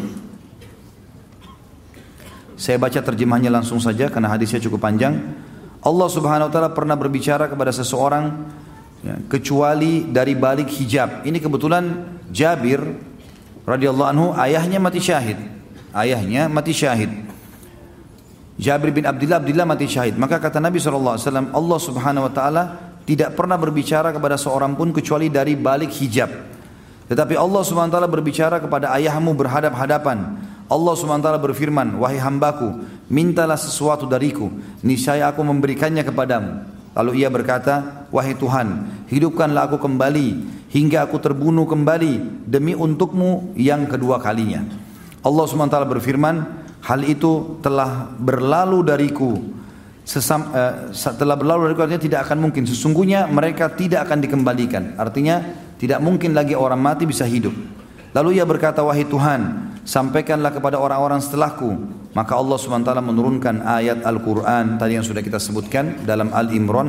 Speaker 1: Saya baca terjemahnya langsung saja karena hadisnya cukup panjang. Allah Subhanahu wa taala pernah berbicara kepada seseorang, ya, kecuali dari balik hijab. Ini kebetulan Jabir radhiyallahu anhu ayahnya mati syahid. Ayahnya mati syahid. Jabir bin Abdullah mati syahid. Maka kata Nabi SAW, Allah Subhanahu wa taala tidak pernah berbicara kepada seorang pun kecuali dari balik hijab. Tetapi Allah Subhanahu wa taala berbicara kepada ayahmu berhadap-hadapan. Allah Subhanahu wa taala berfirman, wahai hambaku, mintalah sesuatu dariku, niscaya aku memberikannya kepadamu. Lalu ia berkata, wahai Tuhan, hidupkanlah aku kembali hingga aku terbunuh kembali demi untukmu yang kedua kalinya. Allah Subhanahu wa taala berfirman, hal itu telah berlalu dariku. Setelah berlalu dariku artinya tidak akan mungkin. Sesungguhnya mereka tidak akan dikembalikan. Artinya tidak mungkin lagi orang mati bisa hidup. Lalu ia berkata, wahai Tuhan, sampaikanlah kepada orang-orang setelahku. Maka Allah SWT menurunkan ayat Al-Quran tadi yang sudah kita sebutkan dalam Al-Imran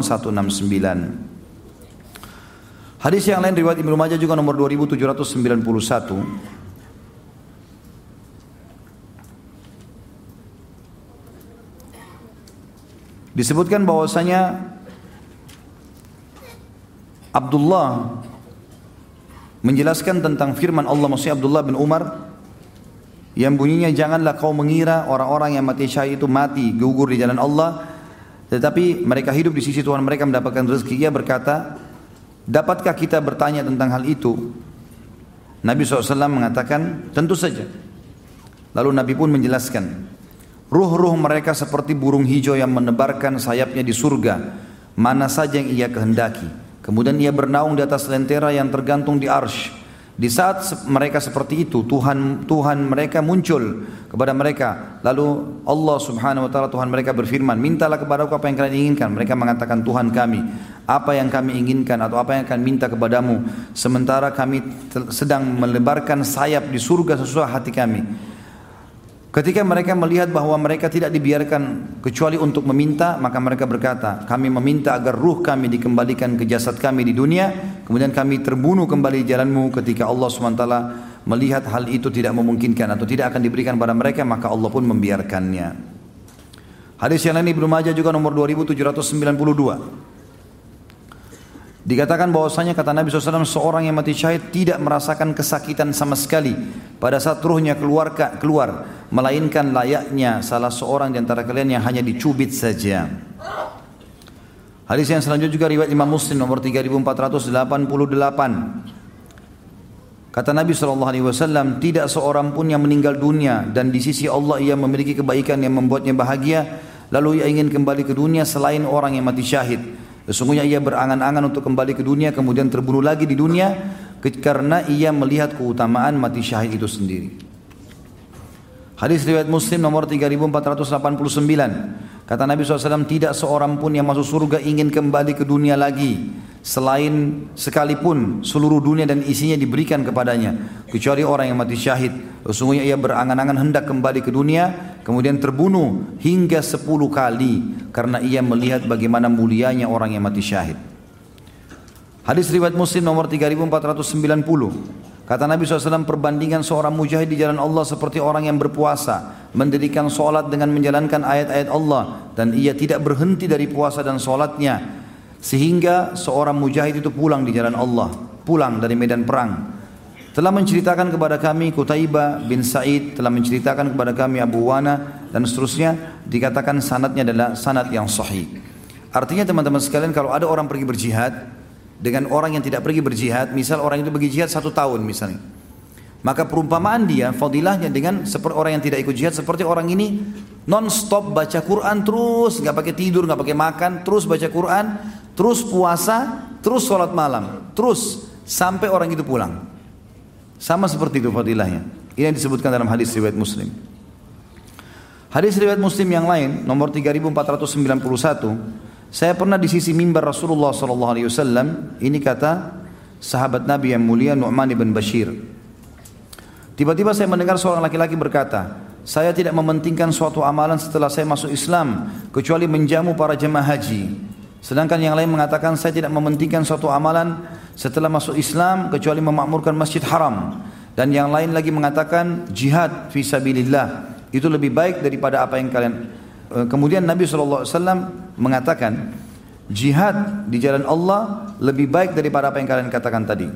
Speaker 1: 169. Hadis yang lain riwayat Ibnu Majah juga nomor 2791. Disebutkan bahwasanya Abdullah menjelaskan tentang firman Allah, maksudnya Abdullah bin Umar, yang bunyinya, janganlah kau mengira orang-orang yang mati syahid itu mati gugur di jalan Allah, tetapi mereka hidup di sisi Tuhan mereka mendapatkan rezeki. Ia berkata, dapatkah kita bertanya tentang hal itu? Nabi SAW mengatakan, tentu saja. Lalu Nabi pun menjelaskan, ruh-ruh mereka seperti burung hijau yang menebarkan sayapnya di surga, mana saja yang ia kehendaki. Kemudian ia bernaung di atas lentera yang tergantung di arsy. Di saat mereka seperti itu, Tuhan mereka muncul kepada mereka. Lalu Allah subhanahu wa ta'ala, Tuhan mereka berfirman, mintalah kepada aku apa yang kalian inginkan. Mereka mengatakan, Tuhan kami, apa yang kami inginkan atau apa yang akan minta kepadamu, sementara kami sedang melebarkan sayap di surga sesuai hati kami. Ketika mereka melihat bahwa mereka tidak dibiarkan kecuali untuk meminta, maka mereka berkata, kami meminta agar ruh kami dikembalikan ke jasad kami di dunia, kemudian kami terbunuh kembali di jalanmu. Ketika Allah SWT melihat hal itu tidak memungkinkan atau tidak akan diberikan pada mereka, maka Allah pun membiarkannya. Hadis yang lain Ibnu Majah juga nomor 2792. Dikatakan bahwasanya kata Nabi SAW, seorang yang mati syahid tidak merasakan kesakitan sama sekali pada saat ruhnya keluar, melainkan layaknya salah seorang di antara kalian yang hanya dicubit saja. Hadis yang selanjutnya juga riwayat Imam Muslim nomor 3488. Kata Nabi SAW, tidak seorang pun yang meninggal dunia dan di sisi Allah ia memiliki kebaikan yang membuatnya bahagia, lalu ia ingin kembali ke dunia selain orang yang mati syahid. Sesungguhnya ia berangan-angan untuk kembali ke dunia kemudian terbunuh lagi di dunia karena ia melihat keutamaan mati syahid itu sendiri. Hadis riwayat Muslim nomor 3489. Kata Nabi SAW, tidak seorang pun yang masuk surga ingin kembali ke dunia lagi selain sekalipun seluruh dunia dan isinya diberikan kepadanya, kecuali orang yang mati syahid. Sesungguhnya ia berangan-angan hendak kembali ke dunia kemudian terbunuh hingga 10 kali karena ia melihat bagaimana mulianya orang yang mati syahid. Hadis riwayat Muslim nomor 3490. Kata Nabi SAW, perbandingan seorang mujahid di jalan Allah seperti orang yang berpuasa, mendirikan solat dengan menjalankan ayat-ayat Allah, dan ia tidak berhenti dari puasa dan solatnya, sehingga seorang mujahid itu pulang di jalan Allah, pulang dari medan perang. Telah menceritakan kepada kami Qutaibah bin Sa'id, telah menceritakan kepada kami Abu Wana, dan seterusnya, dikatakan sanadnya adalah sanad yang sahih. Artinya teman-teman sekalian, kalau ada orang pergi berjihad dengan orang yang tidak pergi berjihad, misal orang itu pergi jihad 1 tahun misalnya, maka perumpamaan dia, fadilahnya dengan seperti orang yang tidak ikut jihad, seperti orang ini non-stop baca Quran terus, gak pakai tidur, gak pakai makan, terus baca Quran, terus puasa, terus sholat malam, terus sampai orang itu pulang. Sama seperti itu fadilahnya. Ini yang disebutkan dalam hadis riwayat Muslim. Hadis riwayat Muslim yang lain nomor 3491. Saya pernah di sisi mimbar Rasulullah SAW. Ini kata sahabat Nabi yang mulia Nu'man bin Bashir. Tiba-tiba saya mendengar seorang laki-laki berkata, saya tidak mementingkan suatu amalan setelah saya masuk Islam kecuali menjamu para jemaah haji. Sedangkan yang lain mengatakan, saya tidak mementingkan suatu amalan setelah masuk Islam kecuali memakmurkan masjid haram. Dan yang lain lagi mengatakan, jihad fi sabilillah itu lebih baik daripada apa yang kalian. Kemudian Nabi SAW mengatakan, jihad di jalan Allah lebih baik daripada apa yang kalian katakan tadi.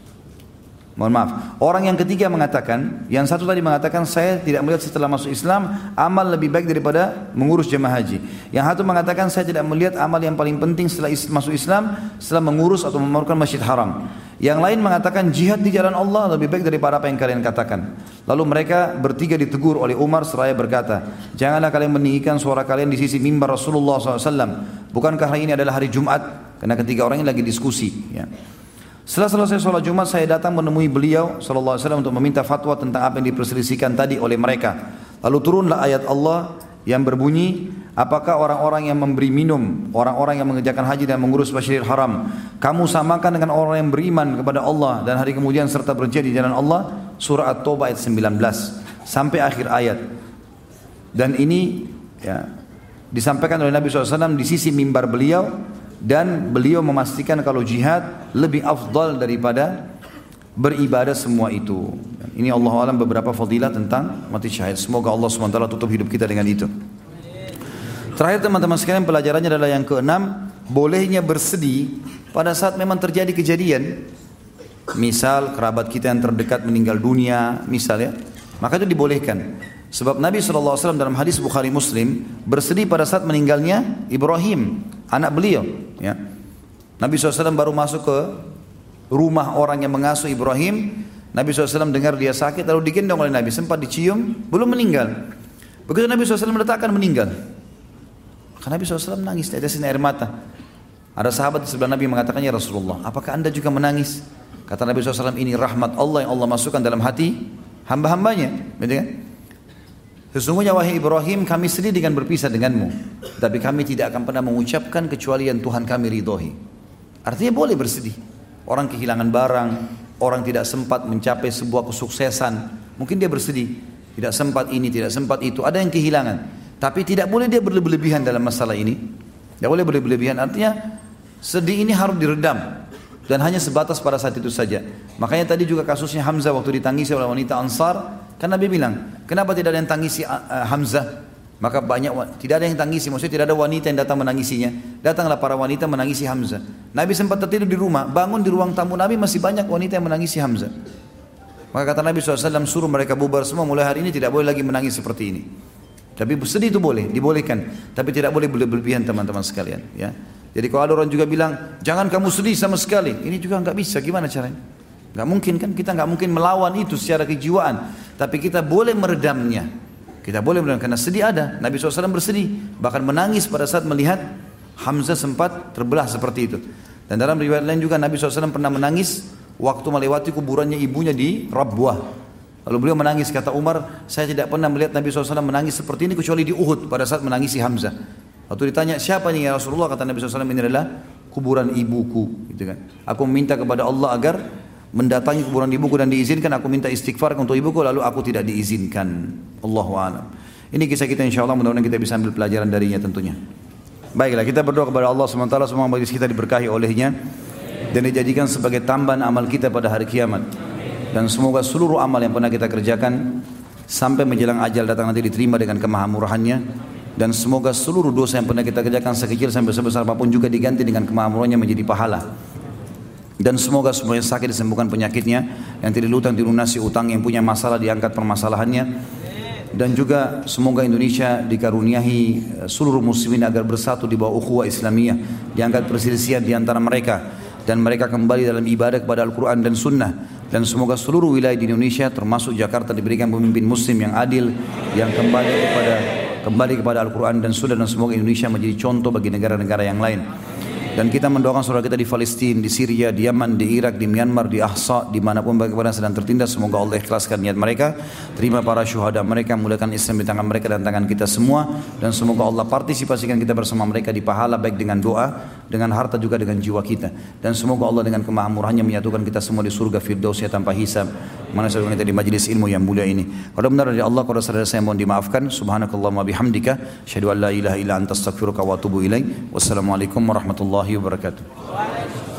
Speaker 1: Mohon maaf. Orang yang ketiga mengatakan, yang satu tadi mengatakan, saya tidak melihat setelah masuk Islam amal lebih baik daripada mengurus jemaah haji. Yang satu mengatakan, saya tidak melihat amal yang paling penting setelah masuk Islam setelah mengurus atau memakmurkan masjid haram. Yang lain mengatakan, jihad di jalan Allah lebih baik daripada apa yang kalian katakan. Lalu mereka bertiga ditegur oleh Umar seraya berkata, janganlah kalian meninggikan suara kalian di sisi mimbar Rasulullah SAW. Bukankah hari ini adalah hari Jumat? Karena ketiga orang ini lagi diskusi, ya. Setelah selesai sholat Jumat, saya datang menemui beliau SAW untuk meminta fatwa tentang apa yang diperselisihkan tadi oleh mereka. Lalu turunlah ayat Allah yang berbunyi, apakah orang-orang yang memberi minum, orang-orang yang mengerjakan haji dan mengurus Masjidil Haram, kamu samakan dengan orang yang beriman kepada Allah dan hari kemudian serta berjihad di jalan Allah? Surah At-Taubah ayat 19 sampai akhir ayat. Dan ini ya, disampaikan oleh Nabi SAW di sisi mimbar beliau, dan beliau memastikan kalau jihad lebih afdal daripada beribadah semua itu. Ini Allah alam beberapa fadilah tentang mati syahid. Semoga Allah SWT tutup hidup kita dengan itu. Terakhir teman-teman sekalian, pelajarannya adalah yang keenam, bolehnya bersedih pada saat memang terjadi kejadian. Misal kerabat kita yang terdekat meninggal dunia, misalnya, maka itu dibolehkan. Sebab Nabi SAW dalam hadis Bukhari Muslim bersedih pada saat meninggalnya Ibrahim, anak beliau, ya. Nabi SAW baru masuk ke rumah orang yang mengasuh Ibrahim. Nabi SAW dengar dia sakit, lalu digendong oleh Nabi, sempat dicium, belum meninggal. Begitu Nabi SAW meletakkan meninggal, maka Nabi SAW nangis, tetesin air mata. Ada sahabat di sebelah Nabi mengatakan, ya Rasulullah, apakah anda juga menangis? Kata Nabi SAW, ini rahmat Allah yang Allah masukkan dalam hati hamba-hambanya. Betul kan? Sesungguhnya wahai Ibrahim, kami sedih dengan berpisah denganmu, tapi kami tidak akan pernah mengucapkan kecuali yang Tuhan kami ridhoi. Artinya boleh bersedih. Orang kehilangan barang, orang tidak sempat mencapai sebuah kesuksesan, mungkin dia bersedih. Tidak sempat ini, tidak sempat itu, ada yang kehilangan. Tapi tidak boleh dia berlebihan dalam masalah ini. Tidak boleh berlebihan, artinya sedih ini harus diredam. Dan hanya sebatas pada saat itu saja. Makanya tadi juga kasusnya Hamzah waktu ditangisi oleh wanita Ansar. Kan Nabi bilang, kenapa tidak ada yang tangisi Hamzah? Maka tidak ada yang tangisi, maksudnya tidak ada wanita yang datang menangisinya. Datanglah para wanita menangisi Hamzah. Nabi sempat tertidur di rumah, bangun di ruang tamu Nabi masih banyak wanita yang menangisi Hamzah. Maka kata Nabi SAW, suruh mereka bubar semua, mulai hari ini tidak boleh lagi menangis seperti ini. Tapi sedih itu boleh, dibolehkan. Tapi tidak boleh berlebihan teman-teman sekalian. Ya. Jadi kalau ada orang juga bilang, jangan kamu sedih sama sekali. Ini juga nggak bisa, gimana caranya? Nggak mungkin kan, kita nggak mungkin melawan itu secara kejiwaan. Tapi kita boleh meredamnya. Kita boleh meredam, karena sedih ada. Nabi SAW bersedih, bahkan menangis pada saat melihat Hamzah sempat terbelah seperti itu. Dan dalam riwayat lain juga Nabi SAW pernah menangis waktu melewati kuburannya ibunya di Rabwah. Lalu beliau menangis, kata Umar, saya tidak pernah melihat Nabi SAW menangis seperti ini kecuali di Uhud pada saat menangisi Hamzah. Waktu ditanya, siapa nih ya Rasulullah? Kata Nabi SAW, ini adalah kuburan ibuku. Gitu kan. Aku meminta kepada Allah agar mendatangi kuburan ibuku dan diizinkan. Aku minta istighfar untuk ibuku, lalu aku tidak diizinkan. Allahu a'lam. Ini kisah kita, insya Allah mudah-mudahan kita bisa ambil pelajaran darinya tentunya. Baiklah, kita berdoa kepada Allah SWT, semua majlis kita diberkahi olehnya dan dijadikan sebagai tambahan amal kita pada hari kiamat. Dan semoga seluruh amal yang pernah kita kerjakan sampai menjelang ajal datang nanti diterima dengan kemahamurahannya. Dan semoga seluruh dosa yang pernah kita kerjakan sekecil sampai sebesar apapun juga diganti dengan kemahamurahannya menjadi pahala. Dan semoga semua yang sakit disembuhkan penyakitnya, yang tidak utang dilunasi utang, yang punya masalah diangkat permasalahannya. Dan juga semoga Indonesia dikaruniahi seluruh muslimin agar bersatu di bawah ukhuwah Islamiyah, diangkat perselisihan di antara mereka dan mereka kembali dalam ibadah kepada Al-Quran dan Sunnah. Dan semoga seluruh wilayah di Indonesia termasuk Jakarta diberikan pemimpin muslim yang adil, yang kembali kepada Al-Quran dan Sunnah, dan semoga Indonesia menjadi contoh bagi negara-negara yang lain. Dan kita mendoakan saudara kita di Palestina, di Syria, di Yaman, di Irak, di Myanmar, di Ahsa, dimanapun bagaimana sedang tertindas, semoga Allah ikhlaskan niat mereka, terima para syuhada mereka, mulakan Islam di tangan mereka dan tangan kita semua, dan semoga Allah partisipasikan kita bersama mereka di pahala baik dengan doa, dengan harta juga dengan jiwa kita. Dan semoga Allah dengan kemahamurahannya menyatukan kita semua di surga Firdausnya tanpa hisab. Mana saudara kita di majlis ilmu yang mulia ini. Kalau benar dari Allah, kalau saudara saya mohon dimaafkan. Subhanakallahumma bihamdika, asyhadu an la ilaha illa anta astaghfiruka wa atubu ilaik. Wassalamualaikum warahmatullahi wabarakatuh.